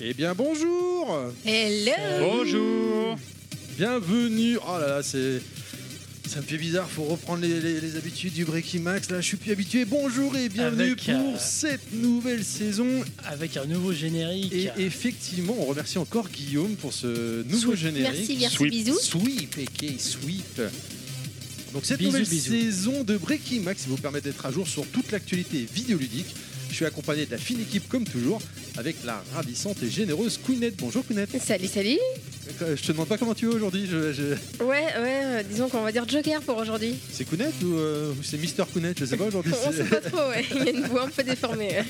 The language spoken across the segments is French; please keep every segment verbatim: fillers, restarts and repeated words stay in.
Eh bien bonjour. Hello. Bonjour. Bienvenue. Oh là là, c'est... Ça me fait bizarre, faut reprendre les, les, les habitudes du Breaking Max. Là, je suis plus habitué. Bonjour et bienvenue Avec, pour euh, cette nouvelle saison. Avec un nouveau générique. Et effectivement, on remercie encore Guillaume pour ce nouveau Sweep. générique. Merci, merci, Sweep. bisous. Sweep, aka Sweep. Donc cette Bisous, nouvelle bisous. saison de Breaking Max vous permet d'être à jour sur toute l'actualité vidéoludique. Je suis accompagné de la fine équipe comme toujours, avec la ravissante et généreuse Queenette. Bonjour Queenette. Salut, salut. Je te demande pas comment tu vas aujourd'hui. Je, je... Ouais, ouais, euh, disons qu'on va dire Joker pour aujourd'hui. C'est Queenette ou, euh, ou c'est Mister Queenette? Je sais pas aujourd'hui. On c'est- sait pas trop, ouais. Il y a une voix un peu déformée. ouais.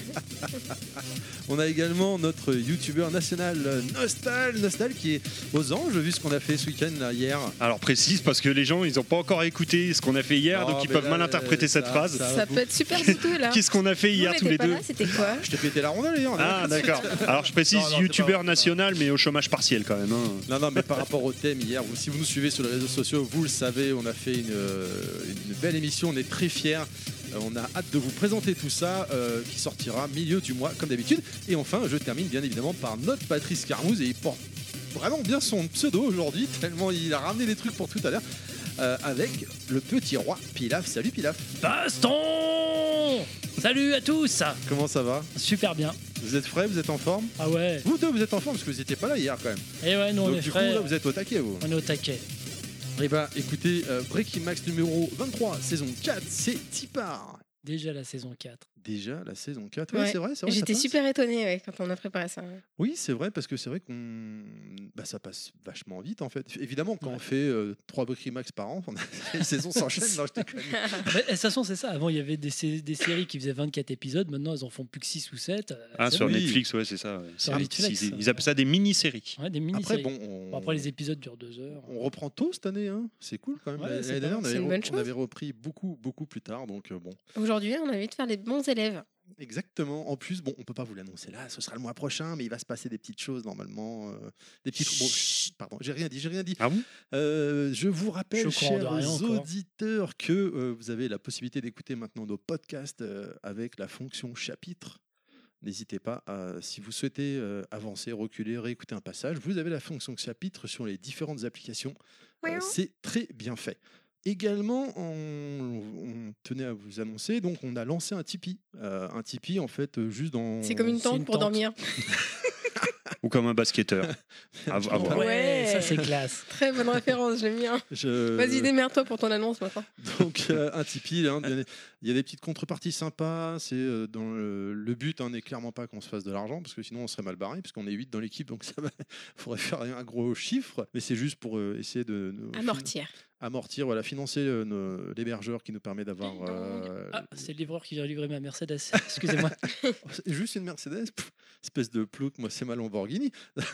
On a également notre youtubeur national euh, Nostal, Nostal qui est aux anges, vu ce qu'on a fait ce week-end là, hier. Alors précise parce que les gens ils n'ont pas encore écouté ce qu'on a fait hier, Oh, donc ils mais peuvent là, mal interpréter ça- cette phrase. ça- Ça peut être super douteux là. Qu'est-ce qu'on a fait hier Vous, tous mais les t'es pas deux là, c'était quoi? Je t'ai pété la rondelle hier. Ah d'accord. Alors je précise Non, non, c'est youtubeur pas- national mais au chômage partiel quand même. hein. Non, non, mais par rapport au thème hier, vous- si vous nous suivez sur les réseaux sociaux, vous le savez, on a fait une, euh, une belle émission, on est très fiers. Euh, On a hâte de vous présenter tout ça, euh, qui sortira milieu du mois comme d'habitude. Et enfin, je termine bien évidemment par notre Patrice Carmouze, et il porte vraiment bien son pseudo aujourd'hui, tellement il a ramené des trucs pour tout à l'heure, euh, avec le petit roi Pilaf. Salut Pilaf, Baston. Salut à tous. comment ça va? Super bien. Vous êtes frais, vous êtes en forme? Ah ouais. Vous deux, vous êtes en forme parce que vous n'étiez pas là hier quand même. Et ouais, nous on Donc est du coup, frais. là, vous êtes au taquet, vous. On est au taquet. Eh ben, écoutez, euh, Breaking Max numéro vingt-trois, saison quatre, c'est Tipar. Déjà la saison quatre. Déjà la saison quatre, ouais, Ouais. c'est vrai, c'est vrai. J'étais ça passe. super étonnée ouais, quand on a préparé ça. Oui, c'est vrai, parce que c'est vrai qu'on. Bah, ça passe vachement vite en fait. Évidemment, quand Ouais. on fait euh, trois Breaking Max par an, on a... les saisons s'enchaînent. Non, je déconne. Bah, de toute façon, c'est ça. Avant, il y avait des, sé- des séries qui faisaient vingt-quatre épisodes. Maintenant, elles en font plus que six ou sept. Ah, sur Oui. Netflix, ouais, c'est ça. ouais. Sur C'est- Netflix. ils, ils appellent ça des mini-séries. Ouais, des Après, mini-séries. bon, on... Bon, après, les épisodes durent deux heures. on reprend tôt cette année. Hein. C'est cool quand même. Ouais, L'année c'est dernière, pas on, mal. avait C'est une re- bonne on chose. avait repris beaucoup, beaucoup plus tard. Donc, euh, bon. Aujourd'hui, on a envie de faire les bons élèves. Exactement. En plus, bon, on peut pas vous l'annoncer là, ce sera le mois prochain, mais il va se passer des petites choses normalement, euh, des petites. Bon, chut, pardon, j'ai rien dit, j'ai rien dit. Ah bon? Euh, je vous rappelle, Je suis au courant de chers rien encore. auditeurs, que euh, vous avez la possibilité d'écouter maintenant nos podcasts euh, avec la fonction chapitre. N'hésitez pas, à, si vous souhaitez euh, avancer, reculer, réécouter un passage, vous avez la fonction chapitre sur les différentes applications. Euh, c'est très bien fait. Également, on, on tenait à vous annoncer, donc on a lancé un Tipeee. Euh, un Tipeee, en fait, euh, juste dans. C'est comme une C'est tente une pour tente. dormir. Ou comme un basketteur. À, à voir. Ouais, Ouais. ça c'est classe. Très bonne référence, j'aime bien. Je- Vas-y, démerde-toi pour ton annonce maintenant. Donc euh, un Tipeee, hein, il y a des- il y a des petites contreparties sympas. C'est euh, dans le, le but hein, n'est clairement pas qu'on se fasse de l'argent parce que sinon on serait mal barré parce qu'on est huit dans l'équipe, donc ça va, faudrait faire un gros chiffre. Mais c'est juste pour euh, essayer de, de- Amortir. amortir, voilà, financer euh, nos- l'hébergeur qui nous permet d'avoir euh, Ah, c'est le livreur qui vient livrer ma Mercedes. Excusez-moi. c'est juste une Mercedes, pff, espèce de plouc. Moi c'est ma Lamborghini.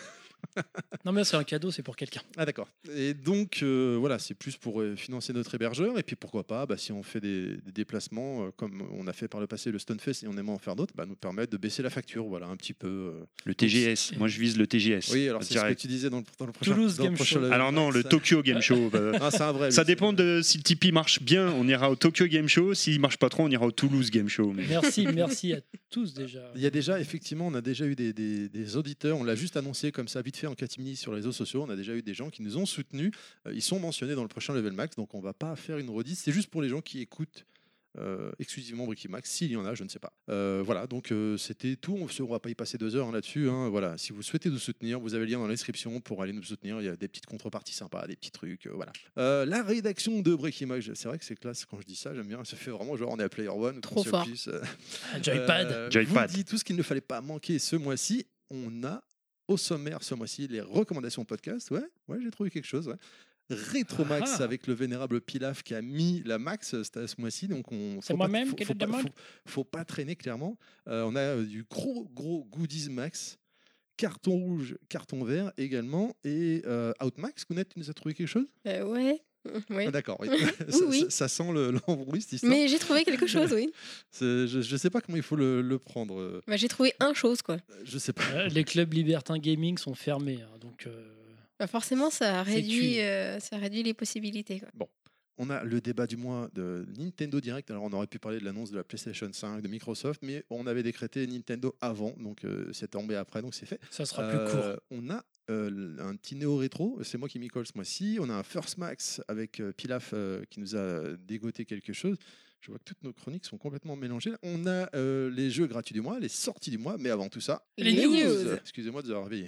Non, mais c'est un cadeau, c'est pour quelqu'un. Ah d'accord. Et donc euh, voilà, c'est plus pour euh, financer notre hébergeur et puis pourquoi pas, bah, si on fait des, des déplacements euh, comme on a fait par le passé le Stunfest et on aimerait en faire d'autres, bah, nous permettre de baisser la facture, voilà un petit peu. euh. Le T G S. Moi je vise le T G S. Oui, alors c'est ce que direct. tu disais dans le, dans le prochain. Toulouse dans le Game prochain Show. level. Alors non, le Ça- Tokyo Game Show. bah, Ah, c'est un vrai. Ça lui, dépend c'est- de si le Tipeee marche bien, on ira au Tokyo Game Show. S'il marche pas trop, on ira au Toulouse Game Show. Mais... Merci, merci à tous déjà. Il y a déjà, effectivement, on a déjà eu des, des- des auditeurs, on l'a juste annoncé comme ça, vite fait en catimini sur les réseaux sociaux. On a déjà eu des gens qui nous ont soutenus. Euh, ils sont mentionnés dans le prochain Level Max, donc on va pas faire une redite. C'est juste pour les gens qui écoutent euh, exclusivement Breaking Max, s'il y en a, je ne sais pas. Euh, voilà, donc euh, c'était tout. On ne va pas y passer deux heures hein, là-dessus. hein. Voilà, si vous souhaitez nous soutenir, vous avez le lien dans la description pour aller nous soutenir. Il y a des petites contreparties sympas, des petits trucs. euh, voilà. Euh, la rédaction de Breaking Max, c'est vrai que c'est classe quand je dis ça. J'aime bien. Ça fait vraiment genre on est à Player One. ou Trop Console fort. Plus, euh, Un joypad. euh, Joypad. vous dit tout ce qu'il ne fallait pas manquer ce mois-ci. On a au sommaire ce mois-ci les recommandations podcast. Ouais, ouais, j'ai trouvé quelque chose. Ouais. Rétromax Ah. avec le vénérable Pilaf qui a mis la max euh, ce ce mois-ci. Donc on. C'est faut pas- moi-même faut- qui faut le pas- demande. faut- Faut pas traîner clairement. Euh, on a euh, du gros gros goodies max. Carton rouge, carton vert également et euh, Outmax. Kounet, tu nous as trouvé quelque chose? Euh, ouais. Ouais. Ah, d'accord, oui. Oui, ça, oui. ça- ça sent le- l'embrouille cette histoire. Mais j'ai trouvé quelque chose, oui. C'est- Je, je sais pas comment il faut le, le prendre. euh, Bah, j'ai trouvé un chose, quoi. Je sais pas. Euh, les clubs libertins gaming sont fermés, hein, donc euh, Bah, forcément, ça C'est réduit, cuit. euh, ça réduit les possibilités. Quoi. On a le débat du mois de Nintendo Direct. Alors, on aurait pu parler de l'annonce de la PlayStation cinq, de Microsoft, mais on avait décrété Nintendo avant, donc euh, c'est tombé après, donc c'est fait. Ça sera Euh, plus court. On a euh, un petit néo-rétro, c'est moi qui m'y colle ce mois-ci. On a un First Max avec euh, Pilaf euh, qui nous a dégoté quelque chose. Je vois que toutes nos chroniques sont complètement mélangées. On a euh, les jeux gratuits du mois, les sorties du mois, mais avant tout ça, Les news. Excusez-moi de vous avoir réveillé.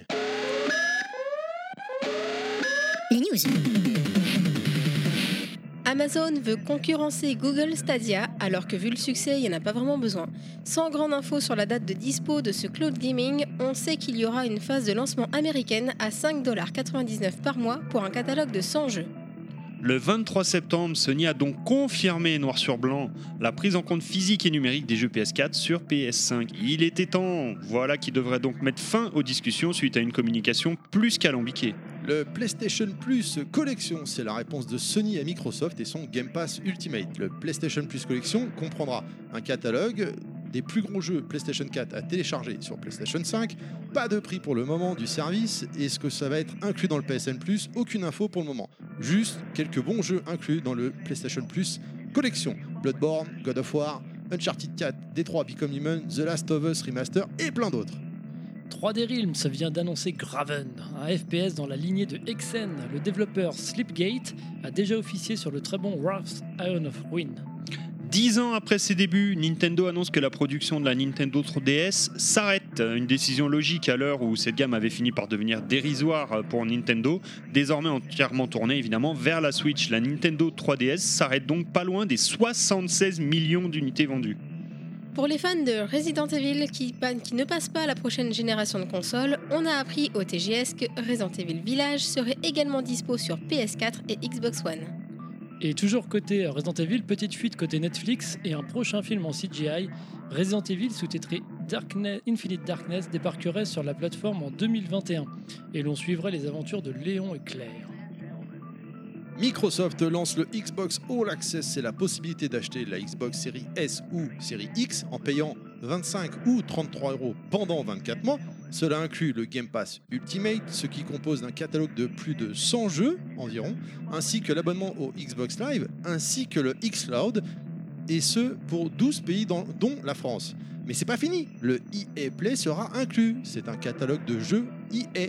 Les news. Amazon veut concurrencer Google Stadia, alors que vu le succès, il n'y en a pas vraiment besoin. Sans grande info sur la date de dispo de ce cloud gaming, on sait qu'il y aura une phase de lancement américaine à cinq dollars quatre-vingt-dix-neuf par mois pour un catalogue de cent jeux. Le vingt-trois septembre, Sony a donc confirmé noir sur blanc la prise en compte physique et numérique des jeux P S quatre sur P S cinq. Il était temps, voilà qui devrait donc mettre fin aux discussions suite à une communication plus qu'alambiquée. Le PlayStation Plus Collection, c'est la réponse de Sony à Microsoft et son Game Pass Ultimate. Le PlayStation Plus Collection comprendra un catalogue des plus gros jeux PlayStation quatre à télécharger sur PlayStation cinq. Pas de prix pour le moment du service. Est-ce que ça va être inclus dans le P S N Plus? Aucune info pour le moment. Juste quelques bons jeux inclus dans le PlayStation Plus Collection. Bloodborne, God of War, Uncharted quatre, Detroit Become Human, The Last of Us Remaster et plein d'autres. trois D Realms vient d'annoncer Graven, un F P S dans la lignée de Hexen. Le développeur Slipgate a déjà officié sur le très bon Wrath Iron of Ruin. Dix ans après ses débuts, Nintendo annonce que la production de la Nintendo trois D S s'arrête. Une décision logique à l'heure où cette gamme avait fini par devenir dérisoire pour Nintendo, désormais entièrement tournée évidemment vers la Switch. La Nintendo trois D S s'arrête donc pas loin des soixante-seize millions d'unités vendues. Pour les fans de Resident Evil qui, pa- qui ne passent pas à la prochaine génération de consoles, on a appris au T G S que Resident Evil Village serait également dispo sur P S quatre et Xbox One. Et toujours côté Resident Evil, petite fuite côté Netflix et un prochain film en C G I, Resident Evil sous-titré Darkness, Infinite Darkness débarquerait sur la plateforme en deux mille vingt et un et l'on suivrait les aventures de Léon et Claire. Microsoft lance le Xbox All Access, c'est la possibilité d'acheter la Xbox Series S ou Series X en payant vingt-cinq ou trente-trois euros pendant vingt-quatre mois. Cela inclut le Game Pass Ultimate, ce qui compose d'un catalogue de plus de cent jeux environ, ainsi que l'abonnement au Xbox Live, ainsi que le xCloud, et ce pour douze pays dans- dont la France. Mais c'est pas fini, le E A Play sera inclus, c'est un catalogue de jeux E A.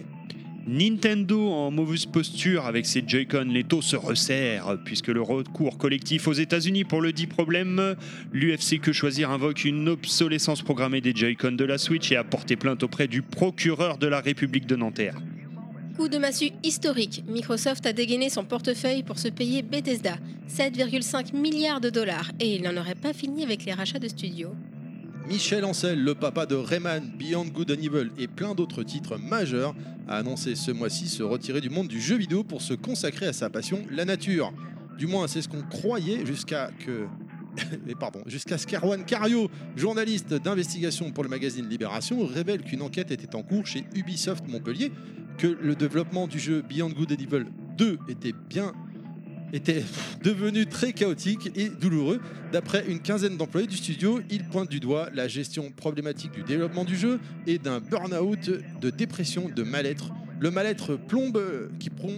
Nintendo en mauvaise posture avec ses Joy-Con, les taux se resserrent puisque le recours collectif aux États-Unis pour le dit problème, l'U F C Que Choisir invoque une obsolescence programmée des Joy-Con de la Switch et a porté plainte auprès du procureur de la République de Nanterre. Coup de massue historique, Microsoft a dégainé son portefeuille pour se payer Bethesda, sept virgule cinq milliards de dollars, et il n'en aurait pas fini avec les rachats de studios. Michel Ancel, le papa de Rayman, Beyond Good and Evil et plein d'autres titres majeurs, a annoncé ce mois-ci se retirer du monde du jeu vidéo pour se consacrer à sa passion, la nature. Du moins, c'est ce qu'on croyait jusqu'à que... Mais pardon, jusqu'à ce qu'Erwan Cario, journaliste d'investigation pour le magazine Libération, révèle qu'une enquête était en cours chez Ubisoft Montpellier, que le développement du jeu Beyond Good and Evil deux était bien... était devenu très chaotique et douloureux. D'après une quinzaine d'employés du studio, il pointe du doigt la gestion problématique du développement du jeu et d'un burn-out, de dépression, de mal-être. Le mal-être plombe, qui, plombe,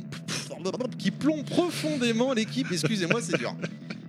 qui plombe profondément l'équipe. Excusez-moi, c'est dur.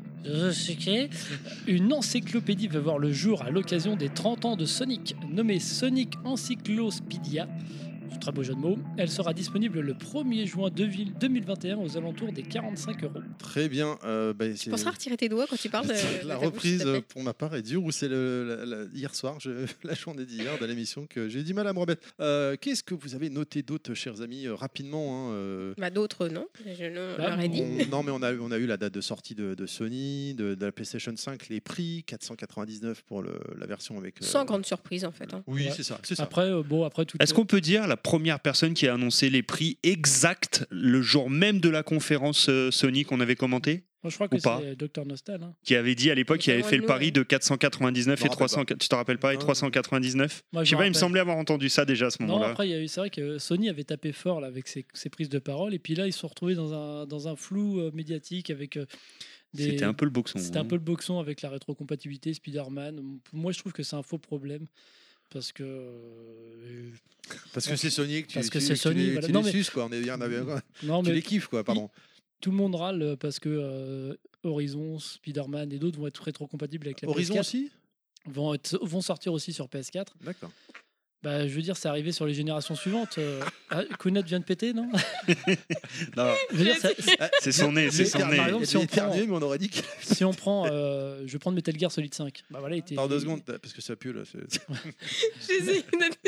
Je sais que une encyclopédie va voir le jour à l'occasion des trente ans de Sonic, nommée Sonic Encyclopédia. Très beau jeu de mots. Elle sera disponible le premier juin deux mille vingt et un aux alentours des quarante-cinq euros. Très bien. Euh, bah, Tu c'est... penseras retirer tes doigts quand tu parles de, de La ta bouche, reprise s'il te plaît. pour ma part est dure ou c'est le, la- la- hier soir, je, la journée d'hier de l'émission que j'ai du mal à me remettre. Euh, qu'est-ce que vous avez noté d'autres, chers amis, euh, rapidement hein, euh, Bah, d'autres, non. Je le- Bah, leur ai dit. on- non mais on a, eu- on a eu la date de sortie de, de Sony, de, de la PlayStation cinq, les prix, quatre cent quatre-vingt-dix-neuf pour le, la version avec... euh, Sans grande surprise, en fait. hein. Oui, Ouais. c'est ça. C'est ça. Après, euh, bon, après tout. Est-ce qu'on peut dire la première personne qui a annoncé les prix exacts le jour même de la conférence euh, Sony qu'on avait commenté, Moi, je crois que ou pas c'est Docteur Nostal. Hein. qui avait dit à l'époque qu'il avait fait le pari de quatre cent quatre-vingt-dix-neuf Je et m'en rappelle trois cents, tu te rappelles pas, et Non. trois cent quatre-vingt-dix-neuf. Moi, Je je sais me pas, il me rappelle. semblait avoir entendu ça déjà à ce Non, moment-là. après, il y a eu- c'est vrai que Sony avait tapé fort là, avec ses, ses prises de parole, et puis là, ils se sont retrouvés dans un, dans un flou euh, médiatique avec euh, des. C'était un peu le boxon. C'était hein. un peu le boxon avec la rétrocompatibilité Spider-Man. Moi, je trouve que c'est un faux problème. Parce que. euh, Parce que c'est Sony que tu, Parce que tu- c'est tu Sony, les, voilà. tu Non, les mais- suces, quoi. On est bien, on avait- non, tu mais les kiffes, quoi, pardon. tout le monde râle parce que euh, Horizon, Spider-Man et d'autres vont être rétro-compatibles avec la Horizon P S quatre. aussi Vont, être, vont sortir aussi sur P S quatre. D'accord. Bah, je veux dire, c'est arrivé sur les générations suivantes. Euh... Ah, Kounet vient de péter, non? Non, Je veux dire, ça- c'est son nez, c'est son Par nez. exemple, si on prend- mais on aurait dit que. si on prend, euh, je vais prendre Metal Gear Solid cinq. Bah voilà, il était. Attends deux secondes, parce que ça pue là. c'est- J'essaie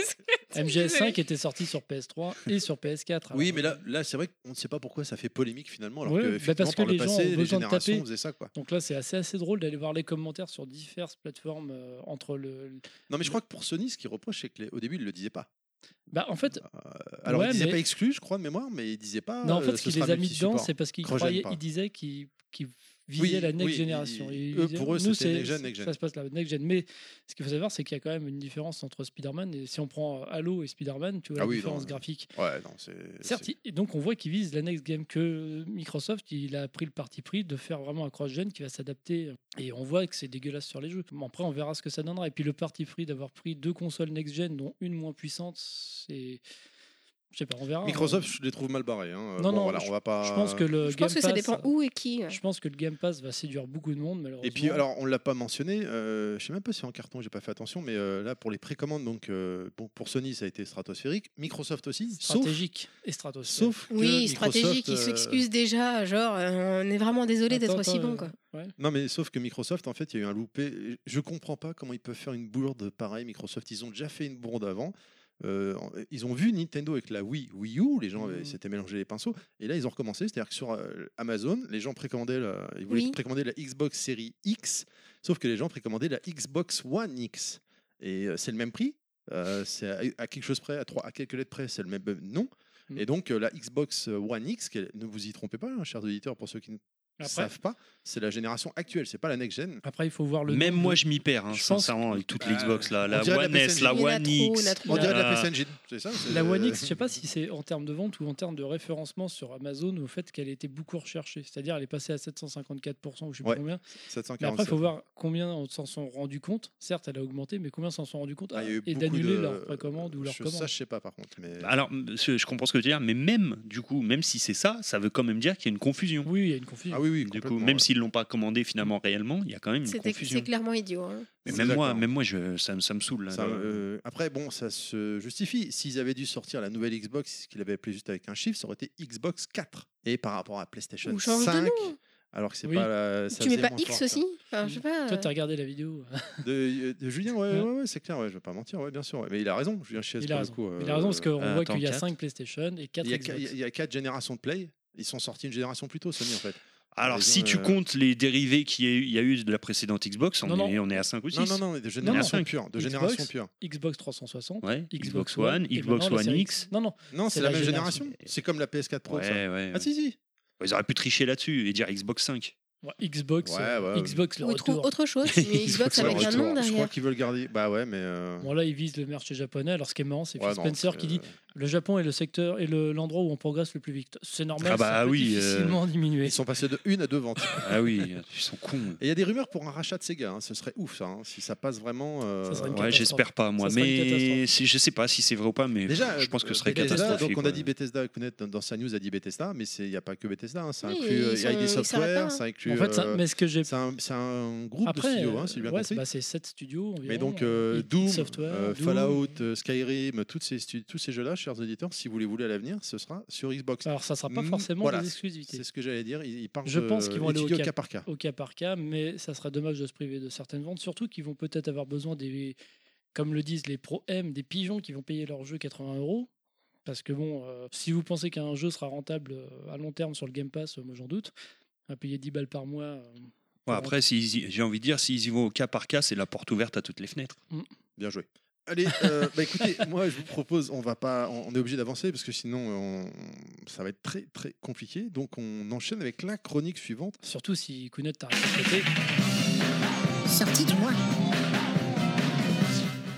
de M G S cinq était sorti sur P S trois et sur P S quatre. Oui, Alors, mais là, là c'est vrai qu'on ne sait pas pourquoi ça fait polémique finalement, alors Ouais, que bah effectivement, parce que par le les gens passé, ont les besoin de générations taper. faisaient ça quoi. Donc là, c'est assez, assez drôle d'aller voir les commentaires sur diverses plateformes euh, entre le. Non, mais je crois que pour Sony, ce qu'ils reprochent, c'est qu'au début, ils le disaient pas. Bah en fait, Euh, alors, Ouais, ils disaient mais- pas exclu, je crois de mémoire, mais ils disaient pas. non, en fait, euh, ce ce qui sera les a mis dedans, multi-support. c'est parce qu'ils Crois-je croyaient, pas. ils disaient qu'ils qu'ils visaient Oui, la next oui, génération. ils- Ils eux, disaient, pour eux, nous, c'était c'est- next gen, next gen. ça se passe là, next gen. Mais ce qu'il faut savoir, c'est qu'il y a quand même une différence entre Spider-Man et si on prend Halo et Spider-Man, tu vois Ah la oui, différence non, graphique. Ouais, non, c'est. Certes, c'est- il- et donc on voit qu'ils visent la next game, que Microsoft il a pris le parti pris de faire vraiment un cross-gen qui va s'adapter et on voit que c'est dégueulasse sur les jeux. Bon, après on verra ce que ça donnera et puis le parti pris d'avoir pris deux consoles next-gen dont une moins puissante, c'est je sais pas, on verra. Microsoft, je les trouve mal barrés. Hein. Non, Bon, non, voilà, je- on va pas. Je pense que le Je pense Game que ça Pass- dépend où et qui. Je pense que le Game Pass va séduire beaucoup de monde malheureusement. Et puis, alors, on l'a pas mentionné. Euh, je sais même pas si en carton, j'ai pas fait attention, mais euh, là, pour les précommandes, donc euh, bon, pour Sony, ça a été stratosphérique. Microsoft aussi, sauf, stratégique et stratosphérique. sauf que Oui, Microsoft, stratégique, ils euh, s'excusent déjà, genre euh, on est vraiment désolé d'être Attends, aussi attends, bon euh, quoi. ouais. Non, mais sauf que Microsoft, en fait, il y a eu un loupé. Je comprends pas comment ils peuvent faire une bourde pareille. Microsoft, ils ont déjà fait une bourde avant. Euh, ils ont vu Nintendo avec la Wii, Wii U, les gens avaient- Mhm. s'étaient mélangés les pinceaux, et là ils ont recommencé. C'est-à-dire que sur euh, Amazon, les gens précommandaient, la, ils voulaient Oui. précommander la Xbox Series X, sauf que les gens précommandaient la Xbox One X, et euh, c'est le même prix. Euh, c'est à, à quelque chose près, à, trois, à quelques lettres près, c'est le même nom. Mhm. Et donc euh, la Xbox One X, qu'elle- ne vous y trompez pas, hein, chers auditeurs, pour ceux qui ne Après, savent pas, c'est la génération actuelle, c'est pas la next gen. après, il faut voir le Même nombre moi, de- je m'y perds, hein, Je pense sincèrement, avec toute Ah, l'Xbox, là, on la dirait de la One S, la P S N. Il y en a One trop, il y en a X. trop. On dirait de la Ah. P S N G, c'est ça c'est- La One X, je sais pas si c'est en termes de vente ou en termes de référencement sur Amazon ou au fait qu'elle a été beaucoup recherchée. C'est-à-dire elle est passée à sept cent cinquante-quatre pour cent ou je sais Ouais. pas combien. sept cent Mais après, il quarante-sept. faut voir combien s'en sont rendus compte. Certes, elle a augmenté, mais combien s'en sont rendus compte Ah, il y a eu et beaucoup d'annuler de- leur précommande ou leur Je- commande. Ça, je sais pas par contre. Mais... Alors, je je comprends ce que tu veux dire, mais même, du coup, même si c'est ça, ça veut quand même dire qu'il y a une confusion. Oui, il y a une confusion. Ah oui, oui, Du coup, complètement, même ouais. s'ils l'ont pas commandé finalement réellement, il y a quand même une C'était- confusion. C'est clairement idiot. hein. Mais C'est même moi, d'accord. même moi, je, ça, me- ça me saoule. là, Ça, de- euh, après, bon, ça se justifie. S'ils avaient dû sortir la nouvelle Xbox, qu'ils avaient appelé juste avec un chiffre, ça aurait été Xbox quatre. Et par rapport à PlayStation Ou change de cinq, nom. alors que c'est Oui. pas la. ça Tu mets faisait pas moins X fort, aussi Enfin, je sais pas. Toi, euh, tu as regardé la vidéo. De, de Julien, ouais, Ouais. ouais, ouais, c'est clair, ouais, je vais pas mentir, ouais, bien sûr. ouais. Mais il a raison, Julien Chies, Il pour a le raison. coup. euh, Il a raison parce qu'on euh, voit attends, qu'il y a quatre. cinq PlayStation et quatre Il y, a, Xbox. il y a quatre générations de Play. Ils sont sortis une génération plus tôt, Sony, en fait. Alors, Ils si ont, tu euh, comptes les dérivés qu'il y a eu, il y a eu de la précédente Xbox, on, Non, est, non. on est à cinq ou six. Non, non, non, de génération cinq. pure. De Xbox, génération pure. Xbox trois cent soixante, Ouais, Xbox Xbox One, et Xbox maintenant la One série X. Non, non. Non, C'est c'est la, la même génération. génération. C'est comme la P S quatre Pro. Ouais, ça. ouais. Ah, si, si. Ils auraient pu tricher là-dessus et dire Xbox cinq. Ouais, Xbox, Ouais, euh, ouais. Xbox le Ou ils trouvent retour. autre chose, mais Xbox Ouais, avec un retour. nom Je crois derrière. qu'ils veulent garder. Bah ouais, mais. euh, Bon là, ils visent le marché japonais. Alors ce qui est marrant, c'est ouais, Phil non, Spencer c'est- qui dit le Japon est le secteur et le- l'endroit où on progresse le plus vite. C'est normal. Ah bah ça peut oui, euh, difficilement diminuer. Ils sont passés de une à deux ventes. Ah oui, ils sont cons. Et il y a des rumeurs pour un rachat de Sega. hein. Ce serait ouf, ça. hein, Si ça passe vraiment. euh, Ça serait une Ouais, catastrophe. j'espère pas, moi. Ça serait une Mais catastrophe. si, je sais pas si c'est vrai ou pas, mais Déjà, je pense que ce serait Bethesda, catastrophique. donc on a ouais. dit Bethesda, Kounet, dans, dans sa news a dit Bethesda, mais il n'y a pas que Bethesda, hein, ça Oui, inclut ils euh, sont- I D ils s'arrêtent Software, pas, ça hein. inclut. En fait, ça- euh, mais ce que j'ai c'est un, c'est un groupe après, de studios, euh, hein, si j'ai bien ouais, compris. bah, c'est sept studios environ. Mais donc euh, euh, id Doom, Software, euh, Doom. Fallout, euh, Skyrim, toutes ces stu- tous ces jeux-là, chers auditeurs, si vous les voulez à l'avenir, ce sera sur Xbox. Alors ça sera pas Mm, forcément voilà, des exclusivités. C'est ce que j'allais dire. Ils, ils parlent Je de- pense qu'ils vont aller au étudier cap. cas par cas. Au cas par cas, mais ça serait dommage de se priver de certaines ventes, surtout qu'ils vont peut-être avoir besoin des, comme le disent les pro M, des pigeons qui vont payer leur jeu quatre-vingts euros. Parce que bon, euh, si vous pensez qu'un jeu sera rentable euh, à long terme sur le Game Pass, euh, moi j'en doute, à payer dix balles par mois. euh, Ouais, après, s'ils y- j'ai envie de dire, s'ils y vont au cas par cas, c'est la porte ouverte à toutes les fenêtres. Bien joué. Allez, euh, bah écoutez, moi je vous propose, on va pas, on est obligé d'avancer parce que sinon on- ça va être très très compliqué. Donc on enchaîne avec la chronique suivante. Surtout si Kounet t'arrête de péter. Sortie du mois.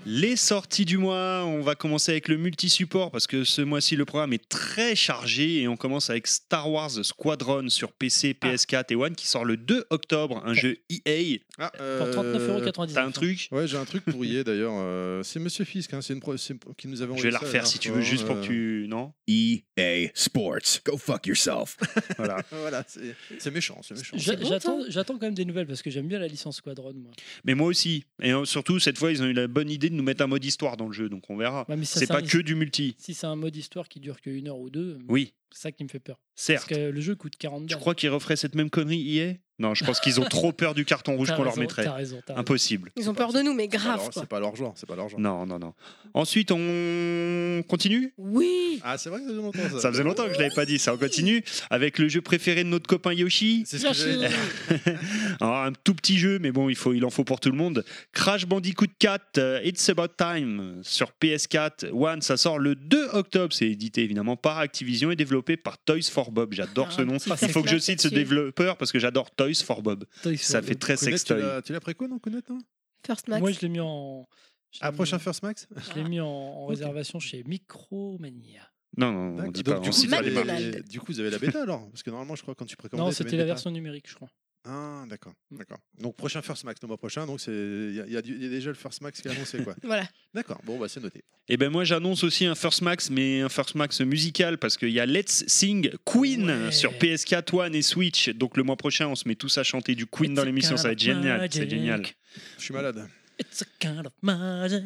Les sorties du mois, on va commencer avec le multi-support parce que ce mois-ci le programme est très chargé et on commence avec Star Wars Squadron sur P C, P S quatre et One qui sort le deux octobre, un jeu E A. Ah, Pour trente-neuf euros euh, quatre-vingt-dix. T'as un truc? Ouais, j'ai un truc pour y aller d'ailleurs. euh, c'est Monsieur Fisk, hein, c'est une pro- c'est- qui nous avait Je envoyé vais la ça refaire dernière si tu fois, veux, juste pour euh, que tu... Non? E A Sports. Go fuck yourself. Voilà. Voilà, c'est c'est méchant, c'est méchant. J'a- bon, J'attends j'attends quand même des nouvelles parce que j'aime bien la licence Squadron, moi. Mais moi aussi. Et euh, surtout, cette fois, ils ont eu la bonne idée de nous mettre un mode histoire dans le jeu, donc on verra. Ouais, mais ça, C'est ça- pas que du multi. Si c'est un mode histoire qui dure qu'une heure ou deux, Oui, c'est ça qui me fait peur. Parce certes. que le jeu coûte quarante Tu balles. crois qu'ils referaient cette même connerie E A? Non, je pense qu'ils ont trop peur du carton rouge T'as qu'on leur raison, mettrait. T'as raison, t'as raison. Impossible. Ils ont peur de nous, mais C'est pas grave leur- quoi. C'est pas leur genre, c'est pas leur genre. Non, non, non. Ensuite, on continue. Oui. Ah, c'est vrai que ça faisait longtemps ça. Ça faisait longtemps que je l'avais pas dit. Ça, on continue avec le jeu préféré de notre copain Yoshi. C'est ce que j'allais dire. Alors, un tout petit jeu, mais bon, il, faut, il en faut pour tout le monde. Crash Bandicoot quatre, euh, It's About Time sur P S quatre. One, ça sort le deux octobre. C'est édité évidemment par Activision et développé par Toys for Bob. J'adore Ah, ce nom. petit Il faut que je flash cite ce là-dessus. développeur parce que j'adore Toys for Bob. Toy Ça Story. fait très Kounet, tu sextoy. l'as- tu l'as préco, non, Kounet, hein First Max. Moi, je l'ai mis en. je l'ai Ah, mis- prochain First Max Je l'ai mis en, en réservation chez Micromania. Non, non, on D'accord. dit Donc, pas. du, on coup, cite vous pas avez, les marques. McDonald's. du coup, vous avez la bêta alors Parce que normalement, je crois, quand tu précommandes. Non, c'était la version numérique, je crois. Ah, d'accord, d'accord. Donc, prochain First Max, le mois prochain. Donc, c'est il y, a- il y a du- il y a déjà le First Max qui est annoncé, quoi. Voilà. D'accord, bon, bah, c'est noté. Et ben moi j'annonce aussi un First Max, mais un First Max musical parce qu'il y a Let's Sing Queen Ouais. sur P S quatre, One et Switch. Donc le mois prochain on se met tous à chanter du Queen dans It's a l'émission, ça va être kind of génial, c'est magic. génial. Je suis malade. It's a kind of magic.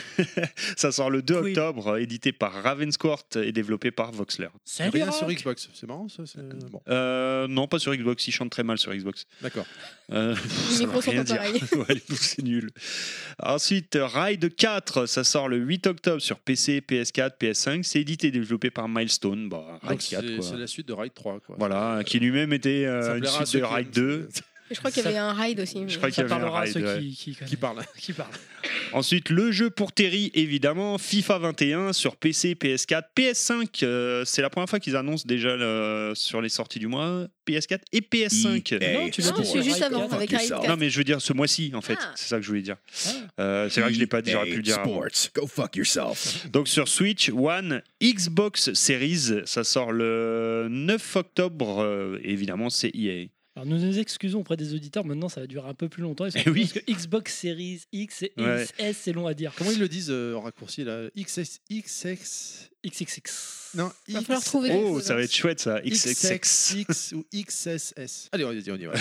Ça sort le deux Queen. octobre, édité par Ravenscourt et développé par Voxler. Salut, Rien sur Rock. Xbox. C'est marrant, ça c'est- Bon, Euh, non, pas sur Xbox, ils chantent très mal sur Xbox. d'accord. Euh, Les ça micros veut sont rien pas dire. pareils. Ouais, les micros, c'est nul. Ensuite, Ride quatre, ça sort le huit octobre sur P C, P S quatre, P S cinq. C'est édité et développé par Milestone. Bah, Ride Donc, quatre, c'est quoi. c'est la suite de Ride trois, quoi. Voilà, qui lui-même était euh, Ça une plaira à suite ceux de qui Ride aiment. deux. Et je crois qu'il y avait un ride aussi. mais- Je crois qu'il y Ça avait un parlera à ride, ceux ouais. qui, qui, connaissent. Qui parle. Qui parlent. Ensuite, le jeu pour Terry, évidemment, FIFA vingt et un sur P C, P S quatre, P S cinq. euh, c'est la première fois qu'ils annoncent déjà le- sur les sorties du mois P S quatre et P S cinq. E A Non, tu l'as Non, dit je sur suis juste Ride avant quatre. avec Fuck Ride yourself. quatre. Non, mais je veux dire ce mois-ci, en fait. Ah. C'est ça que je voulais dire. Ah. Euh, c'est vrai que je l'ai pas dit, j'aurais pu le E A dire avant. Sports. Go fuck yourself. Donc sur Switch, One, Xbox Series, ça sort le neuf octobre. euh, évidemment, c'est E A. Alors nous nous excusons auprès des auditeurs, maintenant ça va durer un peu plus longtemps. Ils sont Eh oui. Parce que Xbox Series X et Ouais. X S, c'est long à dire. Comment ils le disent euh, en raccourci là X S X X X X X. Non, Va X- falloir trouver quelque Oh, chose, ça va hein. être chouette ça. X X X X. X ou X S S. Allez, on y va. On y va.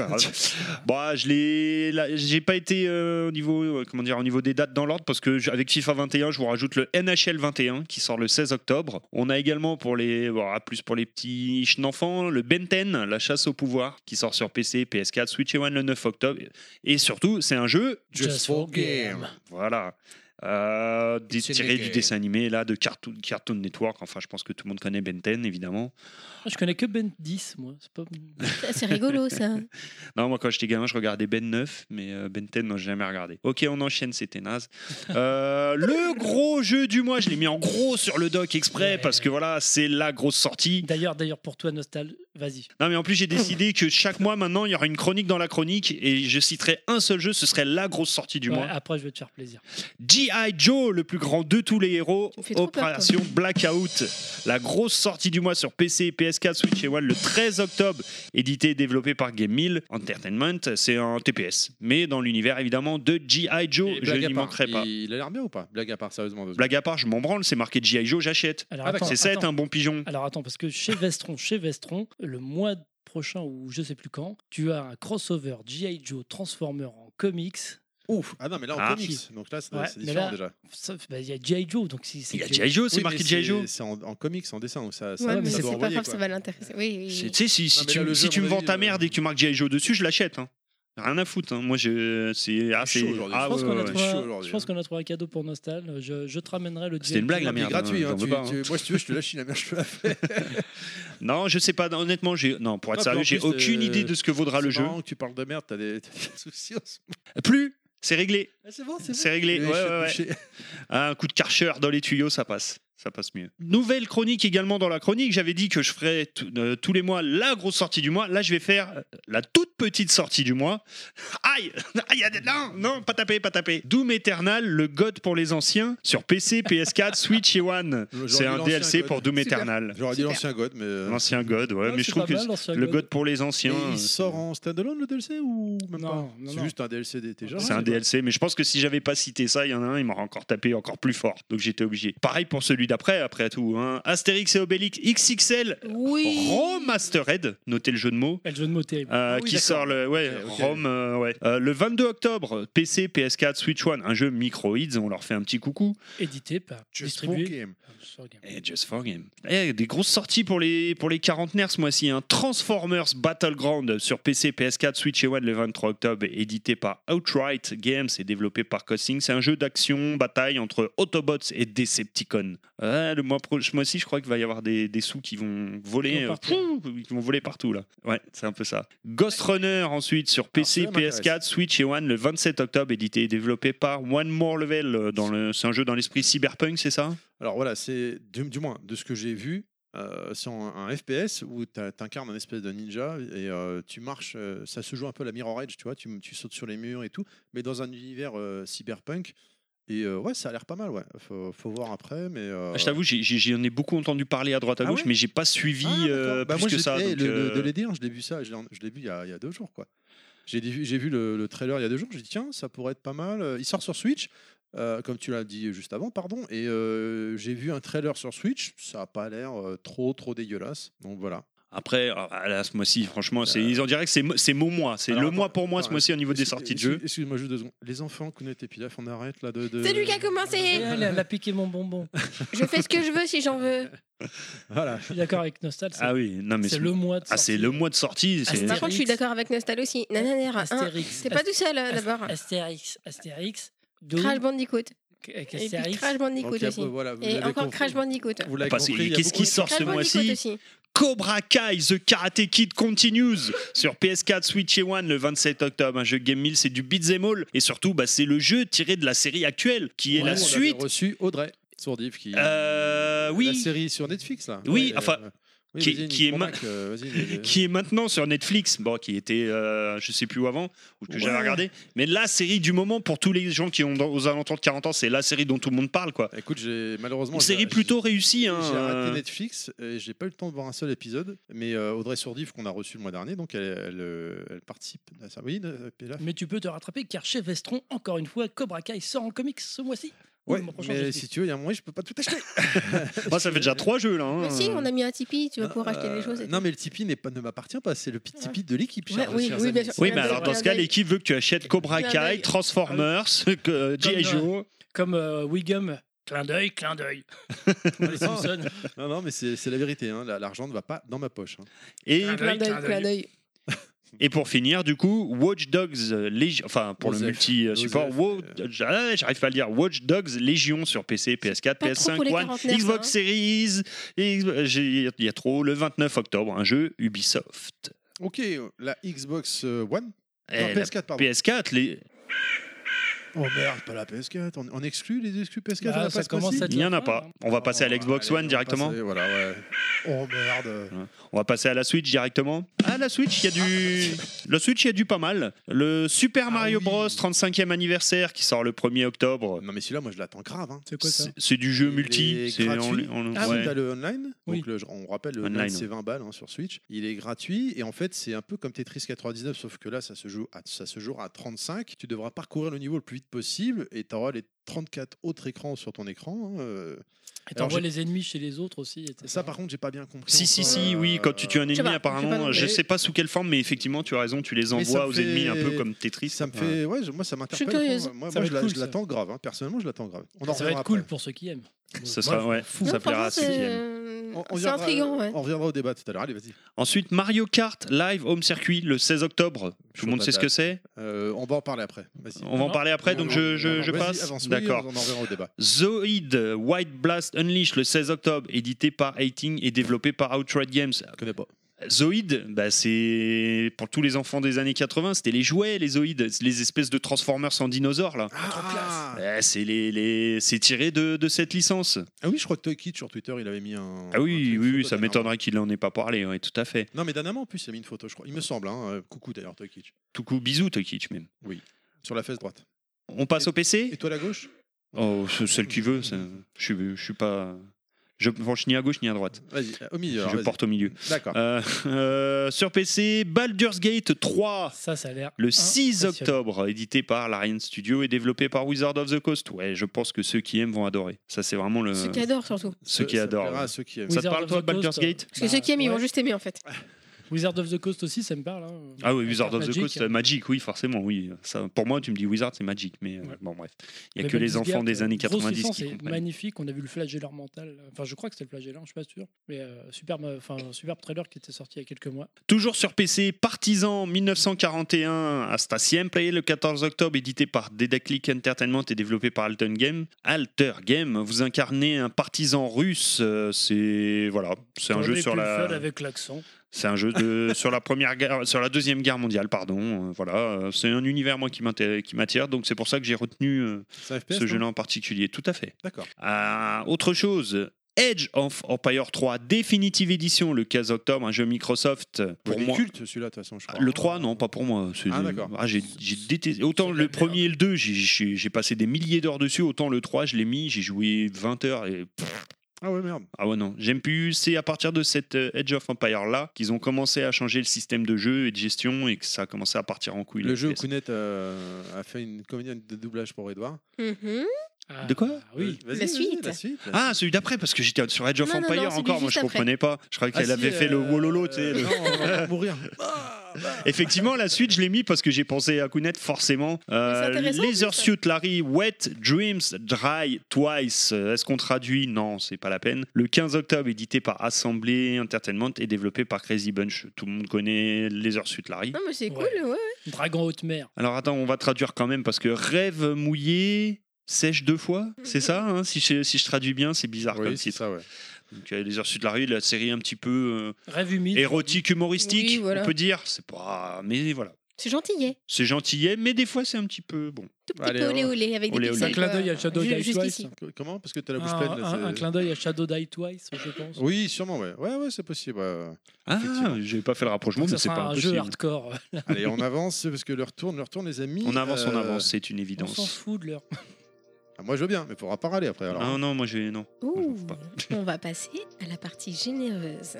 Bon, je l'ai, là, j'ai pas été euh, au niveau, euh, comment dire, au niveau des dates dans l'ordre parce que j- avec FIFA vingt et un, je vous rajoute le N H L vingt et un qui sort le seize octobre. On a également pour les, bon, ah, plus pour les petits enfants, le Ben dix, la chasse au pouvoir, qui sort sur P C, P S quatre, Switch et One le neuf octobre. Et surtout, c'est un jeu, Just for game. voilà. Euh, des- C'est tiré une du game. dessin animé là de Cartoon, Cartoon Network. Enfin, je pense que tout le monde connaît Ben dix évidemment. Je connais que Ben dix, moi. C'est pas... Ça, C'est rigolo ça. Non, moi quand j'étais gamin, je regardais Ben neuf, mais euh, Ben dix, non, j'ai jamais regardé. Ok, on enchaîne, c'était naze. Euh, le gros jeu du mois, je l'ai mis en gros sur le doc exprès Ouais. parce que voilà, c'est la grosse sortie. D'ailleurs, d'ailleurs, pour toi, Nostal, vas-y. Non, mais en plus, j'ai décidé que chaque mois maintenant, il y aura une chronique dans la chronique et je citerai un seul jeu, ce serait la grosse sortie du Ouais, mois. après, je vais te faire plaisir. G I. Joe, le plus grand de tous les héros, Tu me fais trop peur, Opération Blackout, la grosse sortie du mois sur P C, P S quatre, Switch et One le treize octobre, édité et développé par Game Mill Entertainment. C'est un T P S, mais dans l'univers évidemment de G I. Joe. Et Je blague à n'y part, manquerai pas. Il a l'air bien ou pas Blague à part, sérieusement. deux Blague à part, je m'en branle, c'est marqué G I. Joe, j'achète. Alors, Ah, attends, C'est ça être attends. un bon pigeon. Alors attends, parce que chez Vestron, chez Vestron, le mois prochain ou je sais plus quand, tu as un crossover G I. Joe Transformer en comics. Ouf. Ah non, mais là en Ah. comics. Donc là, c'est Ouais, c'est mais différent là, déjà. Ça, bah, il y a G I. Joe, donc si c'est Il y a G I. G I. Joe, c'est Oui, marqué mais G I. Joe. C'est en, en comics, en dessin. Donc ça, ça, Ouais, ça mais doit c'est pas envoyer, grave, quoi. ça va l'intéresser. Oui, oui, C'est- oui. Tu sais, si, si Non, mais tu, là, le si jeu, tu à me mon vends avis, ta euh, merde et que tu marques G I. Joe dessus, je l'achète. Hein. Rien à foutre. Hein. Moi, je, c'est, ah, C'est c'est, chaud aujourd'hui. ah, Je pense ouais, qu'on a ouais, trouvé ouais. chaud un- aujourd'hui, je pense hein. qu'on a trouvé un cadeau pour Nostal. Je, je te ramènerai le G I. C'était une blague, Joe. la Mais merde. gratuit. hein, hein, j'en veux tu- pas, hein. tu- Moi, si tu veux, je te lâche la merde, je te la fais. Non, je sais pas. Honnêtement, j'ai, non, pour être Non, sérieux, puis en j'ai plus, aucune euh, idée de ce que vaudra le C'est jeu. marrant que tu parles de merde, t'as des, t'as des soucis en ce moment. Plus, c'est réglé. Ah, c'est bon, c'est bon. C'est réglé. Les Ouais, cheveux ouais, ouais. bouchés. Un coup de Karcher dans les tuyaux, ça passe. Ça passe mieux. Nouvelle chronique également dans la chronique. J'avais dit que je ferais t- euh, tous les mois la grosse sortie du mois. Là, je vais faire euh, la toute petite sortie du mois. Aïe, aïe, aïe, non, non, pas taper, pas taper. Doom Eternal, le God pour les anciens, sur P C, P S quatre, Switch et One. J'aurais C'est dit un l'ancien D L C God. pour Doom Super. Eternal. J'aurais dit Super. l'ancien God, mais. euh, L'ancien God, ouais, Ouais, mais je c'est trouve pas que mal, l'ancien le God. God pour les anciens. Et euh, il sort en standalone le D L C ou même Non, pas non, C'est non. juste un D L C d'été. déjà. C'est un D L C, mais je pense que si j'avais pas cité ça, il y en a un, il m'aurait encore tapé encore plus fort. Donc j'étais obligé. Pareil pour celui d'après, après tout. Hein. Astérix et Obélix X X L Oui. Remastered, notez le jeu de mots. Et le jeu de mots terrible. Euh, Ah oui, qui d'accord. sort le ouais, Ok, ok. Rome euh, ouais. Euh, le vingt-deux octobre, P C, P S quatre, Switch One, un jeu Microids, on leur fait un petit coucou. Édité par. Just for distribué. game. Sur Game. Et Just for Game. Et des grosses sorties pour les pour les quarantenaires ce mois-ci. Hein. Transformers Battleground sur P C, P S quatre, Switch et One le vingt-trois octobre, édité par Outright Games et développé par Costing. C'est un jeu d'action bataille entre Autobots et Decepticons. Ouais, le mois pro- ce mois-ci, je crois qu'il va y avoir des, des sous qui vont voler, Qui vont euh, partout. pouf, qui vont voler partout là. Ouais, c'est un peu ça. Ghost Runner ensuite sur P C, Alors, celui-là P S quatre, Switch et One le vingt-sept octobre, édité et développé par One More Level. euh, Dans le, c'est un jeu dans l'esprit cyberpunk, c'est ça? Alors voilà, c'est du, du moins de ce que j'ai vu, euh, c'est un, un F P S où tu incarnes un espèce de ninja et euh, tu marches, euh, ça se joue un peu à la Mirror Edge, tu vois, tu, tu sautes sur les murs et tout, mais dans un univers euh, cyberpunk. Et euh, ouais, ça a l'air pas mal, ouais. Faut, faut voir après, mais. euh, Ah, je t'avoue, j'ai- j'ai- j'en ai beaucoup entendu parler à droite à Ah gauche, ouais mais j'ai pas suivi Ah, d'accord. euh, Bah, plus moi, que je ça. l'ai- donc, le, le- euh, de l'E D un, je l'ai vu ça, je l'ai je l'ai vu il y, a, il y a deux jours, quoi. J'ai dit- j'ai vu le, le trailer il y a deux jours, j'ai dit tiens, ça pourrait être pas mal. Il sort sur Switch, euh, comme tu l'as dit juste avant, pardon, et euh, j'ai vu un trailer sur Switch, ça a pas l'air euh, trop trop dégueulasse, donc voilà. Après, ah, là, ce mois-ci, franchement, c'est, ils en diraient que c'est, mo- c'est mon mois. C'est Alors, le attends, mois pour moi ce attends, mois-ci au niveau des excuse- sorties de excuse- jeux. Excuse-moi juste deux secondes. Les enfants, Kounet et Pilaf, on arrête là de. de- C'est lui qui a Et commencé. elle, elle a piqué mon bonbon. Je fais ce que je veux si j'en veux. Voilà. Je suis d'accord avec Nostal. C'est Ah oui, non mais c'est le mois de ah, c'est le mois de sortie. C'est... Par contre, je suis d'accord avec Nostal aussi. Nananère, hein. Astérix. C'est pas tout seul euh, d'abord. Astérix. Astérix. Doom. Crash Bandicoot. Avec Et puis Astérix. Crash Bandicoot Ok, aussi. voilà, vous Et l'avez encore compris. Crash Bandicoot. Vous l'avez Parce que compris, il y a qu'est-ce beaucoup qui de- sort Crash ce Bandicoot mois-ci? aussi. Cobra Kai, The Karate Kid Continues sur P S quatre, Switch et One le vingt-sept octobre. Un jeu Game Mill, c'est du beat'em all. Et surtout, bah, c'est le jeu tiré de la série actuelle, qui est Ouais, la on avait suite. reçu Audrey Sourdive qui. Euh, La oui, série sur Netflix là. Oui, Ouais, enfin, euh, oui, qui- vas-y, qui est Nick ma- Mormac, euh, vas-y, vas-y. qui est maintenant sur Netflix, bon, qui était, euh, je sais plus où avant, ou que j'avais Ouais. regardé. Mais la série du moment pour tous les gens qui ont dans- aux alentours de quarante ans, c'est la série dont tout le monde parle, quoi. Écoute, j'ai malheureusement. Une j'ai- série plutôt réussie, J'ai hein. j'ai arrêté euh, Netflix et j'ai pas eu le temps de voir un seul épisode. Mais euh, Audrey Sourdive qu'on a reçu le mois dernier, donc elle, elle, euh, elle participe à ça. Oui, euh, Pilaf. Mais tu peux te rattraper car chez Vestron, encore une fois, Cobra Kai sort en comics ce mois-ci. Ou Ouais, le mois prochain, mais je sais si plus. tu veux, il y a un mois, je peux pas tout acheter. Moi, ça fait déjà trois jeux là. hein. Mais si, on a mis un Tipeee, tu vas pouvoir acheter Euh, les choses. et Non, tout. mais le Tipeee n'est pas, ne m'appartit pas, c'est le petit Tipeee de l'équipe. Ouais, chers- oui, chers oui, amis. bien sûr. Oui, Clin mais d'œil, alors dans ce clin cas, d'œil. l'équipe veut que tu achètes Cobra Clin Kai, d'œil. Transformers, que G I. Joe. Comme euh, Wiggum, clin d'œil, clin d'œil. Dans les Simpsons. Non, non, mais c'est c'est la vérité. hein, la- L'argent ne va pas dans ma poche. hein. Et, Clin Clin d'œil, Clin clin d'œil. et pour finir, du coup, Watch Dogs Légion, enfin pour le Osef. multi-support, Osef, Wo- euh. ah, j'arrive pas à le dire, Watch Dogs Légion sur P C, P S quatre, Pas P S trop cinq, pour les One, quarantenaires, Xbox ça, Series, et Xbox- j'ai- il y a trop, le vingt-neuf octobre, un jeu Ubisoft. Ok, la Xbox euh, One. Eh, Non, la P S quatre, pardon. P S quatre, les... Oh merde, pas la P S quatre. On, on exclut les exclus P S quatre Bah, à la ça passe commence aussi à être il n'y en la a fin, pas. hein. On va passer à l'Xbox Allez, on One va directement. passer, voilà, ouais. Oh merde. On va passer à la Switch directement. Ah, la Switch, il y a du. La Switch, il y a du pas mal. Le Super Mario oui. Bros. trente-cinquième anniversaire qui sort le premier octobre. Non, mais celui-là, moi, je l'attends grave. Hein. C'est quoi ça C'est c'est du jeu Il multi. est C'est gratuit. en- en- Ah ouais. oui, t'as le online. Oui. Donc le- on rappelle, le Online, online, c'est ouais. vingt balles hein, sur Switch. Il est gratuit et en fait, c'est un peu comme Tetris quatre-vingt-dix-neuf, sauf que là, ça se joue à, ça se joue à trente-cinq. Tu devras parcourir le niveau le plus vite possible et tu auras les trente-quatre autres écrans sur ton écran. hein, euh. Et Alors, t'envoies j'ai- les ennemis chez les autres aussi. et cetera. Ça, par contre, j'ai pas bien compris. Si, si, encore, si, euh, oui, quand tu tues un Je sais ennemi, pas, apparemment, je sais pas, je mais- sais pas sous quelle forme, mais effectivement, tu as raison, tu les Mais ça envoies me aux ennemis fait- un peu comme Tetris. Ça me Ouais. fait, ouais, je- moi ça m'interpelle. curieuse. franchement. Moi, Ça moi, va je être la- cool, je ça. l'attends grave. hein. Personnellement, je l'attends grave. On en Ça va reviendra être cool après. pour ceux qui aiment. Ce Moi, sera, je m'en ouais, fous. ça Non, plaira à franchement, ceux qui c'est aiment. euh, On, on c'est viendra- intriguant. Ouais. on reviendra au débat tout à l'heure. Allez, vas-y. Ensuite, Mario Kart Live Home Circuit le seize octobre. Tout le monde sait ce que c'est. Euh, on va en parler après. Vas-y. On va en Non. parler après, donc je, je, je Vas-y, passe. avance, oui, D'accord. On en reviendra au débat. Zoid White Blast Unleashed le seize octobre, édité par Hating et développé par Outright Games. Je connais pas. Zoïd, bah c'est pour tous les enfants des années quatre-vingts, c'était les jouets, les Zoïd, les espèces de Transformers sans dinosaures là. Ah, Eh, c'est les, les... c'est tiré de, de cette licence. Ah oui, je crois que Toy Kid sur Twitter, il avait mis un. Ah oui, un truc, oui, une oui, photo ça dernièrement. m'étonnerait qu'il en ait pas parlé, oui, tout à fait. Non, mais dernièrement, en plus, il a mis une photo, je crois. Il me semble. Hein. Euh, Coucou d'ailleurs, Toy Kid. Tout coup, bisous, Tokich même. Sur la fesse droite. On passe au P C. Et toi, la gauche? Oh, c'est celle qui veut. ça- Je suis, je suis pas. Je penche ni à gauche ni à droite. Vas-y, au milieu. alors, je vas-y. porte au milieu. D'accord. Euh, euh, sur P C, Baldur's Gate trois. Ça, ça a l'air. Le six impressionnant. octobre, édité par l'Ariane Studio et développé par Wizard of the Coast. Ouais, je pense que ceux qui aiment vont adorer. Ça, c'est vraiment le. Ceux qui adorent surtout. Ceux qui Ça adorent. plaira à ouais. ceux qui aiment. Ça te Wizard parle, of toi, the Baldur's Coast, Gate Parce que ceux qui aiment, ils ouais. vont juste aimer en fait. Wizard of the Coast aussi, ça me parle. hein. Ah oui, Avec Wizard of the Magic, Coast, hein. Magic, oui, forcément, oui. Ça, pour moi, tu me dis Wizard, c'est Magic, mais euh, Ouais. bon, bref. Il n'y a Mais que les Baldur's enfants Gate, des années euh, grosse quatre-vingt-dix licence, qui c'est comprennent. magnifique. On a vu le flagelleur mental. Enfin, je crois que c'était le flagelleur, je suis pas sûr. Mais euh, superbe, enfin, superbe trailer qui était sorti il y a quelques mois. Toujours sur P C, Partisan mille neuf cent quarante et un hasta siempre, le quatorze octobre, édité par Dedaclick Entertainment et développé par Alter Game. Alter Game, vous incarnez un partisan russe. euh, C'est voilà, c'est un J'aurais jeu pu sur le la. faire avec l'accent. C'est un jeu de, sur la première guerre, sur la deuxième guerre mondiale, pardon. euh, voilà, euh, c'est un univers moi qui m'intéresse- qui m'attire, donc c'est pour ça que j'ai retenu euh, C'est un F P S, ce non jeu-là en particulier. Tout à fait. D'accord. Euh, autre chose. Edge of Empire trois Definitive Edition le quinze octobre, un jeu Microsoft pour Ouais, il est moi. culte celui-là, de toute façon, je crois. Le trois, non, pas pour moi. C'est- Ah, d'accord. Ah, j'ai j'ai détesté. Autant C'est le la premier et le deux, j'ai- j'ai j'ai passé des milliers d'heures dessus. Autant le trois, je l'ai mis, j'ai joué vingt heures. Et... Ah ouais, merde. Ah ouais, non, j'aime plus. C'est à partir de cette euh, Edge of Empire là qu'ils ont commencé à changer le système de jeu et de gestion et que ça a commencé à partir en couille. Le les jeu où F P S. Kounet euh, a fait une comédie de doublage pour Edouard. Mhm. Ah, De quoi Oui. Vas-y, La vas-y, suite. La suite. la Ah, suite. celui d'après, parce que j'étais sur Edge of Non, non, Empire non, celui encore. Moi, juste je après. comprenais pas. Je croyais Ah, qu'elle si, avait fait le euh, Wololo, tu sais. le- Non, on va mourir. Ah, bah. Effectivement, la suite, je l'ai mis parce que j'ai pensé à Kounet, forcément. Euh, Mais c'est intéressant, Laser en plus. Suit Larry, Wet Dreams Dry Twice. Euh, Est-ce qu'on traduit? Non, c'est pas la peine. Le quinze octobre, édité par Assemblée Entertainment et développé par Crazy Bunch. Tout le monde connaît Laser Suit Larry. Non, mais c'est cool, Ouais. ouais. Dragon haute mer. Alors attends, on va traduire quand même parce que rêve mouillé. Sèche deux fois, c'est ça hein si, je, si je traduis bien, c'est bizarre Oui, comme c'est titre. ça, ouais. Donc, euh, Les Heures Sud de la Rue, la série un petit peu Rêve euh, humide. érotique, humoristique, Oui, voilà. on peut dire. C'est pas, mais voilà, C'est gentillet. c'est gentillet, mais des fois c'est un petit peu bon. Tout petit Allez, peu on- olé olé avec olé, des olé. pixels. Un clin quoi. d'œil à Shadow Ju- Die Jusqu'ici. Twice. Comment? Parce que t'as la Un, bouche pleine. là, un- un c'est- clin d'œil à Shadow Die Twice, je pense. Oui, sûrement, ouais. Ouais, ouais, c'est possible. ouais. Ah, Effectivement. j'ai pas fait le rapprochement, Donc, mais ça c'est sera pas un impossible. jeu hardcore. Allez, on avance parce que l'heure tourne, l'heure tourne, les amis. On avance, on Euh, avance, c'est une On s'en évidence. fout de l'heure. ah, moi, je veux bien, mais il faudra pas râler après. Alors. Ah non, moi j'ai non. Moi, je Ouh, m'en fous pas. on va passer à la partie généreuse.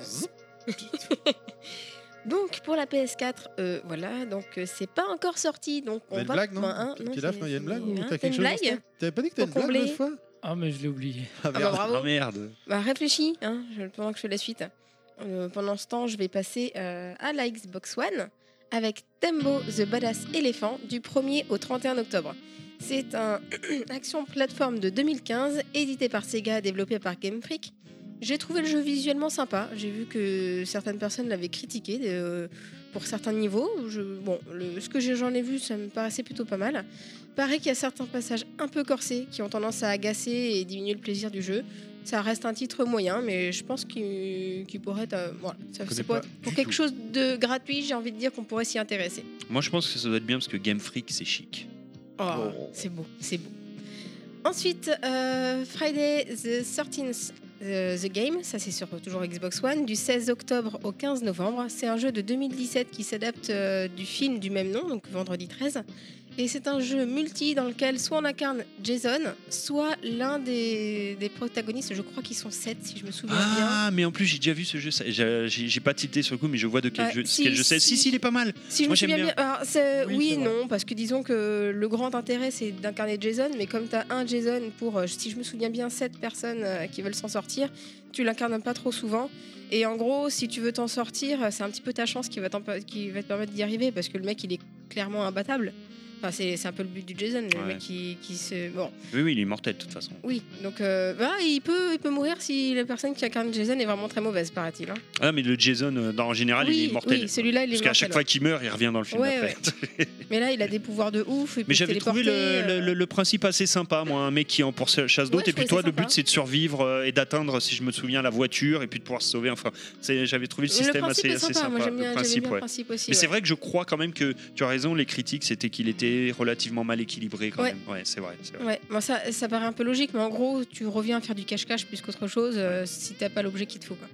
Donc pour la P S quatre, euh, voilà, donc euh, c'est pas encore sorti, donc T'as on une va. blague, non Ben, hein, Pilaf, c'est- non, il y a une blague c'est- ou hein, t'as t'as quelque une chose blague d'autre T'avais pas dit que t'as une Pour blague combler. l'autre fois? Ah, mais je l'ai oublié. Ah, Ah bah merde. bravo. Ah merde. Bah réfléchis, hein, je- pendant que je fais la suite. Euh, pendant ce temps, je vais passer euh, à la Xbox One avec Tembo the Badass Elephant du premier au trente et un octobre. C'est un action plateforme de deux mille quinze, édité par Sega, développé par Game Freak. J'ai trouvé le jeu visuellement sympa. J'ai vu que certaines personnes l'avaient critiqué euh, pour certains niveaux. Je, bon, le- ce que j'ai- j'en ai vu, ça me paraissait plutôt pas mal. Paraît qu'il y a certains passages un peu corsés qui ont tendance à agacer et diminuer le plaisir du jeu. Ça reste un titre moyen, mais je pense qu'il qu'il pourrait être. euh, voilà, ça- connais c'est pour, pas pour du quelque tout. chose de gratuit, j'ai envie de dire qu'on pourrait s'y intéresser. Moi je pense que ça doit être bien parce que Game Freak c'est chic. Oh, Oh. c'est beau, c'est beau. Ensuite, euh, Friday the thirteenth euh, The Game, ça c'est sur toujours Xbox One, du seize octobre au quinze novembre. C'est un jeu de deux mille dix-sept qui s'adapte euh, du film du même nom, donc vendredi treize. Et c'est un jeu multi dans lequel soit on incarne Jason, soit l'un des, des protagonistes, je crois qu'ils sont sept si je me souviens bien. Ah mais en plus j'ai déjà vu ce jeu, ça- j'ai j'ai- j'ai pas tilté sur le coup mais je vois de quel Ouais, jeu, si, quel jeu c'est. Si si. si il est pas mal. Si je Moi, me j'aime souviens bien. bien. Alors, c'est- Oui, oui, c'est vrai. non, parce que disons que le grand intérêt c'est d'incarner Jason, mais comme tu as un Jason pour, euh, si je me souviens bien, sept personnes euh, qui veulent s'en sortir, tu l'incarnes pas trop souvent. Et en gros, si tu veux t'en sortir, c'est un petit peu ta chance qui va, t'en- qui va te permettre d'y arriver, parce que le mec il est clairement imbattable. Enfin, c'est, c'est un peu le but du Jason, le Ouais. mec qui, qui se. Bon, Oui, oui, il est mortel de toute façon. oui. Donc, euh, bah, il, peut, il peut mourir si la personne qui incarne Jason est vraiment très mauvaise, paraît-il. Hein. Ah, mais le Jason, euh, dans, en général, oui, il est mortel. oui, celui-là, il est Parce qu'à mortel, chaque ouais. fois qu'il meurt, il revient dans le film Ouais, après. Mais là, il a des pouvoirs de ouf. Il peut Mais se j'avais trouvé le, téléporter, le- euh, le- le principe assez sympa, moi, un mec qui est en pourchasse d'autres, Ouais, je et puis trouvais toi, ça le but sympa. c'est de survivre euh, et d'atteindre, si je me souviens, la voiture, et puis de pouvoir se sauver. Enfin, c'est- j'avais trouvé le système le principe assez, est assez sympa. sympa. Moi, j'aime le bien, j'aimais principe, bien ouais. le principe aussi. Mais c'est ouais. vrai que je crois quand même que tu as raison, les critiques c'était qu'il était relativement mal équilibré quand Ouais. même. Ouais, c'est vrai. c'est vrai. Ouais, bon, ça, ça paraît un peu logique, mais en gros, tu reviens à faire du cache-cache plus qu'autre chose euh, si t'as pas l'objet qu'il te faut. Quoi.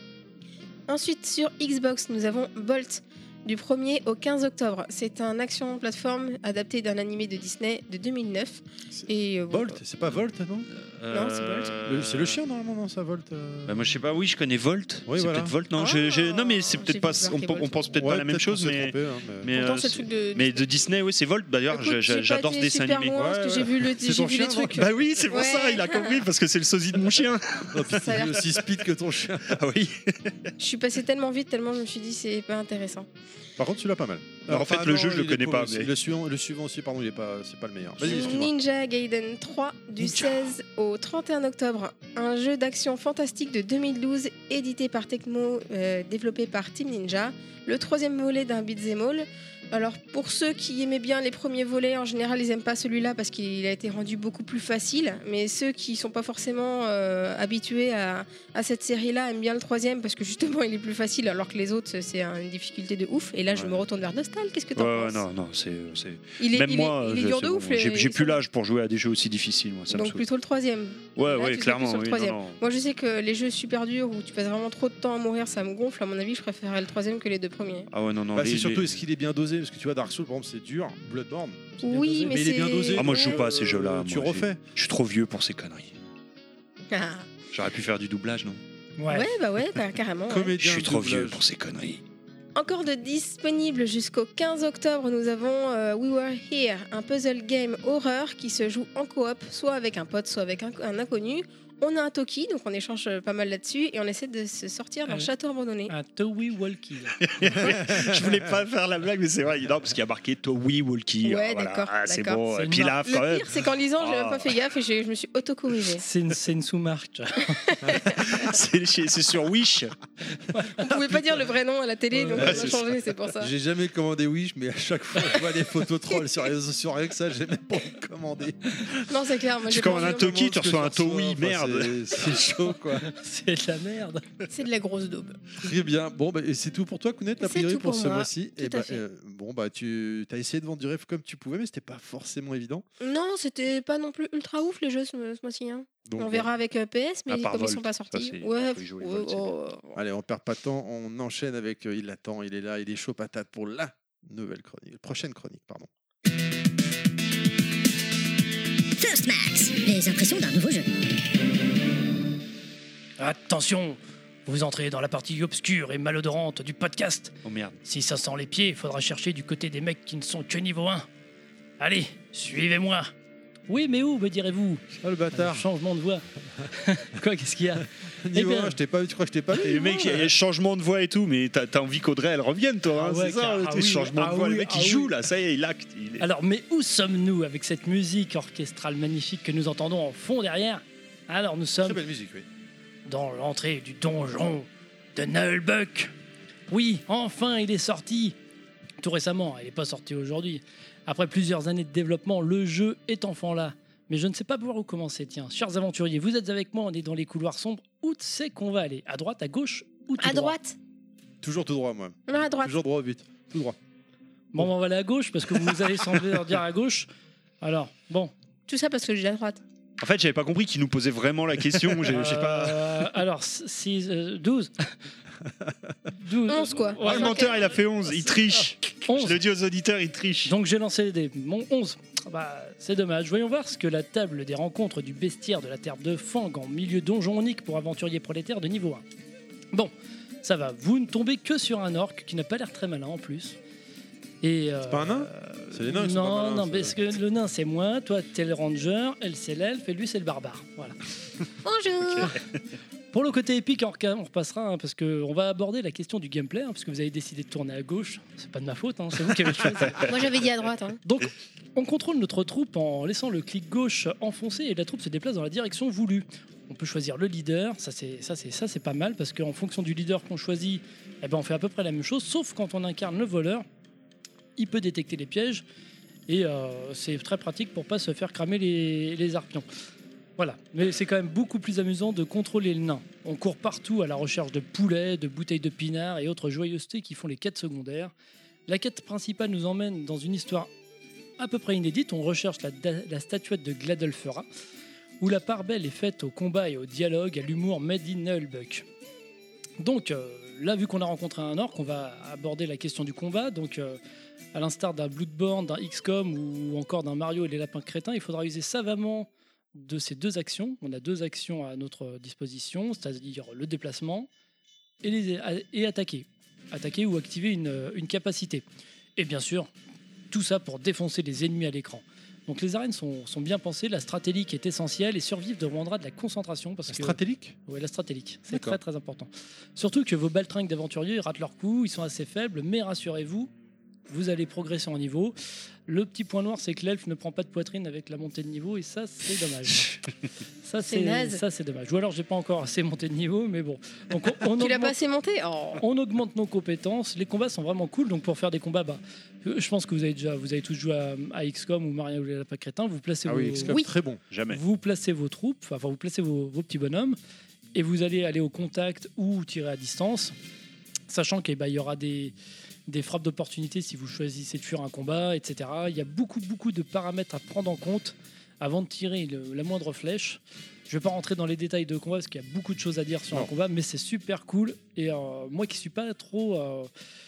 Ensuite, sur Xbox, nous avons Bolt, du premier au quinze octobre. C'est un action plateforme adapté d'un animé de Disney de deux mille neuf. C'est- Et, euh, bon, Volt, c'est pas Volt, non Non, c'est Bolt. Le- C'est le chien normalement, non, ça Volt euh Bah, moi je sais pas, oui je connais Volt. Oui, c'est voilà. peut-être Volt, non, Ah, je- je- non mais c'est j'ai peut-être vu pas, marqué on, on Volt. pense peut-être Ouais, pas la même peut-être chose, qu'on s'est mais, trompé, hein, mais- mais, Pourtant, euh, c'est le truc de. mais de Disney, oui c'est Volt. D'ailleurs, Écoute, je- je- j'ai pas j'adore ce été dessin super animé. loin, parce que Ouais, j'ai vu, le, c'est j'ai ton vu les chien, non trucs. Bah oui, c'est pour Ouais. ça, il a compris parce que c'est le sosie de mon chien. Oh, puis Ça a l'air- il est aussi speed que ton chien. Ah oui. Je suis passé tellement vite, tellement je me suis dit c'est pas intéressant. Par contre, celui-là pas mal. Alors, en fait, le jeu, je le il est connais pas pas, aussi. mais- Le suivant, le suivant aussi, pardon, il est pas, c'est pas le meilleur. Vas-y, excuse-moi. Ninja Gaiden trois du Ninja. seize au trente et un octobre. Un jeu d'action fantastique de deux mille douze édité par Tecmo, euh, développé par Team Ninja. Le troisième volet d'un beat'em all. Alors pour ceux qui aimaient bien les premiers volets, en général ils aiment pas celui-là parce qu'il a été rendu beaucoup plus facile. Mais ceux qui sont pas forcément euh, habitués à, à cette série-là aiment bien le troisième parce que justement il est plus facile alors que les autres c'est une difficulté de ouf. Et là je Ouais. me retourne vers Nostal. Qu'est-ce que t'en Ouais, ouais, penses non, non, c'est, c'est... Il est, Même il est- moi, il est je- dur c'est de bon, ouf. J'ai, les- j'ai ils plus sont- l'âge pour jouer à des jeux aussi difficiles, moi. Ça me Donc saoule. plutôt le troisième. Ouais, Là, ouais, tu serais clairement. plus sur le oui, troisième. non, non. Moi, je sais que les jeux super durs où tu passes vraiment trop de temps à mourir, ça me gonfle. À mon avis, je préférerais le troisième que les deux premiers. Ah ouais, non, non. Bah, les- c'est surtout les- est-ce qu'il est bien dosé parce que tu vois Dark Souls par exemple c'est dur, Bloodborne. c'est bien Oui, dosé, mais il est bien c'est- dosé. Ah, moi, je joue pas à ces Euh, jeux-là. Tu moi, refais. j'ai- Je suis trop vieux pour ces conneries. Ah. J'aurais pu faire du doublage, non? Ouais. Ouais, bah ouais, bah, carrément. ouais. Comédien Je suis de trop vieux doublage. pour ces conneries. Encore de disponible jusqu'au quinze octobre, nous avons euh, We Were Here, un puzzle game horreur qui se joue en coop, soit avec un pote, soit avec un, un inconnu. On a un Toki, donc on échange euh, pas mal là-dessus, et on essaie de se sortir d'un Euh, château abandonné. Un Towie Walkie. Je voulais pas faire la blague, mais c'est vrai. Non, parce qu'il y a marqué Towie Walkie. Ouais, voilà. d'accord, Ah, c'est d'accord. bon. C'est Et une puis là, marque. quand Le même. pire, c'est qu'en lisant, j'ai même Ah. pas fait gaffe et j'ai- je me suis auto-corrigée. C'est une, c'est une sous-marque. C'est, chez- c'est sur Wish. On pouvait pas dire le vrai nom à la télé, donc Ouais, on a c'est changé, c'est pour ça. J'ai jamais commandé Wish, mais à chaque fois je vois des photos trolls sur les réseaux sociaux, rien que ça, j'ai même pas envie de commander. Non, c'est clair. Moi, Tu j'ai commandes pas un envie. Toki, tu Comment est-ce reçois un que je Towie, reçois merde. C'est c'est chaud quoi. C'est de la merde. C'est de la grosse daube. Très bien. Bon, bah, et c'est tout pour toi, Kounet, a C'est priori tout pour, pour ce moi. mois-ci. Tout Et à bah, fait. euh, bon, bah, tu as essayé de vendre du rêve comme tu pouvais, mais c'était pas forcément évident. Non, c'était pas non plus ultra ouf les jeux ce, ce mois-ci. hein. Donc, On bon. verra avec euh, P S, mais À part comme ils Volt, sont pas ça, sortis. c'est- Ouais, faut y jouer, ouais, Volt, c'est oh, Allez, on perd pas de temps, on enchaîne avec euh, il l'attend, il est là, il est chaud patate pour la nouvelle chronique, prochaine chronique, pardon. First Max, les impressions d'un nouveau jeu. Attention, vous entrez dans la partie obscure et malodorante du podcast. Oh merde. Si ça sent les pieds, il faudra chercher du côté des mecs qui ne sont que niveau un. Allez, suivez-moi. Oui, mais où, me direz-vous? Oh le bâtard. Changement de voix. Quoi, qu'est-ce qu'il y a? Niveau bien. un, je t'ai pas vu, tu crois que je t'ai pas vu Et le mec, il y a changement de voix et tout, mais t'as, t'as envie qu'Audrey elle revienne, toi. Ah hein, ouais, c'est ça, car- le ah truc, oui, changement ah de voix. oui, le mec, ah il joue oui. là, ça y est, il acte. il est- Alors, mais où sommes-nous avec cette musique orchestrale magnifique que nous entendons en fond derrière? Alors, nous Très sommes belle musique, oui. dans l'entrée du donjon de Nullbuck. Oui, enfin, il est sorti. Tout récemment, il n'est pas sorti aujourd'hui. Après plusieurs années de développement, le jeu est enfin là. Mais je ne sais pas par où commencer. Tiens, chers aventuriers, vous êtes avec moi, on est dans les couloirs sombres. Où c'est qu'on va aller? À droite, à gauche ou tout À droit? droite. Toujours tout droit, moi. Non, à droite. Toujours droit au but. Tout droit. Bon, on va aller à gauche parce que vous allez sembler leur dire à gauche. Alors, bon. Tout ça parce que j'ai à droite. En fait, j'avais pas compris qu'il nous posait vraiment la question. J'ai, j'ai pas. Euh, alors, six, douze. douze. onze, quoi. Oh, le menteur, il a fait onze. Il triche. Je onze. le dis aux auditeurs, il triche. Donc j'ai lancé les dés. Mon onze. Bah, c'est dommage. Voyons voir ce que la table des rencontres du bestiaire de la terre de Fang en milieu donjon unique pour aventuriers prolétaires de niveau un. Bon, ça va. Vous ne tombez que sur un orc qui n'a pas l'air très malin en plus. Et euh, C'est pas un nain C'est les nains qui sont Non, pas malins, non, ça. parce que le nain c'est moi, toi t'es le ranger, elle c'est l'elfe et lui c'est le barbare. Voilà. Bonjour. Pour le côté épique, on reca- on repassera hein, parce qu'on va aborder la question du gameplay, hein, parce que vous avez décidé de tourner à gauche. C'est pas de ma faute, hein, c'est vous qui avez choisi. Moi j'avais dit à droite. Hein. Donc, on contrôle notre troupe en laissant le clic gauche enfoncé et la troupe se déplace dans la direction voulue. On peut choisir le leader, ça c'est, ça c'est, ça c'est pas mal parce qu'en fonction du leader qu'on choisit, eh ben, on fait à peu près la même chose, sauf quand on incarne le voleur, il peut détecter les pièges et euh, c'est très pratique pour pas se faire cramer les, les arpions. Voilà, mais c'est quand même beaucoup plus amusant de contrôler le nain. On court partout à la recherche de poulets, de bouteilles de pinard et autres joyeusetés qui font les quêtes secondaires. La quête principale nous emmène dans une histoire à peu près inédite. On recherche la, la statuette de Gladolfera, où la part belle est faite au combat et au dialogue, à l'humour made in Nullbuck. Donc euh, là, vu qu'on a rencontré un orc, on va aborder la question du combat. Donc, euh, à l'instar d'un Bloodborne, d'un X COM ou encore d'un Mario et les lapins crétins, il faudra user savamment de ces deux actions. On a deux actions à notre disposition, c'est-à-dire le déplacement et, les, et attaquer. Attaquer ou activer une, une capacité. Et bien sûr, tout ça pour défoncer les ennemis à l'écran. Donc les arènes sont, sont bien pensées, la stratégique est essentielle et survivre demandera de la concentration. Parce La que, stratégique Oui, la stratégique, c'est D'accord. très très important. Surtout que vos baltringues d'aventuriers ratent leur coup, ils sont assez faibles, mais rassurez-vous, vous allez progresser en niveau. Le petit point noir, c'est que l'elfe ne prend pas de poitrine avec la montée de niveau et ça, c'est dommage. ça, C'est naze. Ça, c'est dommage. Ou alors, j'ai pas encore assez monté de niveau, mais bon. Donc, on, on Tu l'as augmente- pas assez monté oh. on augmente nos compétences. Les combats sont vraiment cool. Donc pour faire des combats, bah, je pense que vous avez déjà, vous avez tous joué à, à X COM ou Mario et les lapins crétins. Vous placez Ah vos, oui, X COM, Oui. très bon. Jamais. vous placez vos troupes, enfin vous placez vos, vos petits bonhommes, et vous allez aller au contact ou tirer à distance, sachant qu'il bah, y aura des des frappes d'opportunité si vous choisissez de fuir un combat, et cetera. Il y a beaucoup beaucoup de paramètres à prendre en compte avant de tirer le- la moindre flèche. Je ne vais pas rentrer dans les détails de combat parce qu'il y a beaucoup de choses à dire sur Non. un combat, mais c'est super cool. Et euh, moi qui suis pas trop, euh,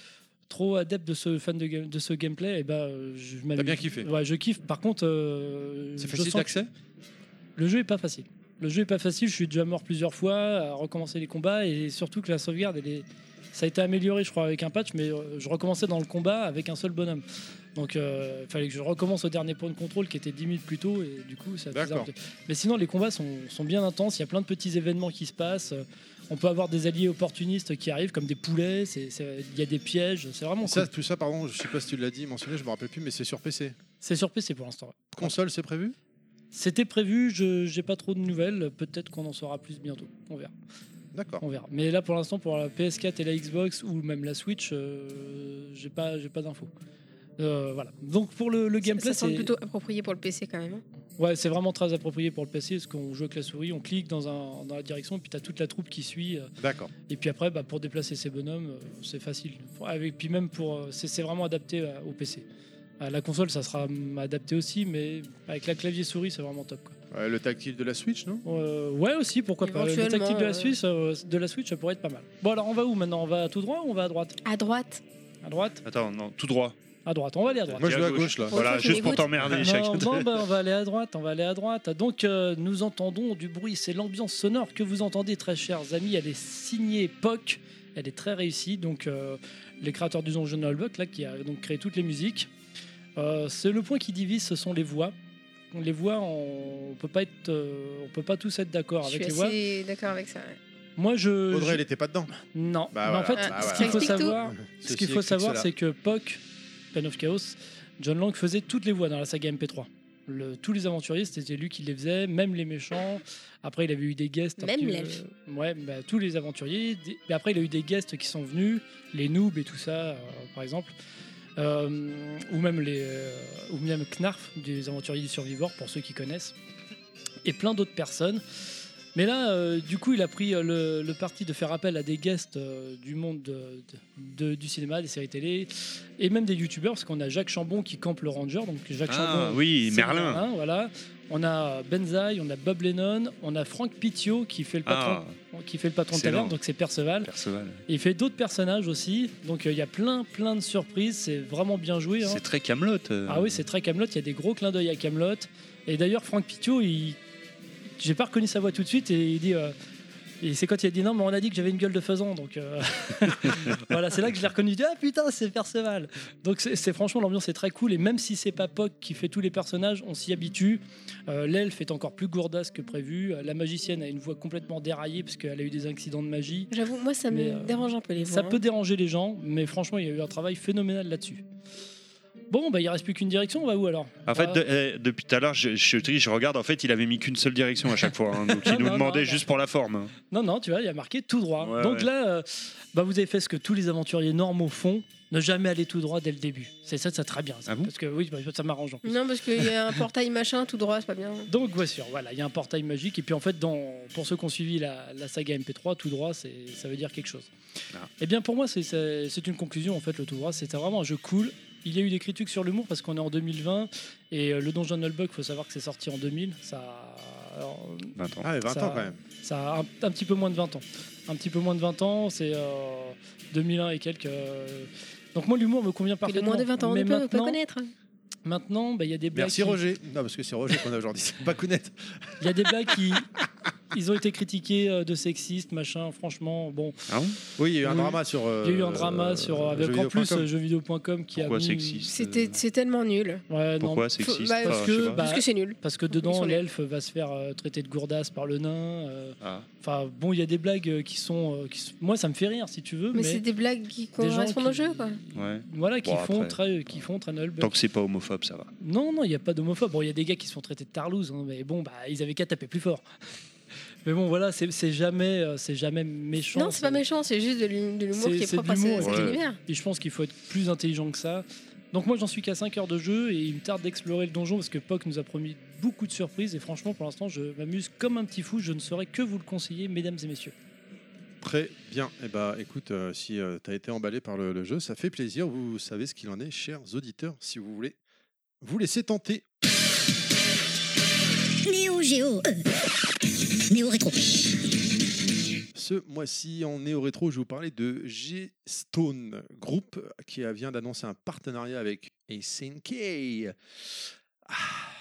trop adepte de ce fan de, game- de ce gameplay, et ben euh, je m'amuse. T'as bien kiffé. Ouais, je kiffe. Par contre, euh, C'est je facile sens que d'accès le jeu est pas facile. Le jeu est pas facile. Je suis déjà mort plusieurs fois à recommencer les combats et surtout que la sauvegarde, elle est... ça a été amélioré, je crois, avec un patch, mais euh, je recommençais dans le combat avec un seul bonhomme. Donc, il euh, fallait que je recommence au dernier point de contrôle qui était dix minutes plus tôt et du coup, ça faisait D'accord. un peu- Mais sinon, les combats sont, sont bien intenses. Il y a plein de petits événements qui se passent. Euh, On peut avoir des alliés opportunistes qui arrivent comme des poulets. c'est- c'est- Il y a des pièges. C'est vraiment Ça, cool. tout ça, pardon, je sais pas si tu l'as dit, mentionné, je me rappelle plus, mais c'est sur P C. C'est sur P C pour l'instant. ouais. Console, c'est prévu C'était prévu. Je j'ai pas trop de nouvelles. Peut-être qu'on en saura plus bientôt. On verra. D'accord. On verra. Mais là, pour l'instant, pour la P S quatre et la Xbox ou même la Switch, euh, j'ai pas, j'ai pas d'infos. Euh, voilà. Donc pour le, le gameplay, Ça semble c'est plutôt approprié pour le P C quand même. hein. ouais, c'est vraiment très approprié pour le P C parce qu'on joue avec la souris, on clique dans, un, dans la direction, et puis tu as toute la troupe qui suit. euh, D'accord. Et puis après, bah, pour déplacer ces bonhommes, euh, c'est facile. Et puis même pour, euh, c'est c'est vraiment adapté euh, au P C. À la console, ça sera hum, adapté aussi, mais avec la clavier souris, c'est vraiment top. Quoi. Ouais, le tactile de la Switch, non Euh, ouais aussi, pourquoi pas. Le Éventuellement, tactile de la, euh. Suisse, euh, de la Switch, ça pourrait être pas mal. Bon alors on va où maintenant? On va tout droit ou on va à droite? À droite. À droite? Attends, non, tout droit. À droite, on va aller à droite. Moi, je Dis vais à à gauche. gauche, là. Voilà, toi, tu juste pour m'écoutes. t'emmerder chaque Non, bon, bah, on va aller à droite, on va aller à droite. Donc euh, nous entendons du bruit, c'est l'ambiance sonore que vous entendez, très chers amis. Elle est signée P O C, elle est très réussie. Donc euh, les créateurs du Zonjon Nullbuck, là, qui a donc créé toutes les musiques. Euh, c'est le point qui divise, ce sont les voix. Les voix, on peut pas être, euh, on peut pas tous être d'accord Je avec suis les voix. assez d'accord avec ça. ouais. Moi, je, Audrey, je- elle était pas dedans. non. Bah Mais en voilà, fait, bah ce voilà. qu'il faut Ça explique savoir, ce Ceci qu'il faut explique savoir, cela. c'est que P O C, Pen of Chaos, John Lang faisait toutes les voix dans la saga M P trois. Le- tous les aventuriers, c'était lui qui les faisait, même les méchants. Après, il avait eu des guests. un Même petit- l'elfe. euh, ouais, bah, tous les aventuriers. Des- mais après, il a eu des guests qui sont venus, les noobs et tout ça, euh, par exemple. Euh, ou même les, euh, ou même Knarf des aventuriers du Survivor, pour ceux qui connaissent. Et plein d'autres personnes. Mais là, euh, du coup, il a pris euh, le, le parti de faire appel à des guests euh, du monde de- de- de- du cinéma, des séries télé, et même des youtubeurs, parce qu'on a Jacques Chambon qui campe le Ranger. Donc Jacques Ah, Chambon, oui, c'est Merlin. voilà. On a Benzaï, on a Bob Lennon, on a Frank Pitio qui fait le patron, Ah, qui fait le patron de excellent. taverne, donc c'est Perceval. Perceval. Et il fait d'autres personnages aussi. Donc euh, il y a plein, plein de surprises. C'est vraiment bien joué. hein. C'est très Camelot. Ah oui, c'est très Camelot. Il y a des gros clins d'œil à Camelot. Et d'ailleurs, Frank Pitio, il... j'ai pas reconnu sa voix tout de suite et il dit euh, Et c'est quand il a dit non, mais on a dit que j'avais une gueule de faisan. Donc euh, voilà, c'est là que je l'ai reconnu. Je dis, ah putain, c'est Perceval. Donc c'est, c'est franchement, l'ambiance est très cool. Et même si c'est pas Puck qui fait tous les personnages, on s'y habitue. Euh, l'elfe est encore plus gourdasse que prévu. La magicienne a une voix complètement déraillée parce qu'elle a eu des accidents de magie. J'avoue, moi, ça me Mais, euh, dérange un peu les voix. Ça hein. peut déranger les gens, mais franchement, il y a eu un travail phénoménal là-dessus. Bon, bah, il reste plus qu'une direction, on va où alors? En fait, Ah, de- euh, depuis tout à l'heure, je, je, te dis, je regarde, en fait, il avait mis qu'une seule direction à chaque fois. hein, donc il nous Non, demandait non, juste non. pour la forme. Non, non, tu vois, il y a marqué tout droit. Ouais, Donc ouais. là, euh, bah, vous avez fait ce que tous les aventuriers normaux font, ne jamais aller tout droit dès le début. C'est ça, c'est très bien. Ça, Ah bon parce que oui, bah, ça m'arrange en plus. Non, parce qu'il y a un portail machin tout droit, c'est pas bien. Donc, bien sûr, voilà, il y a un portail magique. Et puis, en fait, dans, pour ceux qui ont suivi la, la saga M P trois, tout droit, c'est, ça veut dire quelque chose. Ah. Eh bien, pour moi, c'est, c'est, c'est une conclusion. En fait, le tout droit, c'était vraiment un jeu cool. Il y a eu des critiques sur l'humour parce qu'on est en deux mille vingt. Et euh, le Donjon Nullbug, il faut savoir que c'est sorti en deux mille. Ça, alors, vingt ans. Ah, ouais, vingt Ça- ans quand même. ça a un, un petit peu moins de vingt ans. Un petit peu moins de vingt ans, c'est euh, deux mille un et quelques. euh. Donc, moi, l'humour me convient Et parfaitement. le moins de vingt ans, on Mais ne peut pas maintenant, connaître. maintenant, bah, il y a des blagues. Merci qui- Roger. Non, parce que c'est Roger qu'on a aujourd'hui, c'est pas connaître. Il y a des blagues qui. Ils ont été critiqués euh, de sexistes, machin. Franchement, bon. Ah bon Oui, il y a eu un Oui. drama sur. Il y a eu un euh, drama sur, avec en jeuxvideo point plus com. euh, jeuxvideo point com qui Pourquoi a mis. sexiste C'était, c'est tellement nul. Ouais, non, Pourquoi sexiste bah, Enfin, parce je sais que, pas. bah, Parce que c'est nul. Parce que Ils dedans, sont nuls. l'elfe va se faire euh, traiter de gourdasse par le nain. euh, Ah. Enfin, bon, il y a des blagues euh, qui sont, euh, qui sont- Moi, ça me fait rire, si tu veux. Mais, Mais, c'est des blagues qui des gens correspondent qui- au jeu, quoi. Ouais. voilà, qui Bon, font après. très, qui font très null. Tant que c'est pas homophobe, ça va. Non, non, il n'y a pas d'homophobe. Bon, il y a des gars qui se font traiter de tarlouse, hein, mais bon, bah, ils avaient qu'à taper plus fort. Mais bon, voilà, c'est c'est jamais, euh, c'est jamais méchant. Non, c'est pas méchant, c'est juste de l'hum- de l'humour c'est- qui est c'est de propre à ce- l'humour, cet ouais. univers. Et je pense qu'il faut être plus intelligent que ça. Donc moi, j'en suis qu'à cinq heures de jeu et il me tarde d'explorer le donjon parce que P O C nous a promis beaucoup de surprises. Et franchement, pour l'instant, je m'amuse comme un petit fou. Je ne saurais que vous le conseiller, mesdames et messieurs. Très bien. Eh ben, écoute, euh, si tu as été emballé par le, le jeu, ça fait plaisir. Vous savez ce qu'il en est, chers auditeurs. Si vous voulez vous laisser tenter. Néo Géo. euh, Néo Rétro. Ce mois-ci, en Néo Rétro, je vais vous parler de G-Stone Group qui vient d'annoncer un partenariat avec S N K. Ah,